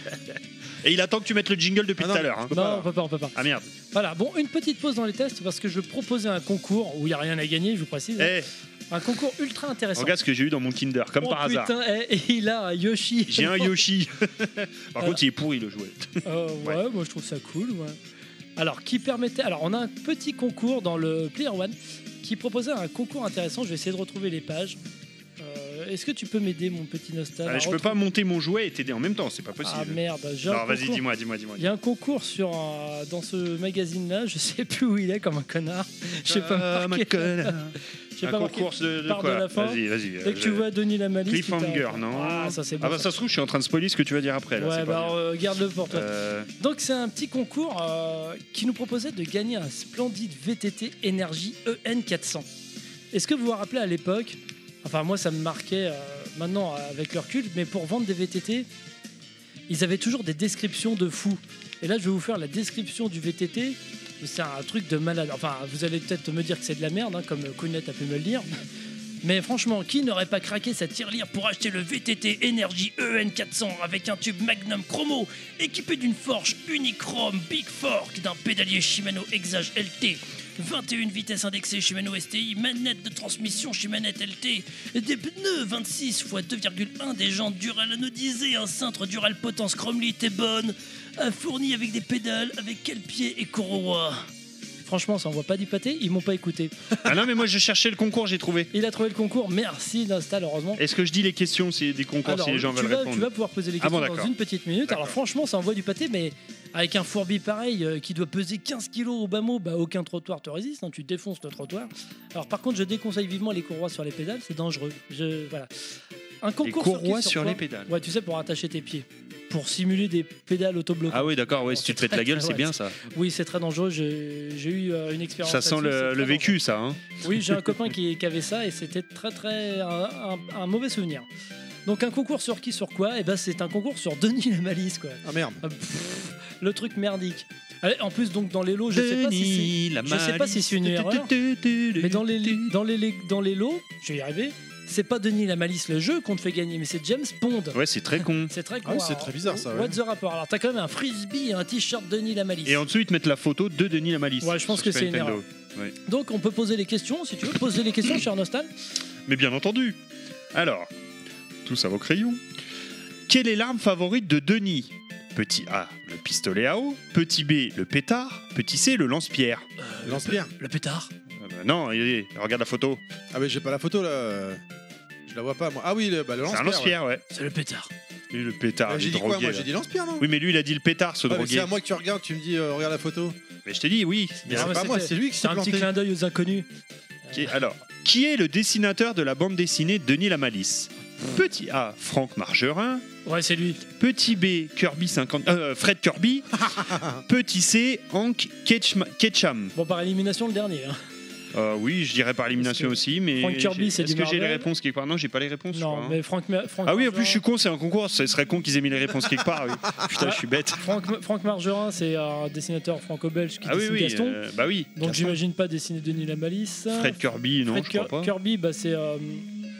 Et il attend que tu mettes le jingle depuis Ah non, tout à l'heure. hein. je peux pas, Non, là. on peut pas, on peut pas. Ah merde. Voilà, bon, une petite pause dans les tests parce que je proposais un concours où il n'y a rien à gagner, je vous précise. Eh, Un concours ultra intéressant. regarde ce que j'ai eu dans mon Kinder, comme Oh, par hasard. putain, eh, et il a un Yoshi. J'ai un Yoshi. Par Alors- contre, il est pourri le jouet. Euh, ouais, moi je trouve ça cool. Ouais. Alors, qui permettait. Alors, on a un petit concours dans le Player One qui proposait un concours intéressant. Je vais essayer de retrouver les pages. Euh, Est-ce que tu peux m'aider, mon petit Nostal Ah, à je peux retrouver- pas monter mon jouet et t'aider en même temps, c'est pas possible. Ah merde, j'ai un Alors vas-y, concours. dis-moi, dis-moi, dis-moi. Il y a un concours sur un- dans ce magazine-là, je sais plus où il est comme un connard. Je sais pas Ah, marqué. ma conne. Je sais Un pas marqué. concours de, de part quoi de la fin. Vas-y, vas-y. Dès que tu je- vois Denis Lamalis. qui Cliffhanger, t'arrête. non Ah, ça c'est bon. Ah bah ça. ça se trouve, je suis en train de spoiler ce que tu vas dire après. Là, Ouais, c'est bah pas alors, bien. euh, garde-le pour toi. Euh, Donc c'est un petit concours euh, qui nous proposait de gagner un splendide V T T Energy E N quatre cents. Est-ce que vous vous rappelez à l'époque, enfin moi ça me marquait euh, maintenant avec le recul, mais pour vendre des V T T, ils avaient toujours des descriptions de fous. Et là je vais vous faire la description du V T T. C'est un truc de malade. Enfin vous allez peut-être me dire que c'est de la merde, hein, comme Kounet a pu me le dire. Mais franchement, qui n'aurait pas craqué sa tirelire pour acheter le V T T Energy E N quatre cents avec un tube Magnum Chromo équipé d'une Forge Unichrome Big Fork, d'un pédalier Shimano Exage L T, vingt et une vitesses indexées Shimano S T I, manette de transmission Shimano L T, des pneus vingt-six fois deux virgule un, des jantes Dural anodisées, un cintre Dural Potence Chromlite et bonne, un fourni avec des pédales, avec quel pied et courroie. Franchement, ça envoie pas du pâté, ils m'ont pas écouté. Ah non, mais moi je cherchais le concours, j'ai trouvé. Il a trouvé le concours, merci Nostal, heureusement. Est-ce que je dis les questions c'est des concours Alors, si les gens tu veulent vas, répondre tu vas pouvoir poser les Ah bon, questions dans d'accord. une petite minute. Alors franchement, ça envoie du pâté, mais avec un fourbi pareil euh, qui doit peser quinze kilos au bas mot, bah, aucun trottoir te résiste, hein, tu défonces le trottoir. Alors par contre, je déconseille vivement les courroies sur les pédales, c'est dangereux. Je, voilà. Un Les concours courroies qui, sur quoi les pédales. Ouais, tu sais, pour attacher tes pieds. Pour simuler des pédales autobloquantes. Ah oui, d'accord, ouais, si C'est tu te pètes très, la gueule, très- c'est ouais, bien ça. Oui, c'est très dangereux. J'ai j'ai eu euh, une expérience. Ça sent là-dessus, c'est le, très le vécu, ça. Hein. dangereux. Oui, j'ai un copain qui, qui avait ça et c'était très très un, un- un mauvais souvenir. Donc un concours sur qui, sur quoi? Et ben c'est un concours sur Denis Lamalis, quoi. Ah merde. Ah, pff, le truc merdique. Allez, en plus, donc dans les lots, je sais pas si c'est, je sais pas si c'est une erreur, mais dans les, dans les, dans les lots, je vais y arriver. C'est pas Denis la Malice le jeu qu'on te fait gagner, mais c'est James Bond. Ouais, c'est très con. C'est très con. Ah oui, c'est Alors, très bizarre, ça, ouais. What's the rapport? Alors t'as quand même un frisbee et un t-shirt Denis la Malice. Et en dessous, ils te mettent la photo de Denis la Malice. Ouais, je pense sur que Super c'est une Nintendo. erreur. Ouais. Donc on peut poser les questions, si tu veux. Poser les questions, cher Nostal. Mais bien entendu. Alors, tous à vos crayons. Quelle est l'arme favorite de Denis? Petit A, le pistolet à eau. Petit B, le pétard. Petit C, le lance-pierre. Euh, Lance-pierre. Le pétard. Ah bah non, et- et regarde la photo. Ah, mais j'ai pas la photo là. Je la vois pas, moi. Ah oui, le, bah, le C'est lance-pierre. un lance-pierre, ouais. C'est le pétard. Et le pétard, ouais. il J'ai est dit quoi, drogué. moi? là. J'ai dit lance-pierre, non? Oui, mais lui, il a dit le pétard, ce Ouais, mais drogué. c'est à moi que tu regardes, tu me dis euh, regarde la photo. Mais je t'ai dit, oui. Mais Ah, c'est mais pas c'est moi, fait. c'est lui qui C'est s'est un petit planté. clin d'œil aux inconnus. Qui est- alors, qui est le dessinateur de la bande dessinée Denis la Malice? Petit A, Franck Margerin. Ouais, c'est lui. Petit B, Kirby cinquante, euh, Fred Kirby. Petit C, Hank Ketchma- Ketcham. Bon, par élimination, le dernier. hein. Euh, oui, je dirais par élimination Parce aussi, mais Frank Kirby, j'ai- c'est est-ce du que j'ai les Marvel. réponses quelque part? Non, j'ai pas les réponses. je Non, crois, hein. mais Franck, Franck Ah oui, en plus Margerin- je suis con, c'est un concours, ce serait con qu'ils aient mis les réponses quelque part. Oui. Putain, je suis bête. Franck, Franck Margerin, c'est un dessinateur franco-belge qui Ah oui, dessine oui, Gaston. euh, bah oui. Donc j'imagine pas dessiner Denis la Malice. Fred Kirby, non, Fred je crois Kir- pas. Kirby, bah c'est. euh, euh,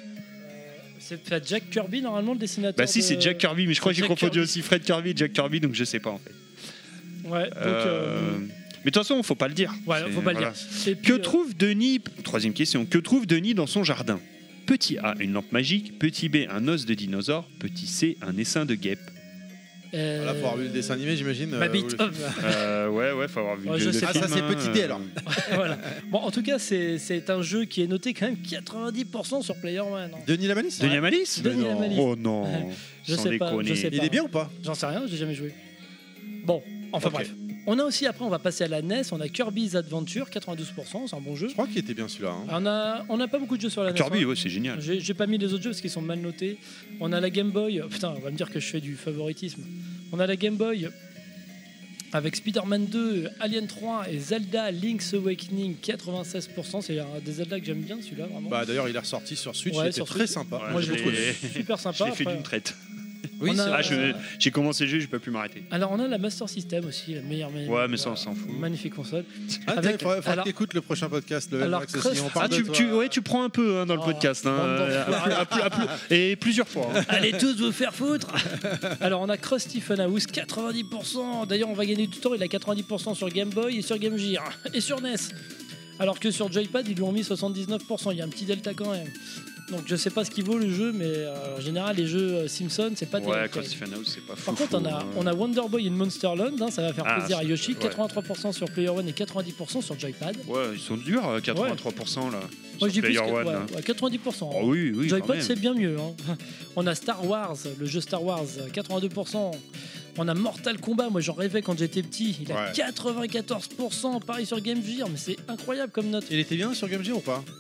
c'est pas Jack Kirby normalement le dessinateur. Bah si, de- c'est Jack Kirby, mais je crois que c'est j'ai Jack confondu Kirby. aussi Fred Kirby et Jack Kirby, donc je sais pas en fait. Ouais, donc. Euh, euh, Mais de toute façon, faut pas le dire. Ouais, C'est- faut pas le voilà. dire. Et puis, Que euh, trouve Denis Troisième question. Que trouve Denis dans son jardin? Petit A, une lampe magique. Petit B, un os de dinosaure. Petit C, un essaim de guêpe. euh, Voilà, faut avoir vu le dessin animé, j'imagine. Ma euh, bite. ou le Hop. film. Euh, ouais, ouais, faut avoir vu Ouais, le, je le sais Ah, film. ça, c'est hein, petit D euh, alors. voilà. Bon, en tout cas, c'est c'est un jeu qui est noté quand même quatre-vingt-dix pour cent sur Player One. hein. Denis la Malice. Denis la Malice Denis la non. Malice. Oh non. Je Sans sais pas, déconner. je sais Il est bien ou pas? J'en sais rien, j'ai jamais joué. Bon, enfin Ok. bref. On a aussi, après, on va passer à la N E S. On a Kirby's Adventure, quatre-vingt-douze pour cent, c'est un bon jeu. Je crois qu'il était bien celui-là. hein. On a, on a pas beaucoup de jeux sur la N E S. Kirby, hein. ouais, c'est génial. J'ai j'ai pas mis les autres jeux parce qu'ils sont mal notés. On a la Game Boy. oh, Putain, on va me dire que je fais du favoritisme. On a la Game Boy avec Spider-Man deux, Alien trois et Zelda Link's Awakening, quatre-vingt-seize pour cent. C'est un des Zelda que j'aime bien, celui-là, vraiment. Bah d'ailleurs, il est ressorti sur Switch, Ouais, il était sur très Switch. sympa. Ouais, Moi, je je l'ai- le trouve super sympa. Je l'ai fait Après, d'une traite. Oui, on c'est a- vrai. Ah, je- j'ai commencé le jeu, j'ai pas pu m'arrêter. Alors, on a la Master System aussi, la meilleure. Ouais, mais ça, on s'en fout. Magnifique console. Ah, Avec- il faudrait, faudrait alors- que t'écoutes le prochain podcast, le Alors, Max aussi. Crust- On Ah, parle de tu, toi. tu- ouais, tu prends un peu hein, dans le Oh, podcast. Hein, bande euh, d'enfoirés. à plus- à plus- à plus- et plusieurs fois. hein. Allez tous vous faire foutre. Alors on a Krusty Funhouse, quatre-vingt-dix pour cent. D'ailleurs on va gagner du temps, il a quatre-vingt-dix pour cent sur Game Boy et sur Game Gear et sur N E S. Alors que sur Joypad ils lui ont mis soixante-dix-neuf pour cent, il y a un petit delta quand même. Donc je sais pas ce qu'il vaut le jeu, mais euh, en général les jeux euh, Simpson c'est pas Ouais, terrible. quand Stephen House, c'est pas fou. Par contre on a, on a Wonder Boy in Monsterland, hein, ça va faire Ah, plaisir à c'est- Yoshi, ouais. quatre-vingt-trois pour cent sur Player One et quatre-vingt-dix pour cent sur Joypad. Ouais, ils sont durs, euh, quatre-vingt-trois pour cent là. Moi je sur dis plus Player que One, ouais, là. ouais, quatre-vingt-dix pour cent. Oh oui, oui. quand Joypad même. c'est bien mieux. hein. On a Star Wars, le jeu Star Wars, quatre-vingt-deux pour cent. On a Mortal Kombat, moi j'en rêvais quand j'étais petit. Il a Ouais. quatre-vingt-quatorze pour cent, pareil sur Game Gear, mais c'est incroyable comme note. Il était bien sur Game Gear ou pas?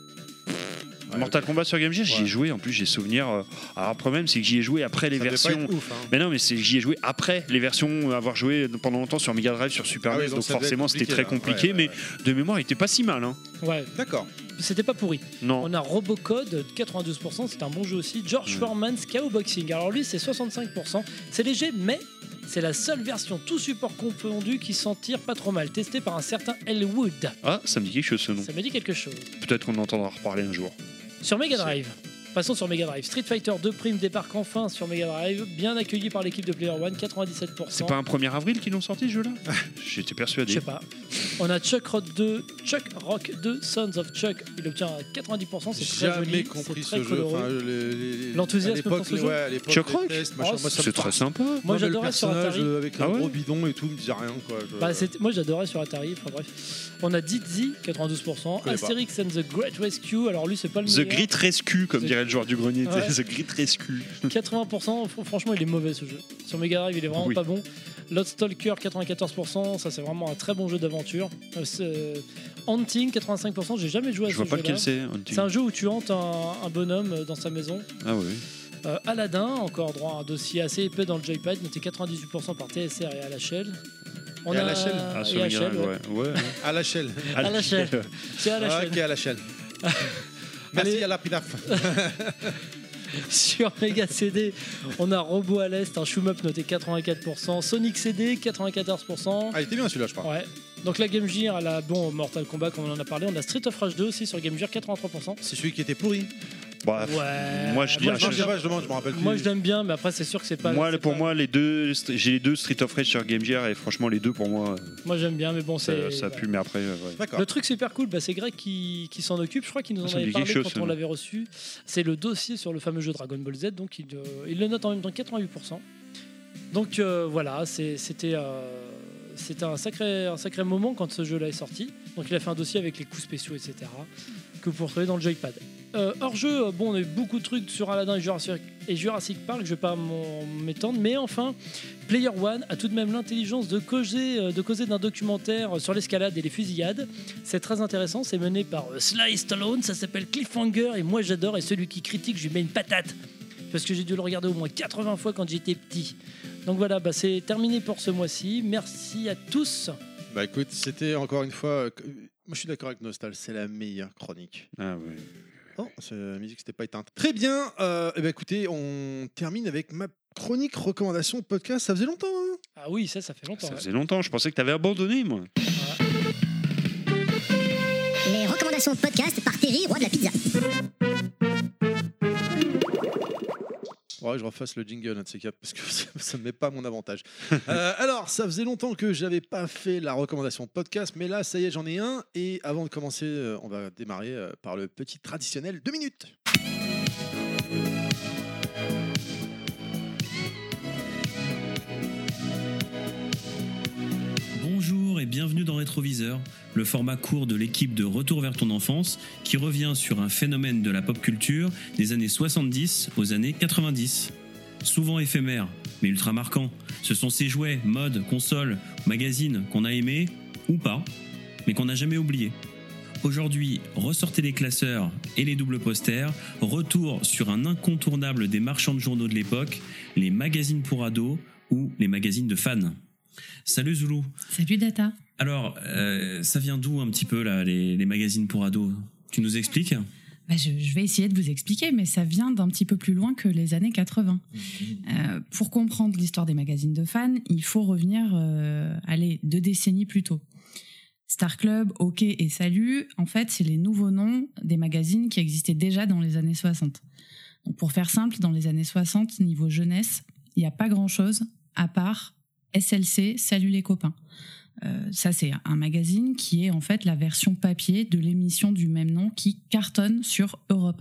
Mortal Kombat sur Game Gear, j'y ai Ouais. joué. En plus, j'ai souvenir. euh, Alors, le problème, c'est que j'y ai joué après les Ça devait pas versions. être ouf, hein. Mais non, mais c'est que j'y ai joué après les versions, euh, avoir joué pendant longtemps sur Mega Drive, sur Super Ah N E oui, S, donc donc ça devait forcément être c'était très compliqué, compliqué, là. Ouais, mais de mémoire il était pas si mal. Hein. Ouais, D'accord. c'était pas pourri. Non. On a Robocode, quatre-vingt-douze pour cent, c'est un bon jeu aussi. George Ouais. Foreman's K O Boxing, alors lui c'est soixante-cinq pour cent. C'est léger, mais c'est la seule version tout support confondu qui s'en tire pas trop mal, testée par un certain Elwood. Ah, ça me dit quelque chose ce nom. Ça me dit quelque chose. Peut-être qu'on entendra reparler un jour. Sur Mega Drive, passons sur Mega Drive. Street Fighter deux Prime débarque enfin sur Mega Drive, bien accueilli par l'équipe de Player One, quatre-vingt-dix-sept pour cent. C'est pas un premier avril qu'ils l'ont sorti ce jeu-là J'étais Je persuadé. sais pas. On a Chuck Rock deux, Chuck Rock deux, Sons of Chuck. Il obtient quatre-vingt-dix pour cent, c'est très Jamais joli, compris c'est très ce jeu. coloré. Enfin, les- les- L'enthousiasme à l'époque, pour ce les- jeu ouais, à l'époque, Chuck les Rock tests, Oh, machin, moi, ça me C'est très sympa. Moi Moi, le j'adorais sur personnage Atari. euh, avec Ah un ouais gros bidon et tout me disait rien quoi. Je- Bah, c'était- moi j'adorais sur Atari, enfin bref. On a Dizzy, quatre-vingt-douze pour cent. connais pas. Astérix and the Great Rescue, alors lui c'est pas le The meilleur. Great Rescue, comme The- dirait le joueur du grenier. Ouais. The Great Rescue. quatre-vingts pour cent, fr- franchement il est mauvais ce jeu. Sur Mega Drive il est vraiment Oui. pas bon. Lost Stalker quatre-vingt-quatorze pour cent, ça c'est vraiment un très bon jeu d'aventure. Euh, c'est, euh, Hunting quatre-vingt-cinq pour cent, j'ai jamais joué à Je ce vois pas jeu-là. lequel c'est. Hunting. C'est un jeu où tu hantes un, un bonhomme euh, dans sa maison. Ah oui. Euh, Aladdin, encore droit à un dossier assez épais dans le Joypad, noté quatre-vingt-dix-huit pour cent par T S R et à la Shell. On Et à a la Shell Ah, et sur à Mega Shell, Drive, ouais. ouais. ouais. À la Shell. À la Shell. C'est à la Ah, Shell. ok, à la Shell. Merci Allez. à la Pilaf. Sur Mega C D, on a Robot à l'Est, un shoot-up noté quatre-vingt-quatre pour cent. Sonic C D, quatre-vingt-quatorze pour cent. Ah, il était bien celui-là, je crois. Ouais. Donc la Game Gear, elle a bon Mortal Kombat comme on en a parlé. On a Street of Rage deux aussi sur Game Gear, quatre-vingt-trois pour cent. C'est celui qui était pourri. Bah, Ouais. Moi, je dis, Moi, Non, je sais pas, je demande, je me rappelle plus. Moi je l'aime bien, mais après c'est sûr que c'est pas. moi, c'est pour pas- moi, les deux, j'ai les deux Street of Rage sur Game Gear et franchement, les deux pour moi, Moi j'aime bien, mais bon ça, c'est. ça voilà. pue. Mais après, euh, ouais. D'accord. Le truc super cool, bah, c'est Greg qui, qui s'en occupe. Je crois qu'il nous en Ça me avait dit parlé quelque chose, quand on ça. l'avait reçu. C'est le dossier sur le fameux jeu Dragon Ball Z, donc il, euh, il le note en même temps quatre-vingt-huit pour cent. Donc euh, voilà, c'est- c'était euh, c'était un sacré, un sacré moment quand ce jeu-là est sorti. Donc il a fait un dossier avec les coups spéciaux, et cetera que vous pouvez retrouver dans le joypad. Euh, hors jeu, euh, bon, on a eu beaucoup de trucs sur Aladdin et Jurassic, et Jurassic Park, je vais pas m'en- m'étendre, mais enfin, Player One a tout de même l'intelligence de causer, euh, de causer d'un documentaire sur l'escalade et les fusillades. C'est très intéressant, c'est mené par euh, Sly Stallone, ça s'appelle Cliffhanger, et moi j'adore, et celui qui critique, je lui mets une patate, parce que j'ai dû le regarder au moins quatre-vingts fois quand j'étais petit. Donc voilà, bah, c'est terminé pour ce mois-ci, merci à tous. Bah écoute, c'était encore une fois. euh, Moi je suis d'accord avec Nostal, c'est la meilleure chronique. Ah, ouais. Oh, c'est- la musique s'était pas éteinte. Très bien, euh, eh ben, écoutez, on termine avec ma chronique recommandation podcast. Ça faisait longtemps, hein. Ah oui, ça, ça fait longtemps. Ça ouais. faisait longtemps. Je pensais que t'avais abandonné, moi. Les recommandations podcast par Terry, roi de la pizza. Ouais, je refasse le jingle, un de ces quatre, parce que ça, ça me met pas à mon avantage. Euh, alors, ça faisait longtemps que j'avais pas fait la recommandation podcast, mais là, ça y est, j'en ai un. Et avant de commencer, euh, on va démarrer euh, par le petit traditionnel deux minutes. Bonjour et bienvenue dans Rétroviseur, le format court de l'équipe de Retour vers ton enfance qui revient sur un phénomène de la pop culture des années soixante-dix aux années quatre-vingt-dix. Souvent éphémère, mais ultra marquant, ce sont ces jouets, modes, consoles, magazines qu'on a aimés ou pas, mais qu'on n'a jamais oubliés. Aujourd'hui, ressortez les classeurs et les doubles posters, retour sur un incontournable des marchands de journaux de l'époque, les magazines pour ados ou les magazines de fans. Salut Zoulou. Salut Data. Alors, euh, ça vient d'où un petit peu là, les, les magazines pour ados? Tu nous expliques? Bah, je, je vais essayer de vous expliquer, mais ça vient d'un petit peu plus loin que les années quatre-vingts. Euh, pour comprendre l'histoire des magazines de fans, il faut revenir, euh, allez, deux décennies plus tôt. Star Club, OK et Salut, en fait, c'est les nouveaux noms des magazines qui existaient déjà dans les années soixante. Donc, pour faire simple, dans les années soixante, niveau jeunesse, il n'y a pas grand-chose à part S L C, Salut les copains. Euh, ça, c'est un magazine qui est en fait la version papier de l'émission du même nom qui cartonne sur Europe un.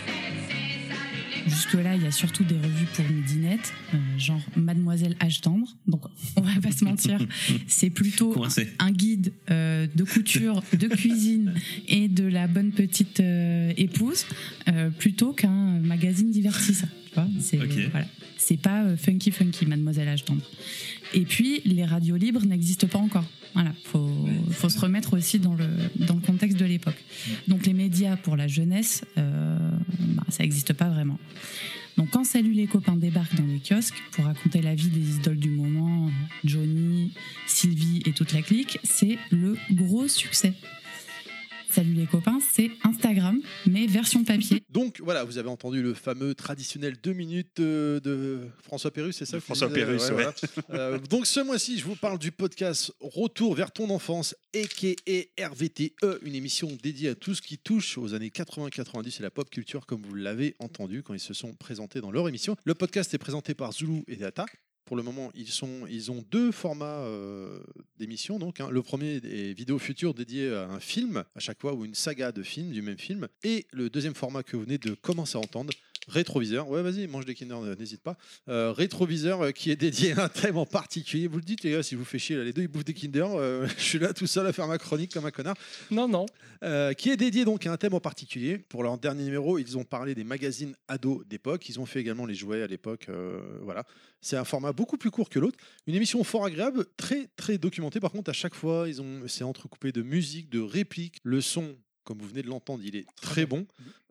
Jusque-là, il y a surtout des revues pour midinette, euh, genre Mademoiselle Âge tendre. Donc, on va pas se mentir, c'est plutôt Coincé. un guide euh, de couture, de cuisine et de la bonne petite euh, épouse, euh, plutôt qu'un magazine divertissant. Tu vois, c'est Ok. voilà. C'est pas euh, funky funky, Mademoiselle Âge tendre. Et puis, les radios libres n'existent pas encore. Voilà, faut, faut se remettre aussi dans le, dans le contexte de l'époque. Donc, les médias pour la jeunesse, euh, bah, ça n'existe pas vraiment. Donc, quand Salut les copains débarque dans les kiosques pour raconter la vie des idoles du moment, Johnny, Sylvie et toute la clique, c'est le gros succès. Salut les copains, c'est Instagram, mais version papier. Donc voilà, vous avez entendu le fameux traditionnel deux minutes euh, de François Pérusse, c'est ça De que tu François disais Pérusse, ouais. voilà. Euh, donc ce mois-ci, je vous parle du podcast Retour vers ton enfance, a k a. R V T E, une émission dédiée à tout ce qui touche aux années quatre-vingts quatre-vingt-dix et la pop culture, comme vous l'avez entendu quand ils se sont présentés dans leur émission. Le podcast est présenté par Zoulou et Data. Pour le moment, ils, sont, ils ont deux formats euh, d'émissions. Donc, hein. Le premier est Vidéo Future dédié à un film, à chaque fois, ou une saga de films du même film. Et le deuxième format que vous venez de commencer à entendre, Rétroviseur. Ouais, vas-y, mange des Kinder, n'hésite pas. Euh, Rétroviseur euh, qui est dédié à un thème en particulier. Vous le dites, les gars, si vous faites chier, là, les deux, ils bouffent des Kinder. Euh, je suis là tout seul à faire ma chronique comme un connard. Non, non. Euh, qui est dédié donc à un thème en particulier. Pour leur dernier numéro, ils ont parlé des magazines ados d'époque. Ils ont fait également les jouets à l'époque. Euh, voilà. C'est un format beaucoup plus court que l'autre. Une émission fort agréable, très très documentée. Par contre, à chaque fois, ils ont c'est entrecoupé de musique, de répliques. Le son, comme vous venez de l'entendre, il est très bon.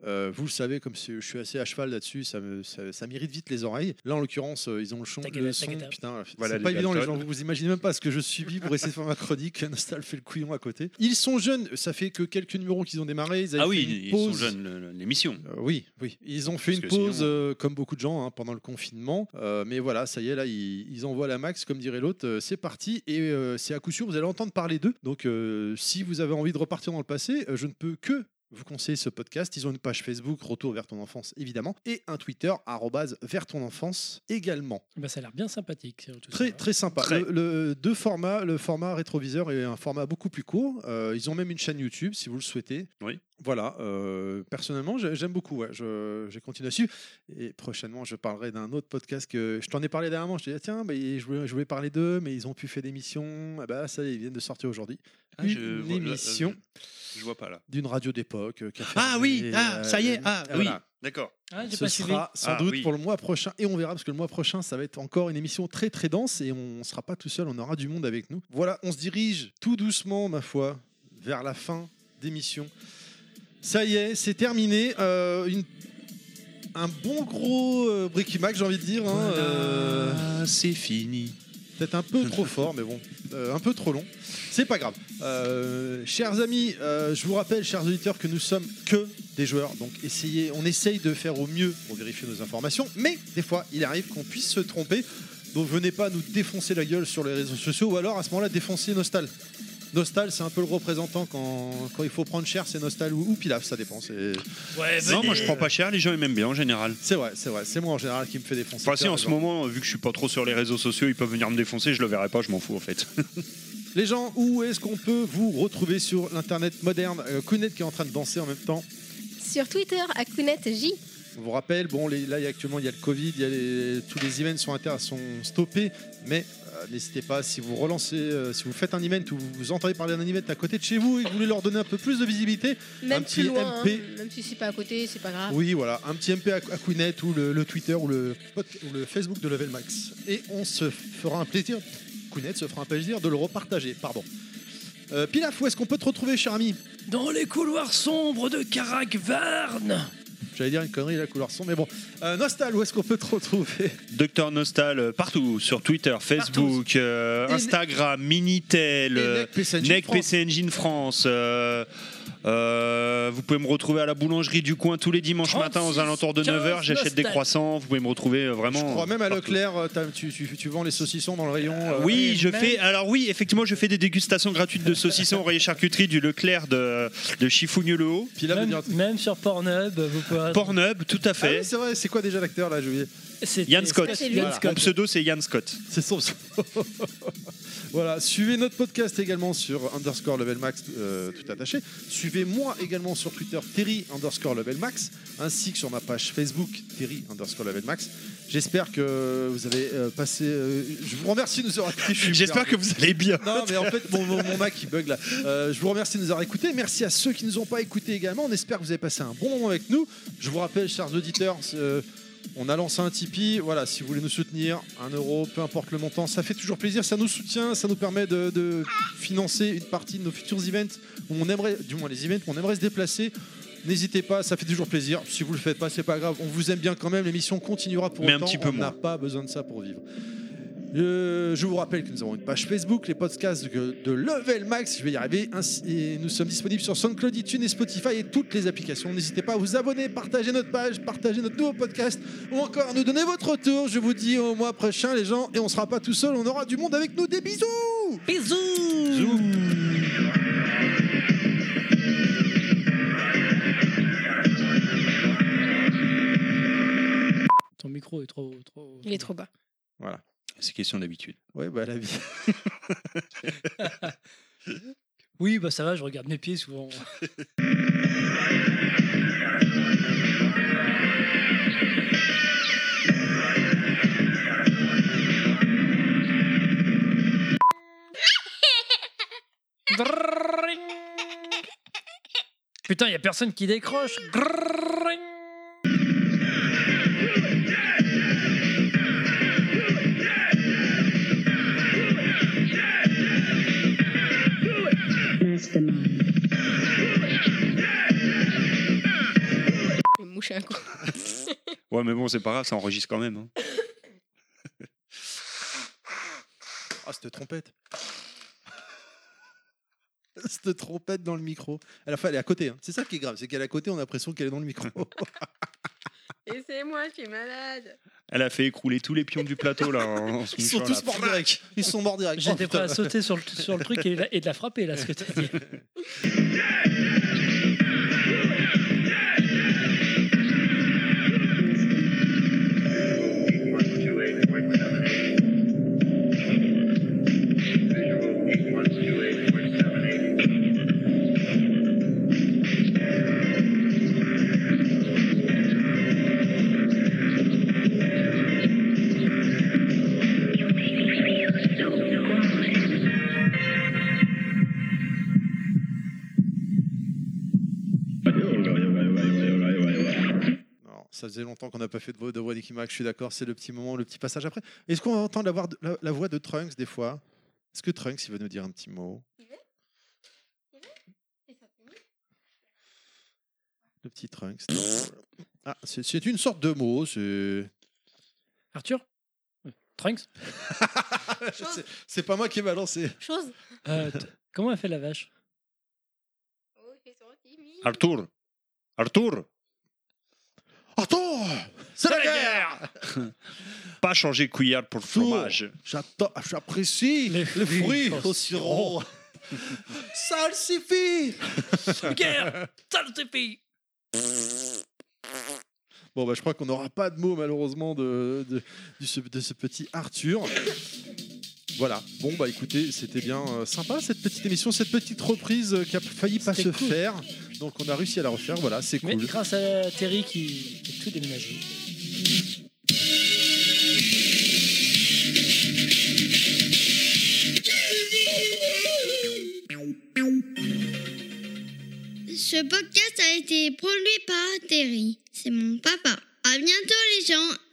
Euh, vous le savez, comme je suis assez à cheval là-dessus, ça, me, ça, ça m'irrite vite les oreilles. Là, en l'occurrence, euh, ils ont le, son, T'inquiète, le son. t'inquiète. Putain, Voilà, c'est les pas évident, les Dalton. gens. Vous vous imaginez même pas ce que je subis pour essayer de faire ma chronique. Nostal fait le couillon à côté. Ils sont jeunes. Ça fait que quelques numéros qu'ils ont démarré. Ils avaient Ah oui, fait une ils pause. sont jeunes, le- le- l'émission. Euh, oui, oui. Ils ont fait Parce une que pause, sinon- euh, comme beaucoup de gens, hein, pendant le confinement. Euh, mais voilà, ça y est, là, ils, ils envoient la max, comme dirait l'autre. Euh, c'est parti. Et euh, c'est à coup sûr, vous allez entendre parler d'eux. Donc, euh, si vous avez envie de repartir dans le passé, euh, je ne peux que vous conseiller ce podcast. Ils ont une page Facebook, Retour vers ton enfance, évidemment. Et un Twitter, arrobase vers ton enfance, également. Bah, ça a l'air bien sympathique. Tout Très, ça. très sympa. Très. Le, le- deux formats, le format rétroviseur est un format beaucoup plus court. Euh, ils ont même une chaîne YouTube si vous le souhaitez. Oui. Voilà. euh, personnellement, j'ai- j'aime beaucoup. Ouais. Je, j'ai continué là-dessus. Et prochainement, je parlerai d'un autre podcast que je t'en ai parlé dernièrement. Je te dis, ah, tiens, bah, je, voulais, je voulais parler d'eux, mais ils ont pu faire d'émissions. Ah bah, ça, ils viennent de sortir aujourd'hui. Ah, une je vois- émission euh, Je vois pas là. d'une radio d'époque. euh, qui a Ah fermé, oui, ah, euh, ça y est, ah euh, oui, voilà. d'accord. Ah, j'ai Ce pas suivi. sera sans Ah, doute oui. pour le mois prochain et on verra parce que le mois prochain ça va être encore une émission très très dense et on sera pas tout seul, on aura du monde avec nous. Voilà, on se dirige tout doucement ma foi vers la fin d'émission. Ça y est, c'est terminé. Euh, une- Un bon gros euh, Bricky Mac, j'ai envie de dire. hein, euh, Voilà, c'est fini. Peut-être un peu trop fort, mais bon, euh, un peu trop long. C'est pas grave. Euh, chers amis, euh, je vous rappelle, chers auditeurs, que nous sommes que des joueurs. Donc, essayez, on essaye de faire au mieux pour vérifier nos informations, mais des fois, il arrive qu'on puisse se tromper. Donc, venez pas nous défoncer la gueule sur les réseaux sociaux, ou alors à ce moment-là, défoncer Nostal. Nostal, c'est un peu le représentant quand, quand il faut prendre cher, c'est Nostal ou, ou Pilaf, ça dépend. C'est Ouais, Non, venez. moi je prends pas cher, les gens ils m'aiment bien en général. c'est vrai, c'est vrai. C'est moi en général qui me fait défoncer. Enfin, si T'as en ce raison. moment, vu que je suis pas trop sur les réseaux sociaux, ils peuvent venir me défoncer, je le verrai pas, je m'en fous en fait. Les gens, où est-ce qu'on peut vous retrouver sur l'internet moderne? euh, Kounet qui est en train de danser en même temps. Sur Twitter, à KounetJ. On vous rappelle, bon, les- là, il y a actuellement, il y a le Covid, il y a les- tous les events sont, inter- sont stoppés, mais euh, n'hésitez pas, si vous relancez, euh, si vous faites un event ou vous entendez parler d'un event à côté de chez vous et que vous voulez leur donner un peu plus de visibilité, Même un petit plus loin, M P. hein, même si c'est pas à côté, c'est pas grave. Oui, voilà, un petit M P à, à Kounet ou le, le Twitter ou le, pod- ou le Facebook de Level Max. Et on se fera un plaisir, Kounet se fera un plaisir de le repartager, pardon. Euh, Pilaf, où est-ce qu'on peut te retrouver, cher ami? Dans les couloirs sombres de Caracverne. J'allais dire une connerie, la couleur son, mais bon. Euh, Nostal, où est-ce qu'on peut te retrouver? Docteur Nostal euh, partout, sur Twitter, Facebook, euh, Et Instagram, Minitel, Et euh, Nec P C Engine Nec France. P C Engine France. euh, euh, vous pouvez me retrouver à la boulangerie du coin tous les dimanches matins aux alentours de neuf heures. quinze J'achète des Nostal. croissants. Vous pouvez me retrouver euh, vraiment. Je crois même à partout. Leclerc, euh, t'as- tu, tu- tu vends les saucissons dans le rayon. euh, Oui, et je même- fais. Alors oui, effectivement, je fais des dégustations gratuites de saucissons oreiller charcuterie du Leclerc de, de Chifougne-le-Haut. Puis là, Même, vous dire- même sur Pornhub, vous pouvez. Pornhub, tout à Ah fait. oui, c'est vrai, c'est quoi déjà l'acteur là, j'ai oublié. C'était- Yann Scott. C'est lui. Yann Voilà. Mon Scott. pseudo, c'est Yann Scott. C'est son. Voilà, suivez notre podcast également sur underscore level max euh, tout attaché. Suivez-moi également sur Twitter Terry underscore level max ainsi que sur ma page Facebook Terry underscore level max. J'espère que vous avez euh, passé. euh, je vous remercie de nous avoir écoutés. Je suis J'espère que perdu. vous allez bien. Non, mais en fait, mon, mon, mon Mac il bug là. Euh, je vous remercie de nous avoir écoutés. Merci à ceux qui ne nous ont pas écoutés également. On espère que vous avez passé un bon moment avec nous. Je vous rappelle, chers auditeurs, euh, on a lancé un Tipeee. Voilà, si vous voulez nous soutenir, un euro, peu importe le montant, ça fait toujours plaisir. Ça nous soutient, ça nous permet de, de financer une partie de nos futurs events où on aimerait, du moins les events où on aimerait se déplacer. N'hésitez pas, ça fait toujours plaisir. Si vous le faites pas, c'est pas grave. On vous aime bien quand même. L'émission continuera pour Mais un autant. petit peu on n'a moins. pas besoin de ça pour vivre. Euh, je vous rappelle que nous avons une page Facebook, les podcasts de, de Level Max, je vais y arriver. Ainsi, et nous sommes disponibles sur SoundCloud, iTunes et Spotify et toutes les applications. N'hésitez pas à vous abonner, partager notre page, partager notre nouveau podcast ou encore à nous donner votre retour. Je vous dis au mois prochain, les gens, et on sera pas tout seul, on aura du monde avec nous. Des bisous! Bisous. Ton micro est trop. trop... Il est trop bas. Voilà. C'est question d'habitude. Ouais, bah la vie. Oui, bah ça va, je regarde mes pieds souvent. Putain, y a personne qui décroche. Mastermind. Ouais, mais bon, c'est pas grave, ça enregistre quand même. Hein. Ah, cette trompette. Cette trompette dans le micro. À la fin, elle est à côté. Hein. C'est ça qui est grave, c'est qu'elle est à côté, on a l'impression qu'elle est dans le micro. Et c'est moi, je suis malade. Elle a fait écrouler tous les pions du plateau là. En, en se Ils sont mouchant, tous là. morts direct. Ils sont morts direct. J'étais Oh, prêt à putain. sauter sur le, sur le truc et, la- et de la frapper, là, ce que tu as dit. Non, ça faisait longtemps qu'on n'a pas fait de voix de voix d'Icky Mac, je suis d'accord, c'est le petit moment, le petit passage après. Est-ce qu'on va entendre la, voix de- la, la voix de Trunks des fois? Est-ce que Trunks il va nous dire un petit mot? Le petit Trunks. Ah, c'est c'est une sorte de mot, c'est. Arthur Trunks C'est- C'est pas moi qui ai balancé. Chose. Euh, t- Comment elle fait la vache? Arthur Arthur Attends, c'est la guerre. Pas changer cuillère pour fromage. J'attends, j'apprécie Les les fruits fruits au au sirop. Ça le suffit. Guerre Ça le suffit. Bon, bah, je crois qu'on n'aura pas de mots malheureusement de, de, de ce, de ce petit Arthur. Voilà. Bon, bah écoutez, c'était bien euh, sympa cette petite émission, cette petite reprise euh, qui a failli pas se C'était cool. faire. Donc on a réussi à la refaire. Voilà, c'est Mais cool. grâce à Terry qui qui a tout déménagé. Ce podcast a été produit par Terry. C'est mon papa. À bientôt les gens.